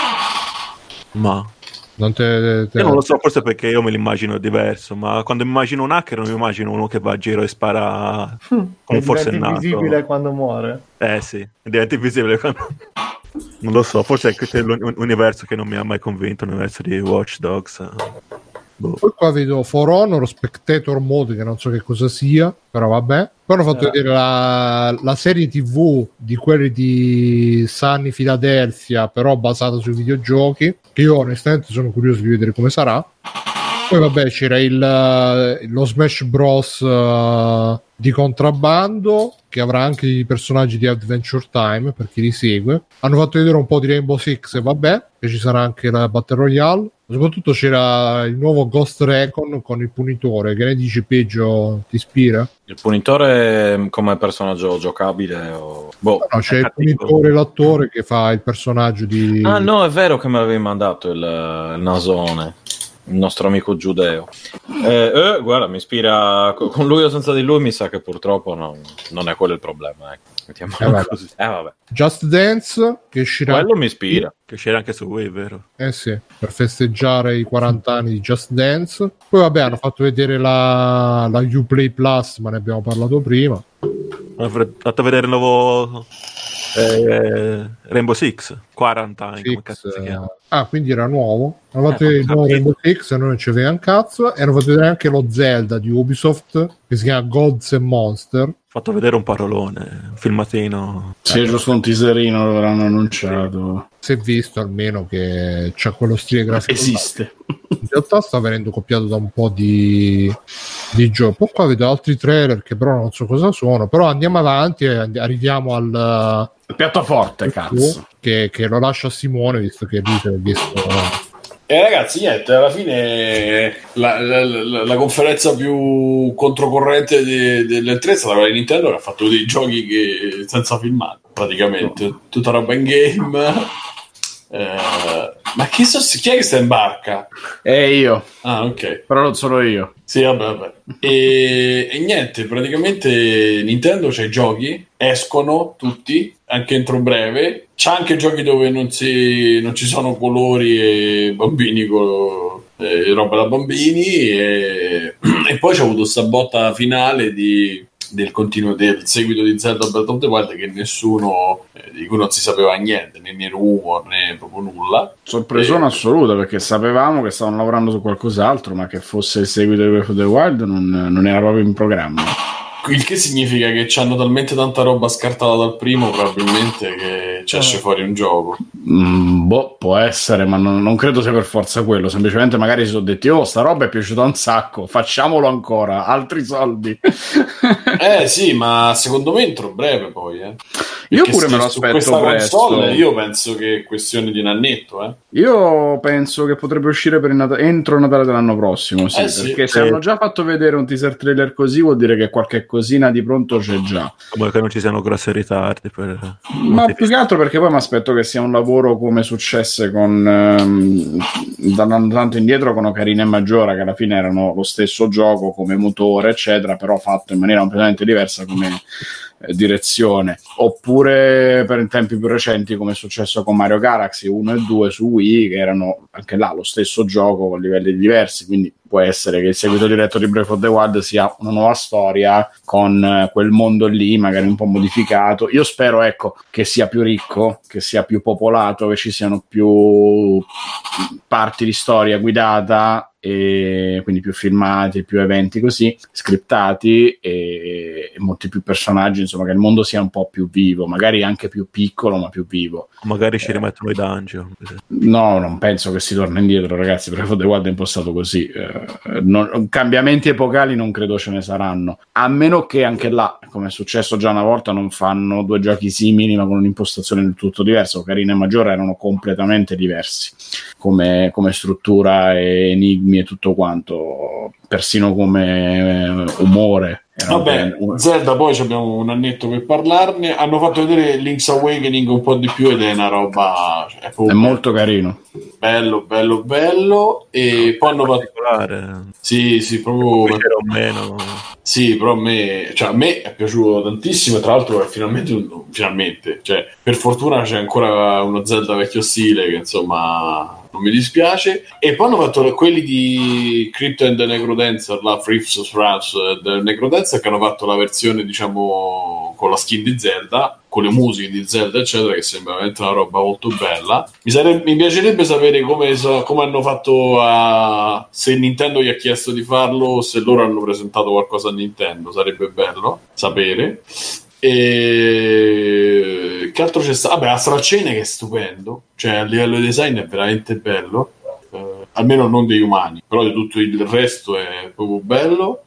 ma non io non lo so, forse perché io me l'immagino diverso, ma quando immagino un hacker non mi immagino uno che va a giro e spara come forse è nato. Invisibile quando muore. Sì, diventa invisibile quando... Non lo so, forse è questo è l'universo che non mi ha mai convinto, l'universo di Watch Dogs. Poi qua vedo For Honor Spectator Mode, che non so che cosa sia, però vabbè. Poi hanno fatto vedere la serie TV di quelli di Sunny Philadelphia, però basata sui videogiochi, che io onestamente sono curioso di vedere come sarà. Poi vabbè c'era lo Smash Bros di contrabbando, che avrà anche i personaggi di Adventure Time per chi li segue. Hanno fatto vedere un po' di Rainbow Six e vabbè, che ci sarà anche la Battle Royale. Soprattutto c'era il nuovo Ghost Recon con il punitore. Che ne dici, Peggio? Ti ispira? Il punitore come personaggio giocabile? No, c'è il punitore, l'attore che fa il personaggio di... Ah no, è vero che me l'avevi mandato il nasone, il nostro amico giudeo. Guarda, mi ispira con lui o senza di lui, mi sa che purtroppo non è quello il problema, ecco. Così. Vabbè. Just Dance, che uscirà, quello mi ispira, che uscirà anche su Wii, vero? Sì, per festeggiare i 40 anni di Just Dance. Poi vabbè, hanno fatto vedere la Uplay Plus, ma ne abbiamo parlato prima. Hanno fatto vedere il nuovo Rainbow Six 40 anni, come cazzo si chiama? Quindi era nuovo. Hanno fatto vedere il nuovo Rainbow Six e non ci aveva un cazzo. E hanno fatto vedere anche lo Zelda di Ubisoft, che si chiama Gods and Monster. Fatto vedere un parolone, un filmatino. Sì, giusto un teaserino l'hanno annunciato. Si è visto almeno che c'ha quello stile grafico. Esiste. realtà sta venendo copiato da un po' di giochi. Poi qua vedo altri trailer che però non so cosa sono, però andiamo avanti e arriviamo al piatto forte, cazzo, che lo lascio a Simone, visto che lui si è visto. Ragazzi, niente, alla fine la conferenza più controcorrente dell'E3 è stata quella di Nintendo, che ha fatto dei giochi che senza filmare, praticamente, tutta roba in game. Ma chi è che sta in barca? Io. Ah, ok. Però non sono io. Sì, vabbè. E niente, praticamente Nintendo c'ha i giochi, escono tutti, anche entro breve. C'ha anche giochi dove non ci sono colori e bambini con roba da bambini e poi c'è avuto sta botta finale del seguito di Zelda Breath of the Wild che nessuno di cui non si sapeva niente, né rumor né proprio nulla. Sorpresona assoluta, perché sapevamo che stavano lavorando su qualcos'altro, ma che fosse il seguito di Breath of the Wild non era proprio in programma. Il che significa che c'hanno talmente tanta roba scartata dal primo, probabilmente, che ci esce fuori un gioco. Può essere, ma non credo sia per forza quello. Semplicemente magari si sono detti: oh, sta roba è piaciuta un sacco, facciamolo ancora, altri soldi. Sì, ma secondo me entro breve poi. Io pure me lo aspetto presto. Console, io penso che è questione di un annetto. Io penso che potrebbe uscire per entro Natale dell'anno prossimo, perché se hanno già fatto vedere un teaser trailer così, vuol dire che qualche cosina di pronto c'è già. Come che non ci siano grossi ritardi ma più che altro perché poi mi aspetto che sia un lavoro come successe con andando tanto indietro con Ocarina e Maggiora, che alla fine erano lo stesso gioco come motore eccetera, però fatto in maniera completamente diversa come direzione, oppure per i tempi più recenti come è successo con Mario Galaxy 1 e 2 su Wii, che erano anche là lo stesso gioco con livelli diversi, quindi può essere che il seguito diretto di Breath of the Wild sia una nuova storia con quel mondo lì magari un po' modificato. Io spero, ecco, che sia più ricco, che sia più popolato, che ci siano più parti di storia guidata e quindi più filmati, più eventi così scriptati e molti più personaggi, insomma, che il mondo sia un po' più vivo, magari anche più piccolo ma più vivo. Magari ci rimettono i dungeon. No, non penso che si torni indietro, ragazzi. Breath of the Wild è impostato così. Cambiamenti epocali non credo ce ne saranno, a meno che anche là, come è successo già una volta, non fanno due giochi simili ma con un'impostazione del tutto diversa. Ocarina e Maggiore erano completamente diversi come struttura e enigmi e tutto quanto, persino come umore. Vabbè, Zelda poi abbiamo un annetto per parlarne. Hanno fatto vedere Link's Awakening un po' di più ed è una roba, è molto carino, bello. E poi hanno fatto sì proprio meno. Sì, però a me è piaciuto tantissimo. Tra l'altro finalmente, cioè, per fortuna c'è ancora uno Zelda vecchio stile che insomma non mi dispiace. E poi hanno fatto quelli di Crypt and the Necrodancer, la Frifs the Necrodancer, che hanno fatto la versione diciamo con la skin di Zelda, con le musiche di Zelda eccetera, che sembra veramente una roba molto bella. Mi piacerebbe sapere come hanno fatto se Nintendo gli ha chiesto di farlo o se loro hanno presentato qualcosa a Nintendo, sarebbe bello sapere. E che altro c'è stato? Vabbè, Astral Chain che è stupendo, cioè a livello di design è veramente bello, almeno non degli umani, però di tutto il resto è proprio bello.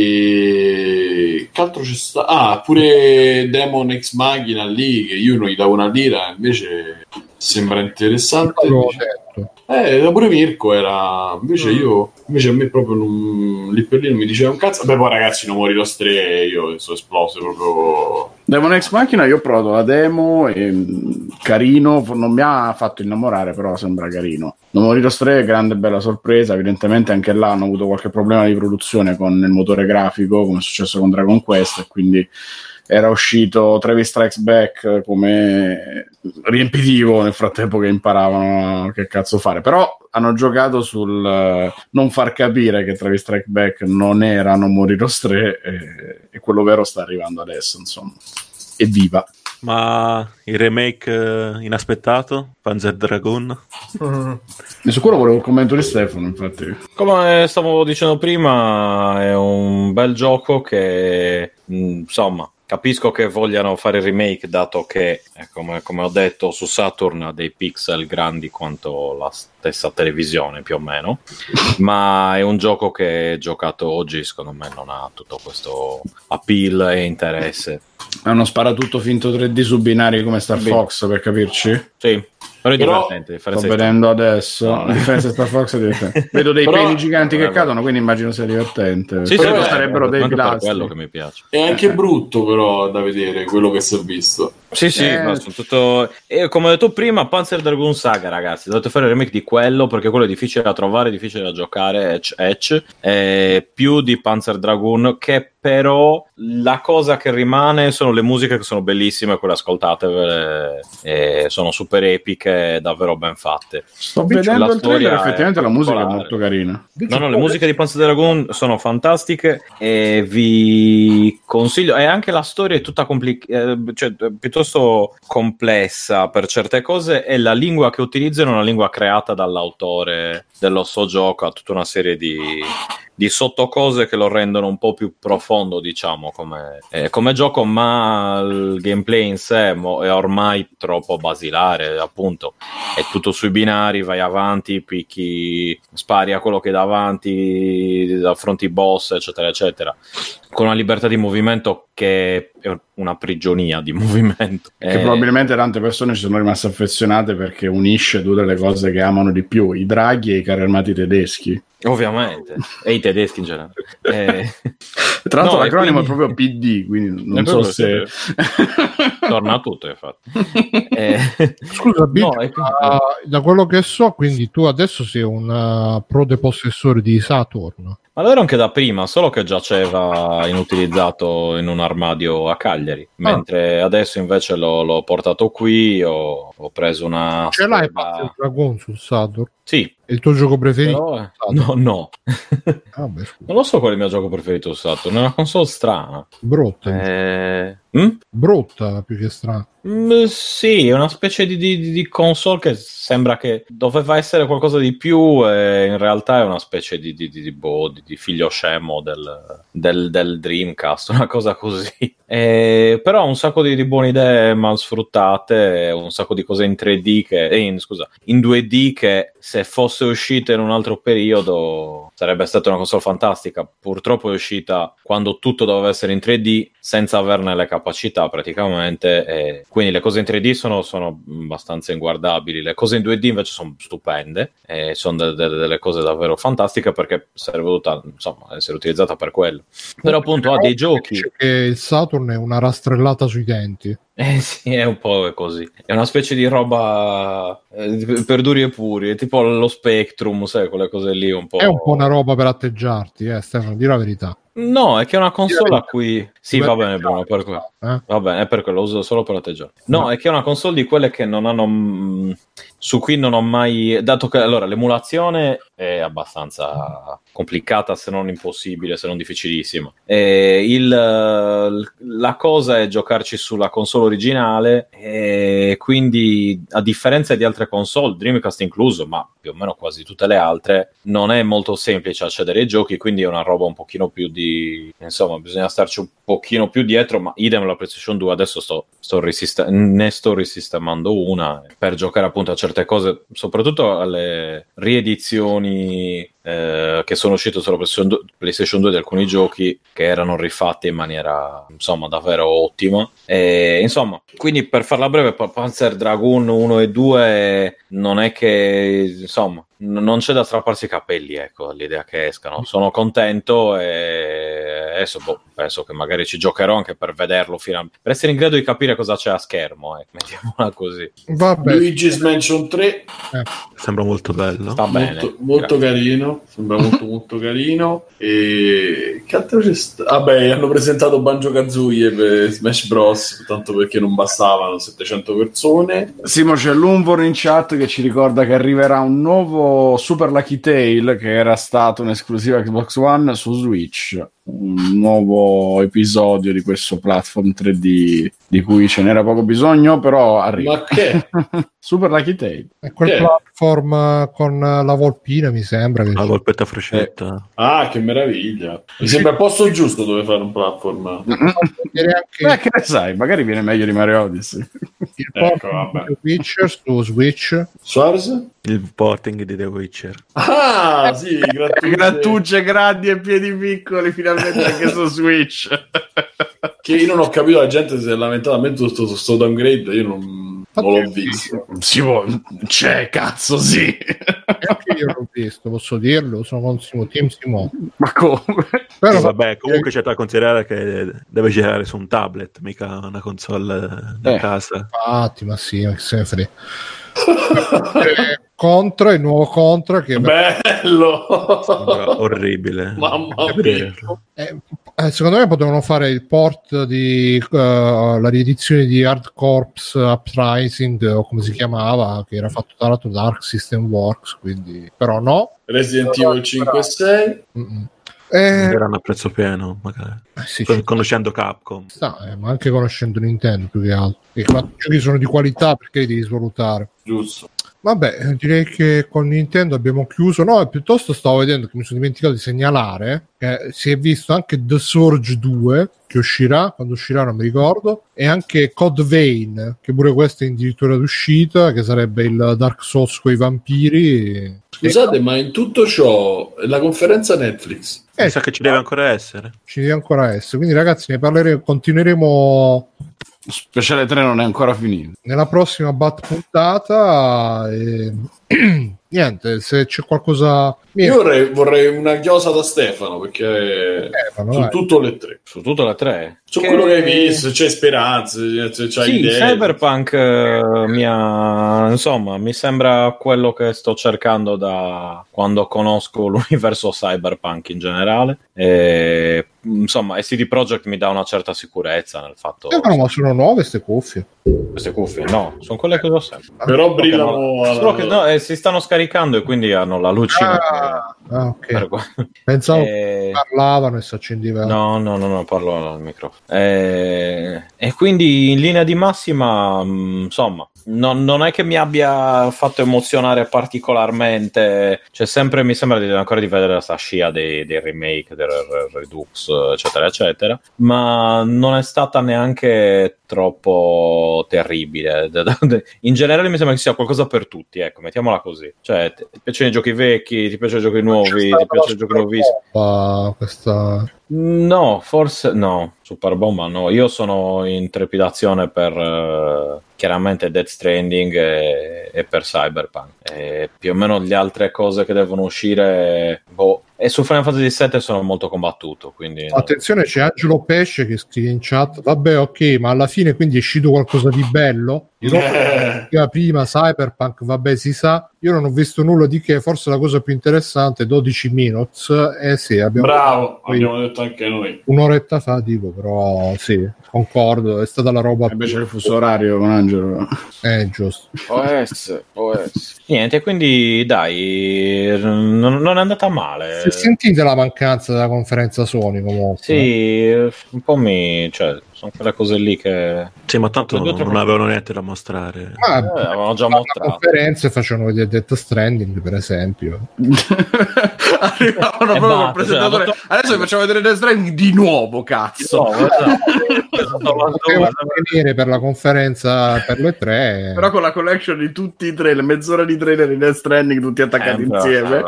E che altro c'è stato? Pure Demon Ex Machina lì, che io non gli davo una lira, invece sembra interessante. Pure Mirko era invece a me proprio lì per lì non mi diceva un cazzo. Beh, poi ragazzi, non morirò 3, io sono esploso proprio. Demon Ex Machina io ho provato la demo e carino, non mi ha fatto innamorare, però sembra carino. No More Heroes 3 grande bella sorpresa, evidentemente anche là hanno avuto qualche problema di produzione con il motore grafico come è successo con Dragon Quest, e quindi era uscito Travis Strikes Back come riempitivo nel frattempo che imparavano che cazzo fare, però hanno giocato sul non far capire che Travis Strikes Back non era No More Heroes 3 e quello vero sta arrivando adesso, insomma. Evviva! Ma il remake inaspettato, Panzer Dragoon? E su quello volevo il commento di Stefano, infatti. Come stavo dicendo prima, è un bel gioco che insomma capisco che vogliano fare il remake, dato che, come ho detto, su Saturn ha dei pixel grandi quanto la stessa televisione, più o meno, ma è un gioco che giocato oggi, secondo me, non ha tutto questo appeal e interesse. È uno sparatutto finto 3D su binari come Star Fox, per capirci? Sì, però è divertente. Sto vedendo adesso, la differenza di Star Fox è divertente. Vedo dei peli giganti che cadono, quindi immagino sia divertente. Sì, però sarebbero dei pilastri. Quello che mi piace. È anche brutto però da vedere quello che si è visto. Sì, ma sono tutto... E come ho detto prima, Panzer Dragoon Saga, ragazzi, dovete fare il remake di quello, perché quello è difficile da trovare, difficile da giocare, più di Panzer Dragoon, che però la cosa che rimane sono le musiche, che sono bellissime, quelle ascoltatevele, sono super epiche, davvero ben fatte. Sto vedendo il trailer, effettivamente la musica è molto carina. No, le musiche di Panzer Dragoon sono fantastiche e vi consiglio, e anche la storia è tutta piuttosto complessa per certe cose, e la lingua che utilizzano è una lingua creata dall'autore dello sto gioco, ha tutta una serie di sottocose che lo rendono un po' più profondo, diciamo, come gioco, ma il gameplay in sé è ormai troppo basilare, appunto, è tutto sui binari, vai avanti, picchi, spari a quello che è davanti, affronti i boss, eccetera, eccetera, con una libertà di movimento che è una prigionia di movimento. Che probabilmente tante persone ci sono rimaste affezionate perché unisce due delle cose che amano di più, i draghi e i carri armati tedeschi. Ovviamente, e i tedeschi in generale. Tra l'altro l'acronimo quindi... è proprio PD, quindi non so se... Torna tutto, infatti. Scusa, da quello che so, quindi tu adesso sei un prode possessore di Saturn. Ma lo ero anche da prima, solo che giaceva inutilizzato in un armadio a Cagliari, mentre adesso invece l'ho portato qui, ho preso una... Ce l'hai Panzer Dragoon sul Saturn? Sì. È il tuo gioco preferito? Però, no. Non lo so qual è il mio gioco preferito su Saturn, è una console strana. Brutta. Brutta più che strana. Sì, è una specie di console che sembra che doveva essere qualcosa di più, e in realtà è una specie di figlio scemo del Dreamcast, una cosa così. Però ha un sacco di buone idee mal sfruttate, un sacco di cose in 3D in 2D che se fosse uscita in un altro periodo sarebbe stata una console fantastica. Purtroppo è uscita quando tutto doveva essere in 3D, senza averne le capacità praticamente, e quindi le cose in 3D sono abbastanza inguardabili, le cose in 2D invece sono stupende, e sono delle cose davvero fantastiche, perché sarebbe dovuta, insomma, essere utilizzata per quello. Però appunto ha dei giochi che il Saturn è una rastrellata sui denti. Sì, è un po' così. È una specie di roba per duri e puri, è tipo lo Spectrum, sai, quelle cose lì un po'. È un po' una roba per atteggiarti, Stefano, di la verità. No, è che è una console a cui... Sì, va bene, Bruno, per quello. Va bene, è per quello, lo uso solo per atteggiare. No, è che è una console di quelle che non hanno... su cui non ho mai... Dato che, allora, l'emulazione è abbastanza complicata, se non impossibile, se non difficilissima. La cosa è giocarci sulla console originale, e quindi, a differenza di altre console, Dreamcast incluso, ma più o meno quasi tutte le altre, non è molto semplice accedere ai giochi, quindi è una roba un pochino più insomma, bisogna starci un pochino più dietro, ma idem la PlayStation 2, adesso sto risistemando una per giocare appunto a certe cose, soprattutto alle riedizioni che sono uscite sulla PlayStation 2 di alcuni giochi che erano rifatti in maniera, insomma, davvero ottima. E, insomma, quindi, per farla breve, Panzer Dragoon 1 e 2 non è che, insomma, non c'è da strapparsi i capelli, ecco, all'idea che escano. Sono contento, e adesso penso che magari ci giocherò anche per vederlo per essere in grado di capire cosa c'è a schermo, mettiamola così. Vabbè. Luigi's Mansion 3 sembra molto bello, sta bene, molto carino, sembra molto carino. E che altro c'è vabbè, hanno presentato Banjo-Kazooie per Smash Bros, tanto perché non bastavano 700 persone. Simo, c'è l'Unvor in chat che ci ricorda che arriverà un nuovo Super Lucky Tail, che era stato un'esclusiva Xbox One, su Switch. un nuovo episodio di questo platform 3D di cui ce n'era poco bisogno, però arriva. Ma che? Super Lucky Tail. È quel platform con la volpina, mi sembra. Che La volpetta fruscetta. Ah, che meraviglia. Mi sembra il posto giusto dove fare un platform. Anche... che ne sai, magari viene meglio di Mario Odyssey. Il porting di The Witcher su Switch. Suarez? Il porting di The Witcher. Ah, sì, grattucce grandi e piedi piccoli, finalmente anche su Switch. Che io non ho capito, la gente si è lamentata sto downgrade, io non l'ho visto. C'è, cazzo, sì. Anche io l'ho visto, posso dirlo, sono con Team Simone. Ma come? Però vabbè, comunque c'è da considerare che deve girare su un tablet, mica una console da casa. Infatti, ma sì, ma che se ne frega. Contra, il nuovo Contra che bello, orribile, mamma mia. Secondo me potevano fare il port di la riedizione di Hard Corps Uprising, o come si chiamava, che era fatto tra l'altro da Arc System Works, quindi però no. Resident Evil 5 e 6 erano a prezzo pieno, magari. Sì, conoscendo Capcom, ma anche conoscendo Nintendo più che altro. I giochi sono di qualità, perché li devi svalutare, giusto? Vabbè, direi che con Nintendo abbiamo chiuso. No, piuttosto stavo vedendo, che mi sono dimenticato di segnalare che si è visto anche The Surge 2, che uscirà, quando uscirà non mi ricordo, e anche Code Vein, che pure questo è addirittura d'uscita, che sarebbe il Dark Souls con i vampiri. Scusate, ma in tutto ciò la conferenza Netflix mi sa che ci deve ancora essere. Ci deve ancora essere, quindi ragazzi ne parleremo, continueremo. Speciale 3 non è ancora finito. Nella prossima puntata niente, se c'è qualcosa. Io vorrei una chiosa da Stefano, perché su tutto le tre. Su tutto le tre? Su quello che hai visto, c'è speranze, c'è idee. Cyberpunk mi sembra quello che sto cercando da quando conosco l'universo Cyberpunk in generale. E, insomma, CD Projekt mi dà una certa sicurezza nel fatto. Ma sono nuove queste cuffie? Queste cuffie? No, sono quelle che ho sempre. Però brillano. Solo che si stanno scaricando e quindi hanno la lucina. Ok. Pensavo che parlavano e si accendevano. No, parlo al microfono. E quindi in linea di massima, insomma, non è che mi abbia fatto emozionare particolarmente. C'è sempre, mi sembra ancora di vedere la scia dei remake, del Redux, eccetera, eccetera. Ma non è stata neanche troppo terribile. In generale mi sembra che sia qualcosa per tutti, ecco, mettiamola così. Cioè, ti piacciono i giochi vecchi, ti piacciono i giochi nuovi, ti piacciono i giochi nuovissimi. Questa... No, forse no, Super Bomba no. Io sono in trepidazione per chiaramente Death Stranding e per Cyberpunk. E più o meno le altre cose che devono uscire, e su Final Fantasy VII sono molto combattuto, quindi attenzione, c'è Angelo Pesce che scrive in chat: vabbè, ok, ma alla fine quindi è uscito qualcosa di bello? Prima Cyberpunk, vabbè, si sa. Io non ho visto nulla di che, forse la cosa più interessante 12 minutes. Sì, abbiamo detto anche noi un'oretta fa, dico, però sì, concordo, è stata la roba invece il fuso orario con Angelo giusto. OS. Niente, quindi dai, non è andata male. Se sentite la mancanza della conferenza Sony comunque. Sì, un po' sono quelle cose lì che... Sì, ma tanto non avevano niente da mostrare. Avevano già mostrato. Conferenze facevano vedere Death Stranding, per esempio. Arrivavano proprio col presentatore. Adesso vi facciamo vedere Death Stranding di nuovo, cazzo. Poteva venire per la conferenza per le 3. Però con la collection di tutti i trailer, mezz'ora di trailer di Death Stranding tutti attaccati insieme.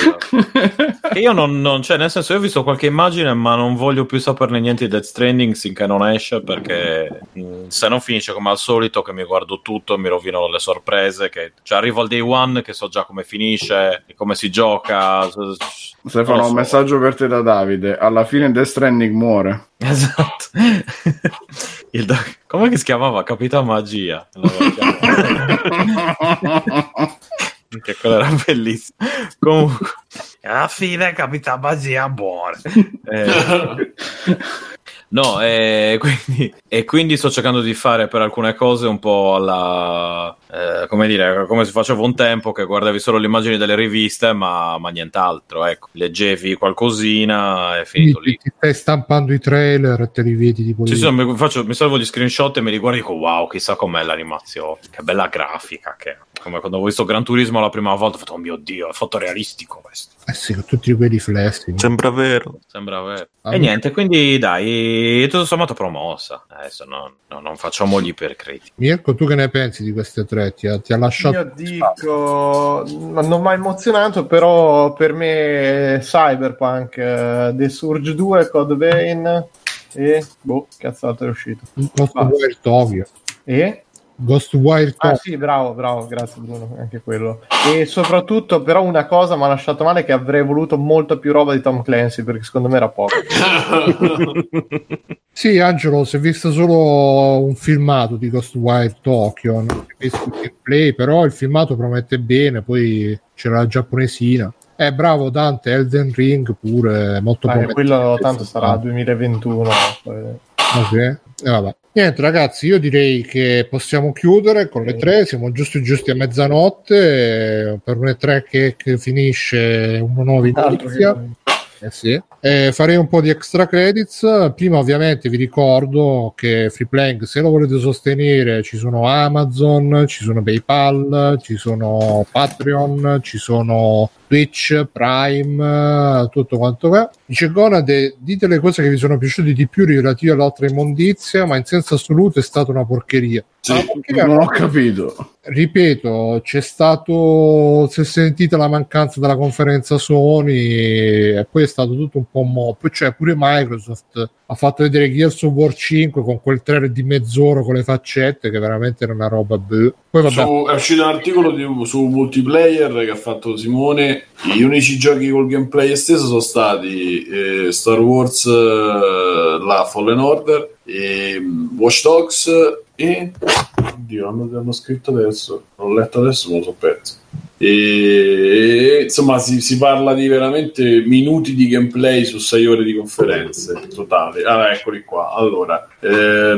Che io non cioè, nel senso, io ho visto qualche immagine, ma non voglio più saperne niente di Death Stranding finché non esce, perché se non finisce come al solito che mi guardo tutto, mi rovino le sorprese, che cioè, arrivo al day one che so già come finisce e come si gioca. Stefano, un messaggio per te da Davide: alla fine Death Stranding muore. Esatto. Come che si chiamava? Capitan Magia. Che quello era bellissimo. Comunque alla fine Capitan Magia muore. No, quindi e quindi sto cercando di fare per alcune cose un po' alla come dire, come si faceva un tempo, che guardavi solo le immagini delle riviste ma nient'altro, ecco, leggevi qualcosina e finito lì. Ti stai stampando i trailer e te li vedi tipo sì, mi salvo gli screenshot e mi riguardo e dico wow, chissà com'è l'animazione, che bella grafica, che come quando ho visto Gran Turismo la prima volta ho fatto oh mio Dio, è fotorealistico questo. Sì, con tutti quei riflessi. Sembra vero. E niente, quindi dai, tutto sommato promossa. Adesso non facciamogli per critici. Mirko, tu che ne pensi di queste tre? Ti ha lasciato? Io dico, non mi ha emozionato, però per me Cyberpunk, The Surge 2, Code Vein e cazzato è uscito. Ghostwire Tokyo. E? Ghostwire Tokyo. Sì, bravo, grazie Bruno, anche quello. E soprattutto però una cosa mi ha lasciato male, che avrei voluto molto più roba di Tom Clancy, perché secondo me era poco. Sì, Angelo, si è visto solo un filmato di Ghostwire Tokyo, non ho visto il gameplay, però il filmato promette bene, poi c'era la giapponesina. Bravo Dante, Elden Ring pure, molto promettente. Quello tanto sarà 2021. Okay. Vabbè. Niente ragazzi, io direi che possiamo chiudere con le tre, siamo giusti a mezzanotte per une tre che finisce una nuova inizia. Sì. Farei un po' di extra credits. Prima ovviamente vi ricordo che Freeplaying, se lo volete sostenere, ci sono Amazon, ci sono PayPal, ci sono Patreon, ci sono Twitch, Prime, tutto quanto va. Dice Gonade, dite le cose che vi sono piaciute di più relative all'altra immondizia, ma in senso assoluto è stata una porcheria. Non ho capito. Ripeto, si è sentita la mancanza della conferenza Sony e poi è stato tutto un po' mop, cioè pure Microsoft ha fatto vedere Gears of War 5 con quel trailer di mezz'ora con le faccette che veramente era una roba Poi vabbè. È uscito un articolo su Multiplayer che ha fatto Simone. Gli unici giochi col gameplay esteso sono stati Star Wars la Fallen Order e Watch Dogs e oddio, hanno scritto adesso, l'ho letto adesso, me lo so perso. E insomma si parla di veramente minuti di gameplay su 6 ore di conferenze totali. Eccoli qua. Allora e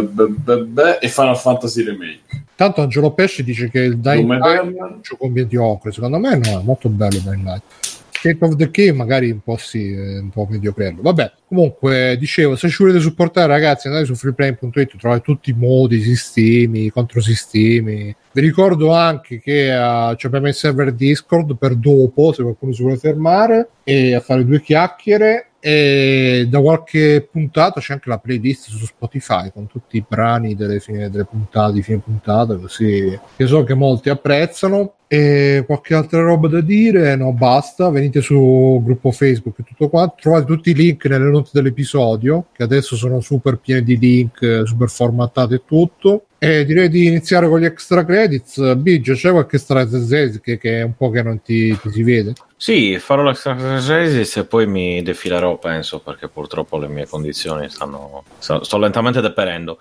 Final Fantasy Remake. Tanto Angelo Pesci dice che il Dying Light è un gioco mediocre, secondo me no, è molto bello Dying Light. State of Decay magari un po' sì, un po' mediocrello. Vabbè, comunque dicevo, se ci volete supportare ragazzi andate su freeplay.it, trovate tutti i modi, i sistemi, i controsistemi. Vi ricordo anche che abbiamo il server Discord per dopo, se qualcuno si vuole fermare e a fare due chiacchiere. E da qualche puntata c'è anche la playlist su Spotify con tutti i brani delle puntate, di fine puntata, così che so che molti apprezzano. E qualche altra roba da dire? No, basta. Venite su gruppo Facebook e tutto quanto, trovate tutti i link nelle note dell'episodio, che adesso sono super pieni di link, super formattati e tutto. E direi di iniziare con gli extra credits. Biggio, c'è qualche extra credits che è un po' che non ti si vede? Sì, farò l'extra credits e poi mi defilerò, penso, perché purtroppo le mie condizioni sto lentamente deperendo.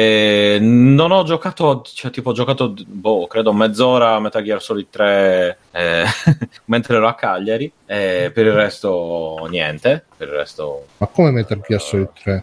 Non ho giocato, cioè tipo ho giocato credo mezz'ora a Metal Gear Solid 3 mentre ero a Cagliari, e per il resto niente. Ma come Metal Gear Solid 3?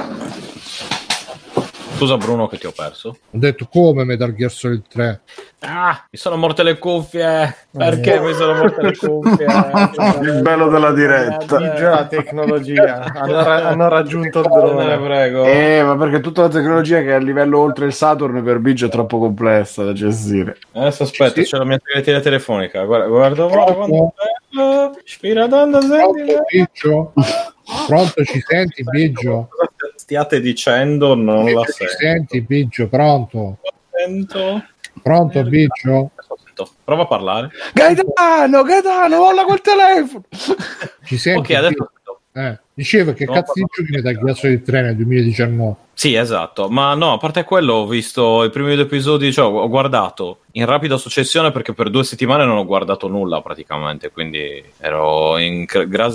Scusa Bruno che ti ho perso. Ho detto come Metal Gear Solid 3. Mi sono morte le cuffie. Perché mi sono morte le cuffie? Il bello della diretta. La tecnologia. Hanno raggiunto il drone. Prego. Ma perché tutta la tecnologia che è a livello oltre il Saturn per Biggio è troppo complessa da gestire. Adesso aspetta, c'è la mia segreteria telefonica. Guarda quanto bello. Spiradonna, Biggio? Pronto, ci senti Biggio? Cosa stiate dicendo? Non la sento. Ci senti Biggio? Pronto? Sento. Pronto Biggio? Prova a parlare. Gaetano, molla quel telefono. Ci senti? Ok, adesso dicevo che cazzo di giochi Metal Gear Solid 3 nel 2019? Sì, esatto, ma no, a parte quello ho visto i primi 2 episodi, cioè ho guardato in rapida successione perché per 2 settimane non ho guardato nulla praticamente, quindi ero in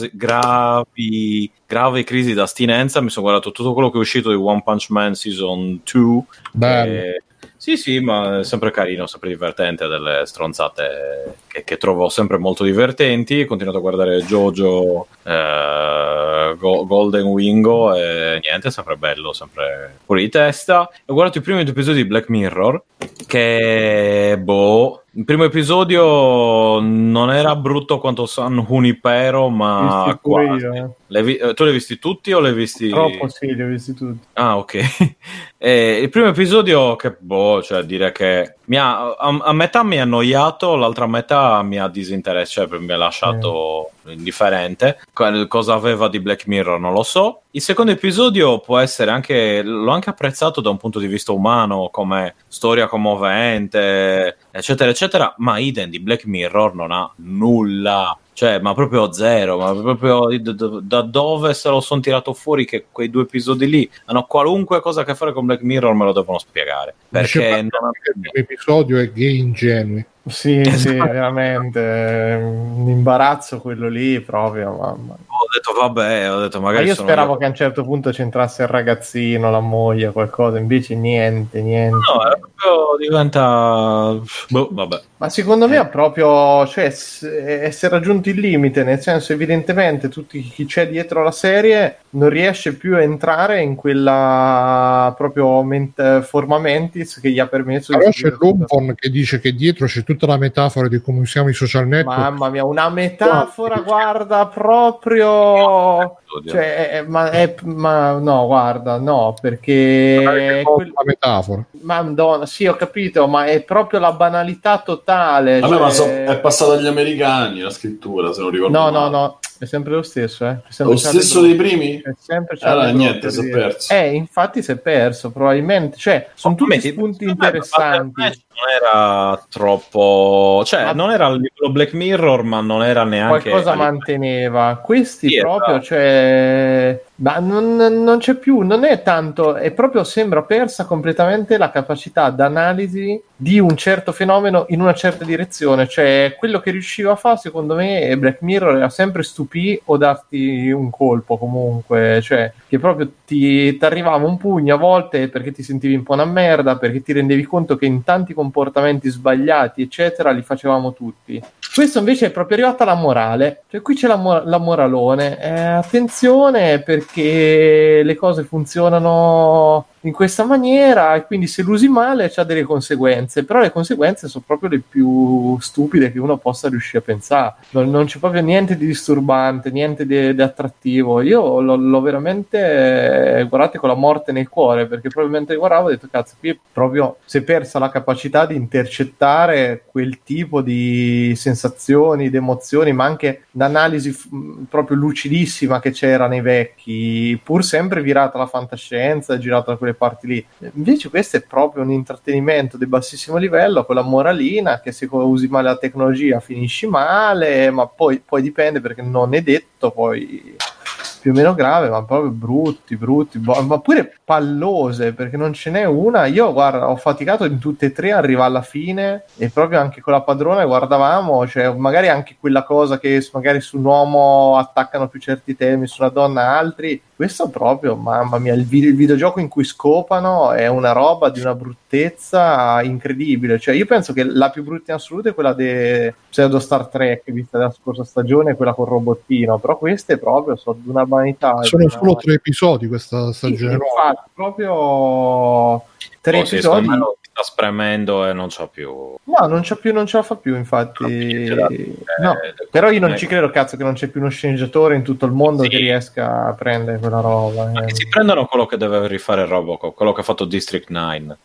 gravi crisi d'astinenza, mi sono guardato tutto quello che è uscito di One Punch Man Season 2. Bello. Sì, ma è sempre carino, sempre divertente, delle stronzate che trovo sempre molto divertenti. Ho continuato a guardare JoJo Golden Wingo, e niente, sempre bello, sempre fuori di testa. Ho guardato i primi 2 episodi di Black Mirror, che il primo episodio non era brutto quanto San Junipero, ma quasi. Io. Tu li hai visti tutti o li hai visti? Troppo, sì, li ho visti tutti. Ah, ok. Il primo episodio che cioè dire che a metà mi ha annoiato, l'altra metà mi ha disinteressato, cioè mi ha lasciato indifferente. Cosa aveva di Black Mirror non lo so. Il secondo episodio può essere l'ho anche apprezzato da un punto di vista umano, come storia commovente, eccetera eccetera, ma idem di Black Mirror non ha nulla. Cioè, ma proprio zero, ma proprio da dove se lo sono tirato fuori che quei 2 episodi lì hanno qualunque cosa a che fare con Black Mirror, me lo devono spiegare. Perché il primo episodio è gay ingenui. Sì, veramente un imbarazzo quello lì proprio, mamma. Ho detto magari io speravo che a un certo punto c'entrasse il ragazzino, la moglie, qualcosa, invece niente. No, proprio diventa vabbè. Ma secondo me è proprio, cioè, si è raggiunto il limite, nel senso, evidentemente chi c'è dietro la serie non riesce più a entrare in quella proprio forma mentis che gli ha permesso. Però c'è Lumpon che dice che dietro c'è tutta la metafora di come usiamo i social network. Mamma mia, una metafora, guarda, proprio, cioè, ma no, guarda, no, perché la metafora. Madonna, sì, ho capito, ma è proprio la banalità totale. Vabbè, ma è passato agli americani la scrittura, se non ricordo male. No, è sempre lo stesso, È sempre lo stesso dei primi? È sempre allora niente, si è perso. Infatti si è perso, probabilmente. Cioè, sono tutti spunti interessanti. Non era troppo, cioè non era il livello Black Mirror, ma non era neanche qualcosa manteneva. Questi proprio, cioè, ma non c'è più, non è tanto, è proprio, sembra persa completamente la capacità d'analisi di un certo fenomeno in una certa direzione. Cioè, quello che riusciva a fare, secondo me, Black Mirror era sempre stupì o darti un colpo comunque, cioè che proprio ti arrivava un pugno a volte perché ti sentivi un po' una merda, perché ti rendevi conto che in tanti comportamenti sbagliati eccetera li facevamo tutti. Questo invece è proprio arrivata la morale, cioè qui c'è la moralone, attenzione perché le cose funzionano in questa maniera e quindi se l'usi male c'ha delle conseguenze, però le conseguenze sono proprio le più stupide che uno possa riuscire a pensare. Non c'è proprio niente di disturbante, niente di attrattivo. Io l'ho veramente guardate con la morte nel cuore, perché proprio mentre guardavo ho detto cazzo, qui proprio si è persa la capacità di intercettare quel tipo di sensazioni, di emozioni, ma anche l'analisi proprio lucidissima che c'era nei vecchi, pur sempre virata alla fantascienza, girata da quelle parti lì. Invece questo è proprio un intrattenimento di bassissimo livello con la moralina che se usi male la tecnologia finisci male, ma poi dipende, perché non è detto poi più o meno grave, ma proprio brutti, ma pure pallose, perché non ce n'è una. Io guarda, ho faticato in tutte e tre, arriva alla fine, e proprio anche con la padrona guardavamo, cioè magari anche quella cosa che magari su un uomo attaccano più certi temi, su una donna altri. Questo proprio, mamma mia, il videogioco in cui scopano è una roba di una bruttezza incredibile. Cioè io penso che la più brutta in assoluto è quella di pseudo Star Trek vista dalla scorsa stagione, quella col robottino, però queste proprio sono di una vanità. Sono solo 3 episodi questa stagione. Sì, infatti, proprio 3 episodi. Sta spremendo e non c'ha più. No, non ce la fa più, infatti. No, però io non ci credo, cazzo, che non c'è più uno sceneggiatore in tutto il mondo che riesca a prendere quella roba. Si prendono quello che deve rifare Robocop, quello che ha fatto District 9.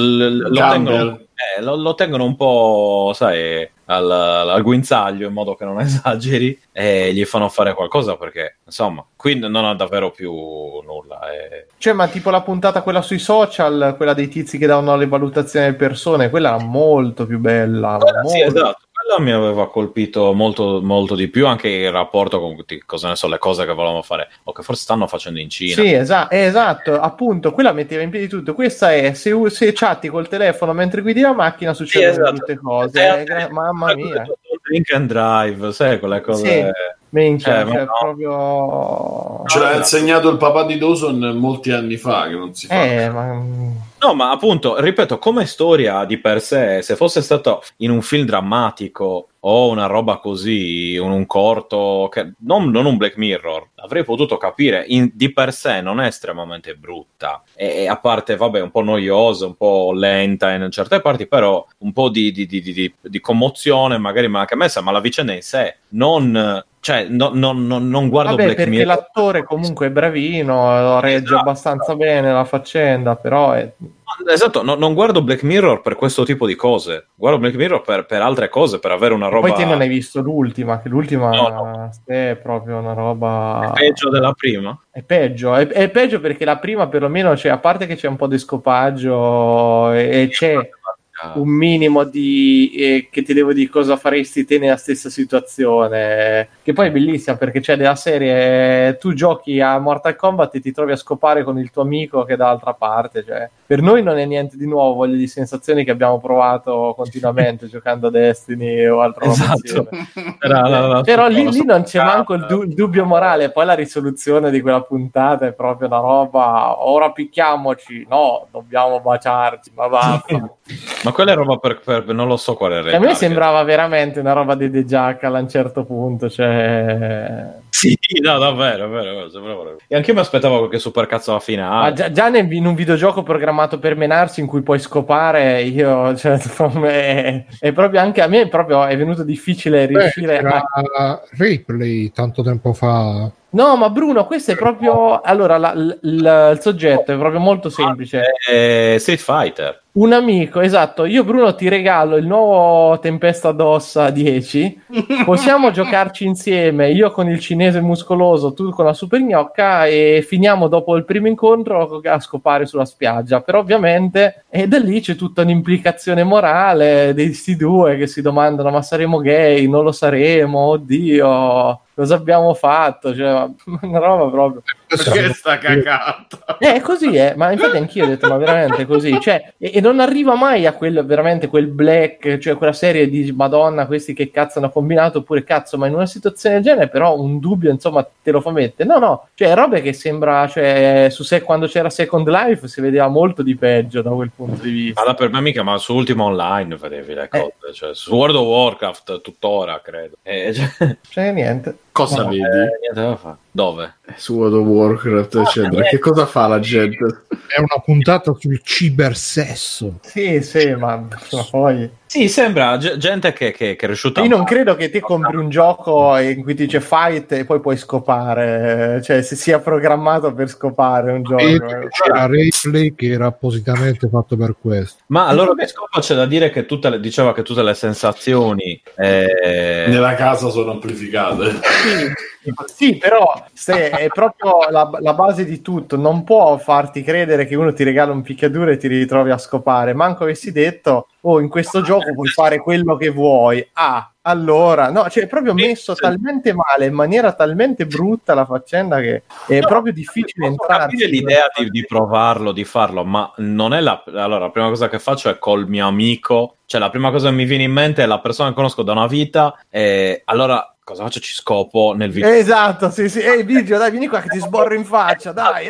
Lo tengono un po', sai, al guinzaglio, in modo che non esageri, e gli fanno fare qualcosa, perché insomma qui non ha davvero più nulla. Cioè, ma tipo la puntata quella sui social, quella dei tizi che davano le valutazioni alle persone, quella era molto più bella. Sì, esatto. Quella mi aveva colpito molto, molto di più, anche il rapporto con cosa ne so, le cose che volevamo fare o che forse stanno facendo in Cina. Sì, esatto, appunto, quella metteva in piedi tutto. Questa è se chatti col telefono mentre guidi la macchina succedono tutte cose. Mamma mia. Link and drive, sai, quelle cose. Sì. Minchia, no. proprio... Ce l'ha insegnato il papà di Dawson molti anni fa che non si fa. No, ma appunto, ripeto, come storia di per sé, se fosse stato in un film drammatico o una roba così, un corto, non un Black Mirror, avrei potuto capire, di per sé non è estremamente brutta, e a parte, vabbè, un po' noiosa, un po' lenta in certe parti, però un po' di commozione magari manca messa, ma la vicenda in sé non guardo Black perché Mirror. L'attore comunque è bravino, regge abbastanza bene la faccenda, però è... Esatto, non guardo Black Mirror per questo tipo di cose, guardo Black Mirror per altre cose, per avere una roba... Poi te non hai visto l'ultima, che l'ultima no. È proprio una roba... È peggio della prima? È peggio perché la prima perlomeno, a parte che c'è un po' di scopaggio e c'è un minimo di che ti devo dire cosa faresti te nella stessa situazione, che poi è bellissima perché c'è della serie, tu giochi a Mortal Kombat e ti trovi a scopare con il tuo amico che è dall'altra parte, per noi non è niente di nuovo, voglio di sensazioni che abbiamo provato continuamente giocando a Destiny o altra roba insieme. Però lì non c'è manco il dubbio morale, poi la risoluzione di quella puntata è proprio una roba, ora picchiamoci, no, dobbiamo baciarci, ma vaffa. Ma quella è roba per non lo so quale è. A me sembrava veramente una roba di The Jackal a un certo punto, Sì, no, davvero. E anche io mi aspettavo qualche supercazzo finale. Ma già in un videogioco programmato per menarsi in cui puoi scopare, è proprio anche a me è venuto difficile riuscire a Ripley tanto tempo fa. No, ma Bruno, questo è proprio... Allora, il soggetto è proprio molto semplice. Street Fighter. Un amico, esatto. Io, Bruno, ti regalo il nuovo Tempesta d'Ossa 10. Possiamo giocarci insieme, io con il cinese muscoloso, tu con la super gnocca, e finiamo dopo il primo incontro a scopare sulla spiaggia. Però ovviamente, e da lì c'è tutta un'implicazione morale di questi due che si domandano: ma saremo gay? Non lo saremo? Oddio... cosa abbiamo fatto? Una roba proprio. Perché sta cagata? È così, ma infatti anch'io ho detto, ma veramente così. E non arriva mai a quel black, quella serie di Madonna, questi che cazzo hanno combinato, oppure cazzo, ma in una situazione del genere, però un dubbio, insomma, te lo fa mettere. No, robe che sembra, quando c'era Second Life si vedeva molto di peggio da quel punto di vista. Ma per me mica, ma su Ultima Online vedevi le cose, su World of Warcraft tuttora, credo. Niente. Cosa vedi? Niente da fare. Dove? Su World of Warcraft, eccetera. Che cosa fa la gente? È una puntata sul cibersesso. Sì, ma poi... Sì, sembra gente che è cresciuta. Io non credo che ti compri un gioco in cui ti dice fight e poi puoi scopare, se sia programmato per scopare un gioco. C'era Replay che era appositamente fatto per questo. Ma allora che scopo c'è da dire che diceva che tutte le sensazioni nella casa sono amplificate. Sì, però è proprio la base di tutto. Non può farti credere che uno ti regala un picchiaduro e ti ritrovi a scopare. Manco avessi detto: oh, in questo gioco puoi fare quello che vuoi. Allora, no, è proprio messo talmente male, in maniera talmente brutta la faccenda che è proprio difficile entrarci. Capire l'idea di provarlo, di farlo, ma non è allora, la prima cosa che faccio è col mio amico, la prima cosa che mi viene in mente è la persona che conosco da una vita, e allora cosa faccio? Ci scopo nel video. Esatto, sì. Ehi, Vigio, dai, vieni qua che ti sborro in faccia, dai.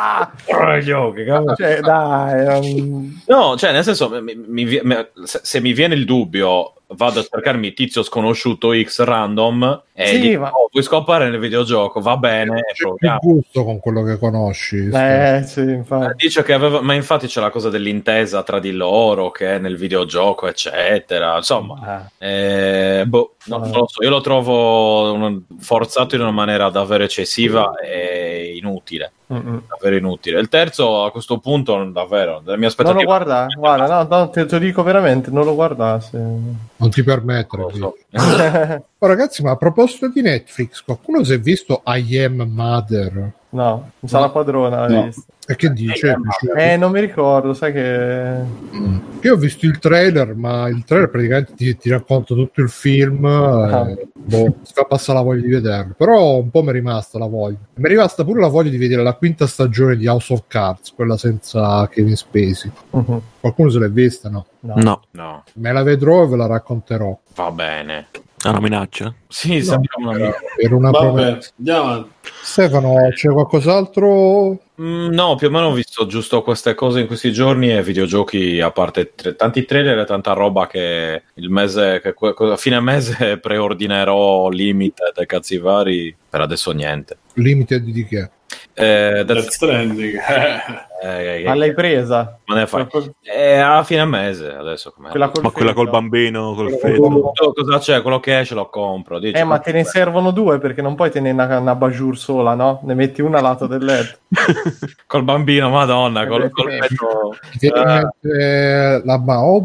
No, nel senso, se mi viene il dubbio, vado a cercarmi tizio sconosciuto X random e dico, puoi scopare nel videogioco, va bene, c'è più gusto con quello che conosci. Sì, infatti. Dice che ma infatti c'è la cosa dell'intesa tra di loro che è nel videogioco, eccetera, insomma, non lo so, io lo trovo forzato in una maniera davvero eccessiva e inutile. Davvero inutile. Il terzo, a questo punto, davvero, le mie aspettative. Non lo guarda, te lo dico veramente, non lo guardassi. Non ti permettere. Oh, ragazzi, ma a proposito di Netflix, qualcuno si è visto I Am Mother? No, mi sa la padrona. No. E che dice? Non mi ricordo, sai che... Io ho visto il trailer, ma il trailer praticamente ti racconta tutto il film. Si fa passare la voglia di vederlo. Però un po' mi è rimasta la voglia. Mi è rimasta pure la voglia di vedere la quinta stagione di House of Cards, quella senza Kevin Spacey. Qualcuno se l'è vista? No. No. Me la vedrò e ve la racconterò. Va bene. È una minaccia? Sì, sembra una minaccia. Per una promessa. Andiamo. Stefano, c'è qualcos'altro? No, più o meno ho visto giusto queste cose in questi giorni e videogiochi, a parte tanti trailer e tanta roba che il mese, a fine mese preordinerò Limited e cazzi vari, per adesso niente. Limited di che? Death Stranding. Ma l'hai presa? Ma ne fai? A fine mese adesso. Quella col bambino, col feto. Cosa c'è? Quello che esce lo compro. Dici, Ma te ne servono due perché non puoi tenere una Bajur sola, no? Ne metti una a lato del letto. Col bambino, madonna, col feto. La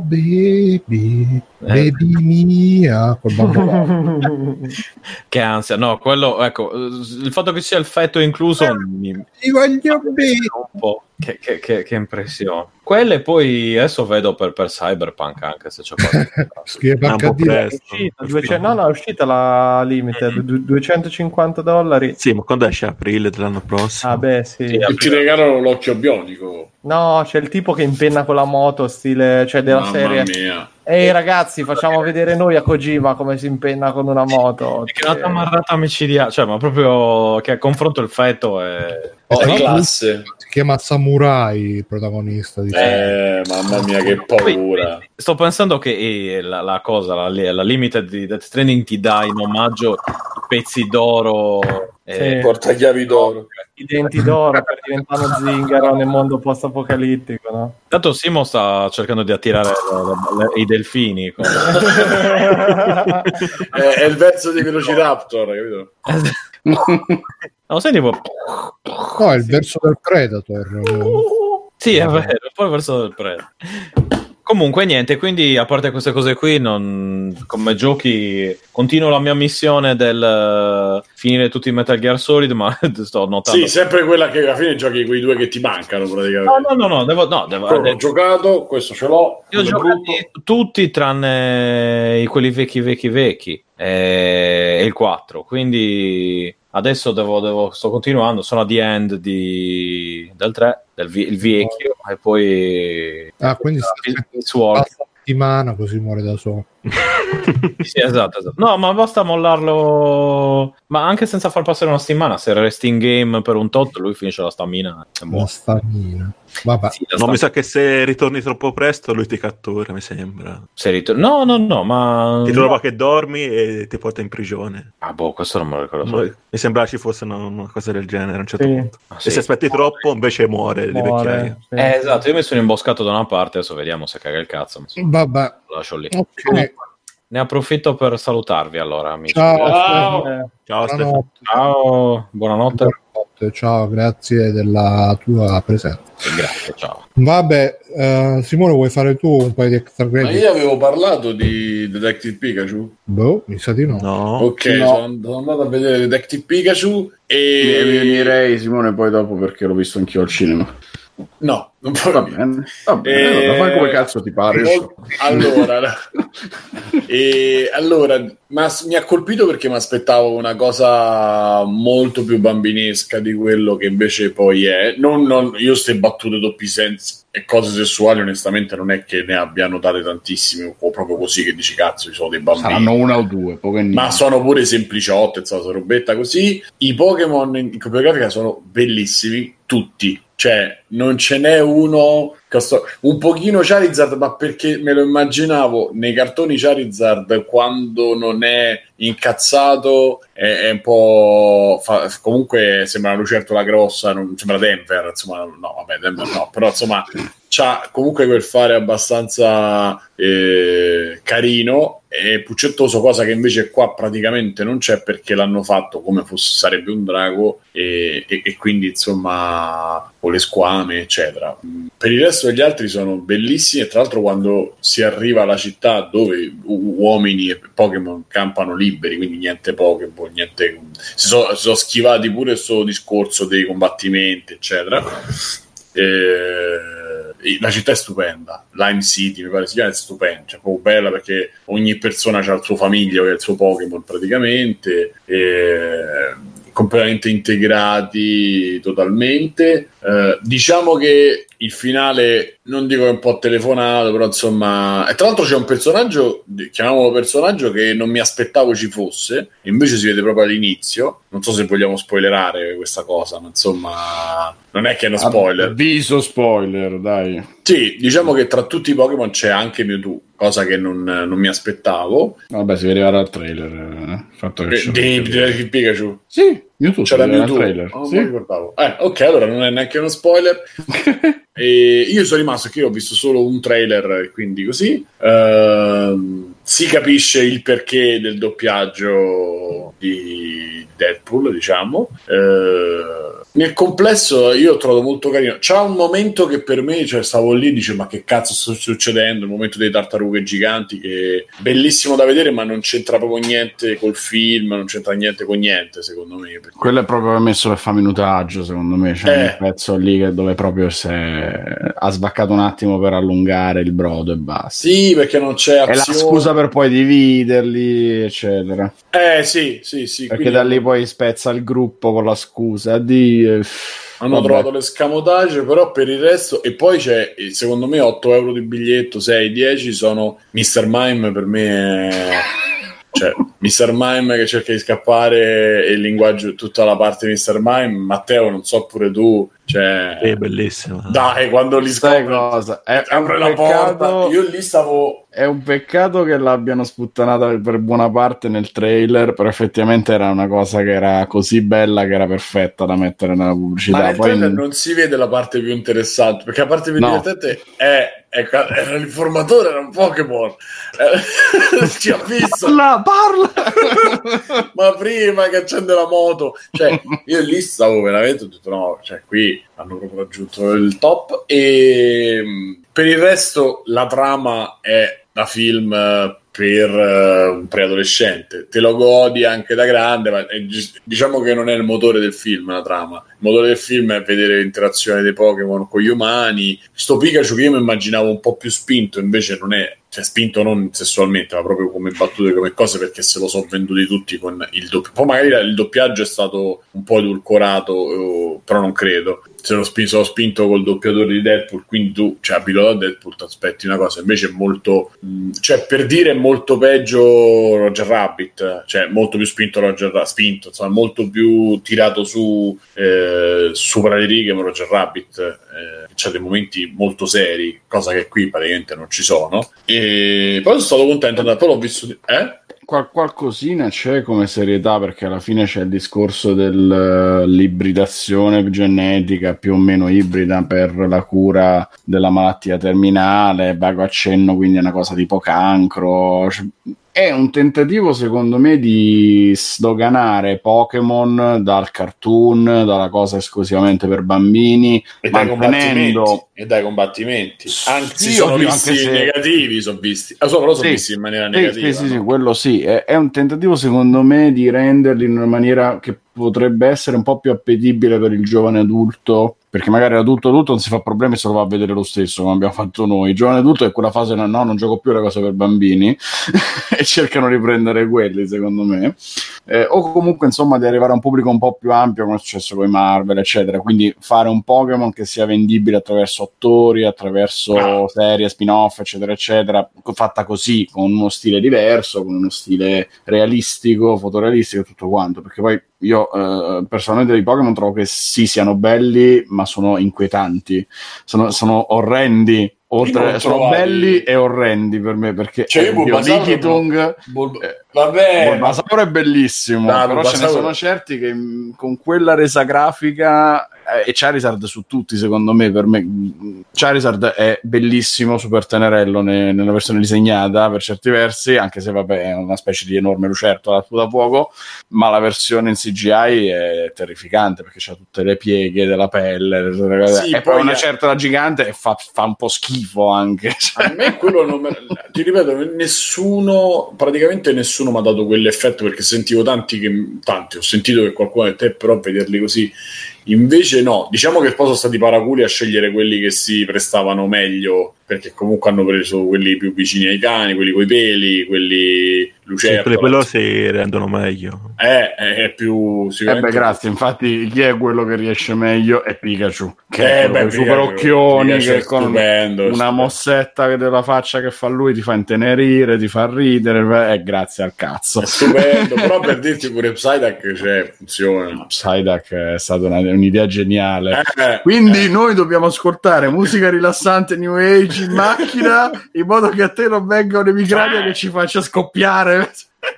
baby mia, col bambino. Che ansia, no, quello, ecco, il fatto che sia il feto incluso mi voglio bene un po'. Che impressione. Quelle poi adesso vedo per Cyberpunk, anche se c'è qualcosa. No, è uscita la Limited, $250. Sì, ma quando esce? Aprile dell'anno prossimo? Ah beh, sì. E ti regalano l'occhio bionico. No, c'è il tipo che impenna con la moto, stile, cioè della serie. Mia. Ehi ragazzi, facciamo vedere noi a Kojima come si impenna con una moto. È una tamarrata micidiale, cioè, ma proprio che confronto il feto è classe. Si chiama Samurai il protagonista. Mamma mia, che paura. Poi, sto pensando che la cosa, la Limited di Death Stranding ti dà in omaggio i pezzi d'oro, portachiavi d'oro, i denti d'oro per diventare uno zingaro nel mondo post-apocalittico, no? Tanto Simo sta cercando di attirare i delfini. È il verso dei Velociraptor, capito? No, sei tipo... No, è il verso del Predator. Sì, è vero, poi il verso del Predator. Comunque niente, quindi a parte queste cose qui, come giochi continuo la mia missione del finire tutti i Metal Gear Solid, ma sto notando... Sì, sempre quella che alla fine giochi quei due che ti mancano praticamente. No, ho giocato, questo ce l'ho. Io ho giocato tutti tranne quelli vecchi e il 4, quindi adesso sto continuando, sono a the end del 3, il vecchio, e poi quindi una settimana così muore da solo. Sì, esatto. No, ma basta mollarlo, ma anche senza far passare una settimana, se resti in game per un tot lui finisce la stamina. La stamina. Vabbè. Sì, mi sa che se ritorni troppo presto lui ti cattura, mi sembra. No, ma ti trova che dormi e ti porta in prigione. Ah, questo non me lo ricordo. Mi sembra ci fosse una cosa del genere a un certo punto. E se aspetti troppo invece muore di vecchiaia. Sì. Esatto, io mi sono imboscato da una parte, adesso vediamo se caga il cazzo. Vabbè. Lo lascio lì. Okay. Ne approfitto per salutarvi allora, amici. Ciao Stefano. Ciao, buonanotte. Ciao, grazie della tua presenza. Grazie, ciao. Vabbè, Simone, vuoi fare tu un paio di extra credit? Ma io avevo parlato di Detective Pikachu. Mi sa di no. Ok, no. Sono andato a vedere Detective Pikachu e mi venirei, Simone, poi dopo perché l'ho visto anch'io al cinema. No, non può. Va bene, fai come cazzo ti pare. Allora, ma mi ha colpito perché mi aspettavo una cosa molto più bambinesca di quello che invece poi è. Non io ste battute doppi sensi e cose sessuali, onestamente, non è che ne abbia notate tantissime, o proprio così che dici cazzo, ci sono dei bambini. Saranno una o due, poche ma sono pure sempliciotte, robetta così. I Pokémon in copia grafica sono bellissimi, tutti. Cioè, non ce n'è uno un pochino Charizard, ma perché me lo immaginavo nei cartoni Charizard quando non è incazzato è un po' comunque sembra una lucertola grossa, non sembra Denver, insomma, no, vabbè, Denver no, però insomma c'ha comunque quel fare abbastanza carino e puccettoso, cosa che invece qua praticamente non c'è perché l'hanno fatto come sarebbe un drago e quindi insomma con le squame eccetera. Per il resto degli altri sono bellissimi e tra l'altro quando si arriva alla città dove uomini e Pokémon campano liberi, quindi niente Pokéball, niente, si sono schivati pure questo discorso dei combattimenti eccetera. La città è stupenda, Lime City mi pare si chiama, è stupenda, cioè proprio bella perché ogni persona ha il suo famiglio che è il suo Pokémon praticamente, completamente integrati totalmente. Diciamo che il finale non dico che è un po' telefonato, però insomma, e tra l'altro c'è un personaggio, chiamiamolo personaggio, che non mi aspettavo ci fosse, invece si vede proprio all'inizio. Non so se vogliamo spoilerare questa cosa, ma insomma non è che è uno spoiler. Avviso spoiler, dai. Sì, diciamo che tra tutti i Pokémon c'è anche Mewtwo, cosa che non mi aspettavo. Vabbè, si vedeva dal trailer. Fatto che di Pikachu. Sì, Mewtwo. C'era Mewtwo. Trailer. Oh, sì. non mi ricordavo. Ok, allora non è neanche uno spoiler. E io sono rimasto che ho visto solo un trailer, quindi così. Si capisce il perché del doppiaggio di Deadpool, diciamo. Nel complesso io ho trovato molto carino. C'ha un momento che per me, cioè stavo lì e dicevo ma che cazzo sta succedendo, il momento delle tartarughe giganti, che è bellissimo da vedere ma non c'entra proprio niente col film, non c'entra niente con niente secondo me, perché... Quello è proprio messo per fare minutaggio secondo me, c'è un pezzo lì dove proprio ha svaccato un attimo per allungare il brodo e basta. Sì, perché non c'è azione. È la scusa per poi dividerli eccetera. Sì perché da lì poi spezza il gruppo con la scusa, addio. Hanno trovato l'escamotage, però per il resto, e poi c'è secondo me 8 euro di biglietto, 6, 10 sono Mr. Mime. Per me cioè Mr. Mime che cerca di scappare e il linguaggio, tutta la parte di Mr. Mime. Matteo, non so pure tu, cioè è bellissimo, dai, quando li sai scopre cosa apre la porta, io lì stavo... È un peccato che l'abbiano sputtanata per buona parte nel trailer, però effettivamente era una cosa che era così bella che era perfetta da mettere nella pubblicità. Ma nel trailer non si vede la parte più interessante, perché la parte più divertente era l'informatore, era un Pokémon. Ci ha visto. Parla! Ma prima che accende la moto, cioè io lì stavo veramente, ho detto no, cioè qui hanno proprio raggiunto il top. E per il resto la trama è da film per un preadolescente, te lo godi anche da grande, ma diciamo che non è il motore del film la trama. Il motore del film è vedere l'interazione dei Pokémon con gli umani. Sto Pikachu che io mi immaginavo un po' più spinto, invece non è, cioè spinto non sessualmente, ma proprio come battute, come cose, perché se lo sono venduti tutti con il doppio. Poi magari il doppiaggio è stato un po' edulcorato, però non credo. Se lo spinto col doppiatore di Deadpool, quindi tu, cioè abituato a Deadpool, ti aspetti una cosa, invece è molto, cioè per dire è molto peggio Roger Rabbit, cioè molto più spinto insomma molto più tirato su sopra le righe Roger Rabbit, c'ha dei momenti molto seri, cosa che qui praticamente non ci sono. E poi sono stato contento, poi l'ho visto qualcosina c'è come serietà, perché alla fine c'è il discorso dell'ibridazione genetica più o meno ibrida per la cura della malattia terminale, vago accenno, quindi è una cosa tipo cancro. È un tentativo secondo me di sdoganare Pokémon dal cartoon, dalla cosa esclusivamente per bambini, e dai combattimenti. Anzi, sono visti negativi, sono visti. Sono visti in maniera negativa. Sì, quello sì. È un tentativo secondo me di renderli in una maniera che potrebbe essere un po' più appetibile per il giovane adulto, perché magari l'adulto non si fa problemi se lo va a vedere lo stesso, come abbiamo fatto noi. Il giovane adulto è quella fase no, non gioco più le cose per bambini e cercano di prendere quelli, secondo me, o comunque insomma di arrivare a un pubblico un po' più ampio, come è successo con i Marvel eccetera, quindi fare un Pokémon che sia vendibile attraverso attori, attraverso serie, spin-off eccetera eccetera, fatta così, con uno stile diverso, con uno stile realistico, fotorealistico e tutto quanto, perché poi io personalmente dei Pokémon trovo che sì, siano belli, ma sono inquietanti, sono orrendi. Sono belli e orrendi per me, perché Lickitung Bulbasaur è bellissimo, però ce ne sono certi che con quella resa grafica e Charizard su tutti, secondo me, per me Charizard è bellissimo, super tenerello nella versione disegnata per certi versi, anche se vabbè è una specie di enorme lucertola da fuoco, ma la versione in CGI è terrificante perché c'ha tutte le pieghe della pelle, sì, e poi una certa gigante e fa un po' schifo anche. A me quello ti ripeto, praticamente nessuno mi ha dato quell'effetto, perché sentivo tanti, ho sentito che qualcuno ha detto però vederli così, invece no, diciamo che poi sono stati paraculi a scegliere quelli che si prestavano meglio perché comunque hanno preso quelli più vicini ai cani, quelli coi peli, quelli lucertola. Quelli pelosi rendono meglio. È più sicuramente. Grazie, infatti chi è quello che riesce meglio è Pikachu, che è quello super Pikachu, occhioni, che con stupendo, una mossetta della faccia che fa lui ti fa intenerire, ti fa ridere, grazie al cazzo. È stupendo, però per dirti pure Psyduck funziona. Psyduck è stata un'idea geniale. Quindi noi dobbiamo ascoltare musica rilassante New Age in macchina in modo che a te non venga un'emicrania che ci faccia scoppiare.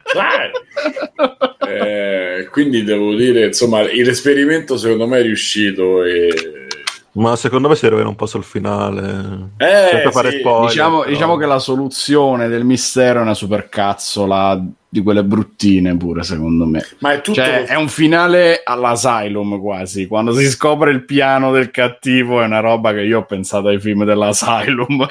Quindi devo dire, insomma, l'esperimento secondo me è riuscito ma secondo me serve un po' sul finale. Fare spoiler, diciamo che la soluzione del mistero è una supercazzola di quelle bruttine pure, secondo me. Ma è tutto è un finale all'Asylum quasi, quando si scopre il piano del cattivo è una roba che io ho pensato ai film dell'Asylum.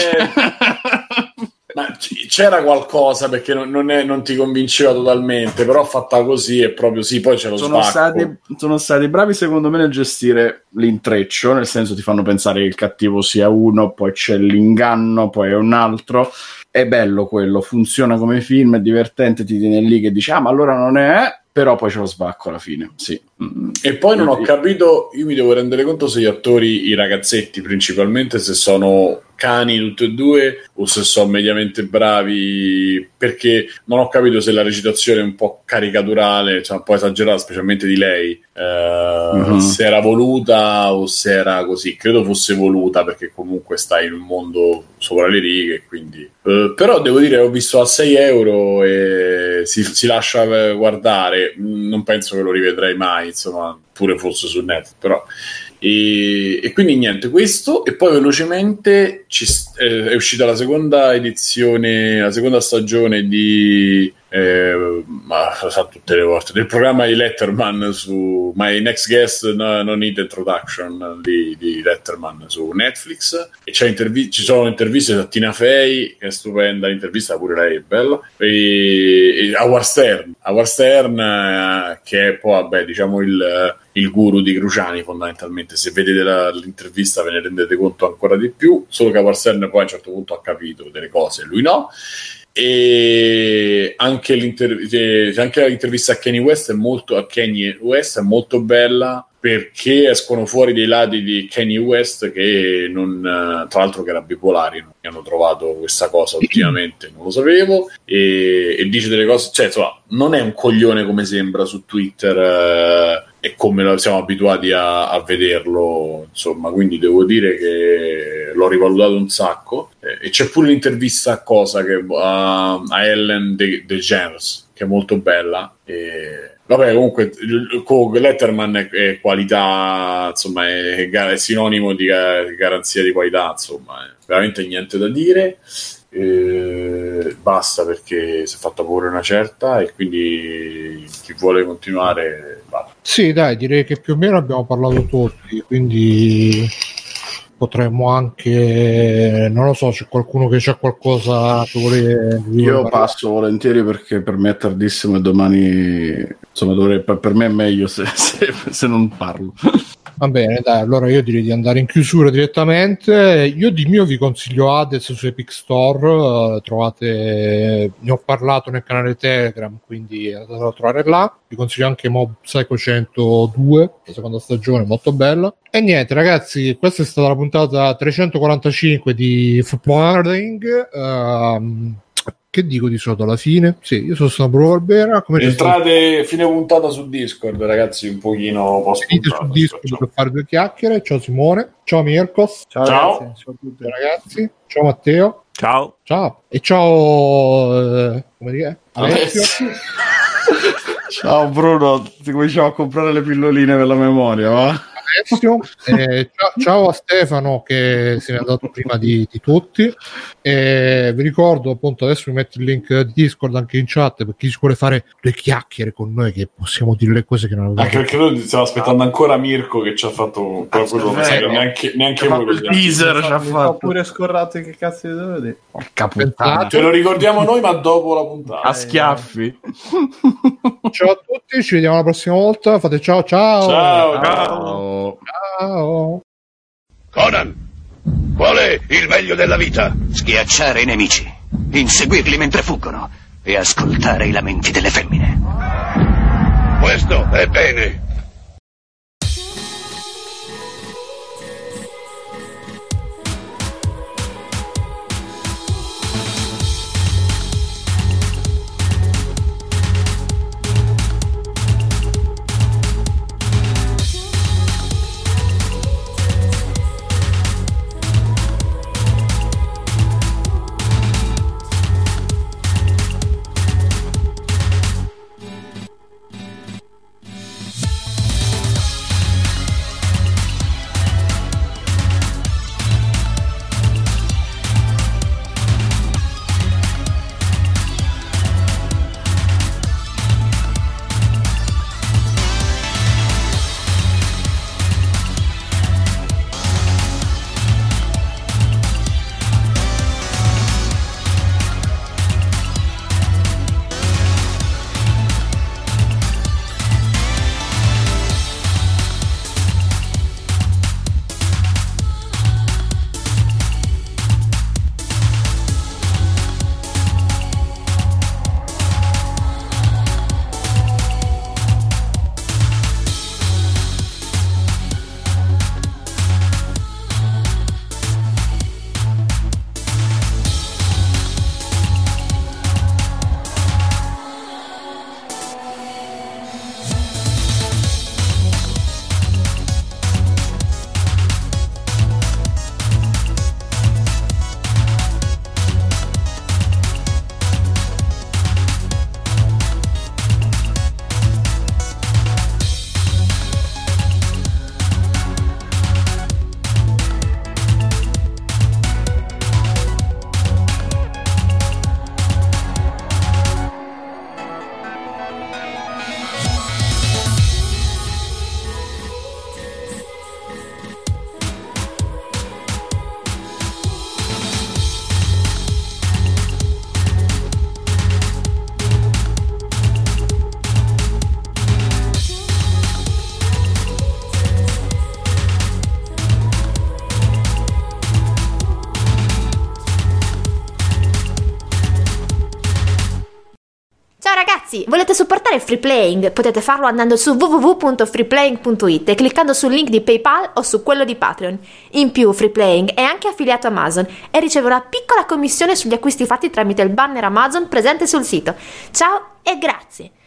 Ma c'era qualcosa perché non ti convinceva totalmente, però fatta così è proprio poi c'è lo sbacco. Sono stati bravi secondo me nel gestire l'intreccio, nel senso ti fanno pensare che il cattivo sia uno, poi c'è l'inganno, poi è un altro. È bello quello, funziona come film, è divertente, ti tiene lì che dici ma allora non è, però poi c'è lo sbacco alla fine, sì. E poi non ho capito, io mi devo rendere conto se gli attori, i ragazzetti principalmente, se sono cani tutti e due o se sono mediamente bravi, perché non ho capito se la recitazione è un po' caricaturale, cioè un po' esagerata, specialmente di lei, se era voluta o se era così. Credo fosse voluta, perché comunque stai in un mondo sopra le righe, quindi però devo dire, ho visto a 6 euro e si lascia guardare. Non penso che lo rivedrei mai, insomma, pure fosse su Netflix, però e quindi niente, questo. E poi velocemente è uscita la seconda edizione, la seconda stagione di ma sa tutte le volte del programma di Letterman su My Next Guest No Need Introduction di Letterman su Netflix, e ci sono interviste a Tina Fey, che è stupenda, l'intervista pure lei è bella, e Howard Stern, che è poi vabbè, diciamo il guru di Cruciani fondamentalmente. Se vedete l'intervista ve ne rendete conto ancora di più, solo che Howard Stern poi a un certo punto ha capito delle cose, lui no. E anche l'intervista a Kanye West è molto bella, perché escono fuori dei lati di Kanye West che tra l'altro che era bipolare, non hanno trovato questa cosa ultimamente, non lo sapevo, e dice delle cose, cioè insomma non è un coglione come sembra su Twitter, e come siamo abituati a vederlo, insomma. Quindi devo dire che l'ho rivalutato un sacco, e c'è pure l'intervista a Ellen DeGeneres, che è molto bella, e vabbè, comunque Letterman è qualità, insomma, è sinonimo di garanzia di qualità, insomma, veramente niente da dire. Basta, perché si è fatta pure una certa, e quindi chi vuole continuare va. Sì, dai, direi che più o meno abbiamo parlato tutti, quindi potremmo anche, non lo so, c'è qualcuno che c'ha qualcosa che vuole. Io passo volentieri, perché per me è tardissimo e domani, insomma, per me è meglio se non parlo. Va bene, dai, allora io direi di andare in chiusura direttamente. Io di mio vi consiglio Hades su Epic Store, trovate, ne ho parlato nel canale Telegram, quindi andate a trovare là. Vi consiglio anche Mob Psycho 102, la seconda stagione, molto bella. E niente ragazzi, questa è stata la puntata 345 di F-Parding. Che dico di solito alla fine? Sì, io sono stato Bruno Barbera. Entrate fine puntata su Discord, ragazzi, un pochino post puntata. Su Discord per fare due chiacchiere. Ciao Simone, ciao Mirko. Ciao. Ragazzi. Ciao a tutti ragazzi. Ciao Matteo. Ciao. E ciao come dire? Alessio. Ciao Bruno, ti cominciamo a comprare le pilloline per la memoria, va? Ciao a Stefano, che se ne è andato prima di tutti, vi ricordo appunto, adesso mi metto il link di Discord anche in chat per chi si vuole fare le chiacchiere con noi, che possiamo dire le cose che non abbiamo. Anche perché noi stiamo aspettando ancora Mirko, che ci ha fatto quello neanche voi il teaser ci ha fatto. Ho pure scordato che cazzo di devo dire. Ce lo ricordiamo noi, ma dopo la puntata a schiaffi. Ciao a tutti, ci vediamo la prossima volta, fate ciao. Ciao. Conan! Qual è il meglio della vita? Schiacciare i nemici, inseguirli mentre fuggono e ascoltare i lamenti delle femmine. Questo è bene. Volete supportare il Free Playing? Potete farlo andando su www.freeplaying.it e cliccando sul link di PayPal o su quello di Patreon. In più, Free Playing è anche affiliato a Amazon e riceve una piccola commissione sugli acquisti fatti tramite il banner Amazon presente sul sito. Ciao e grazie!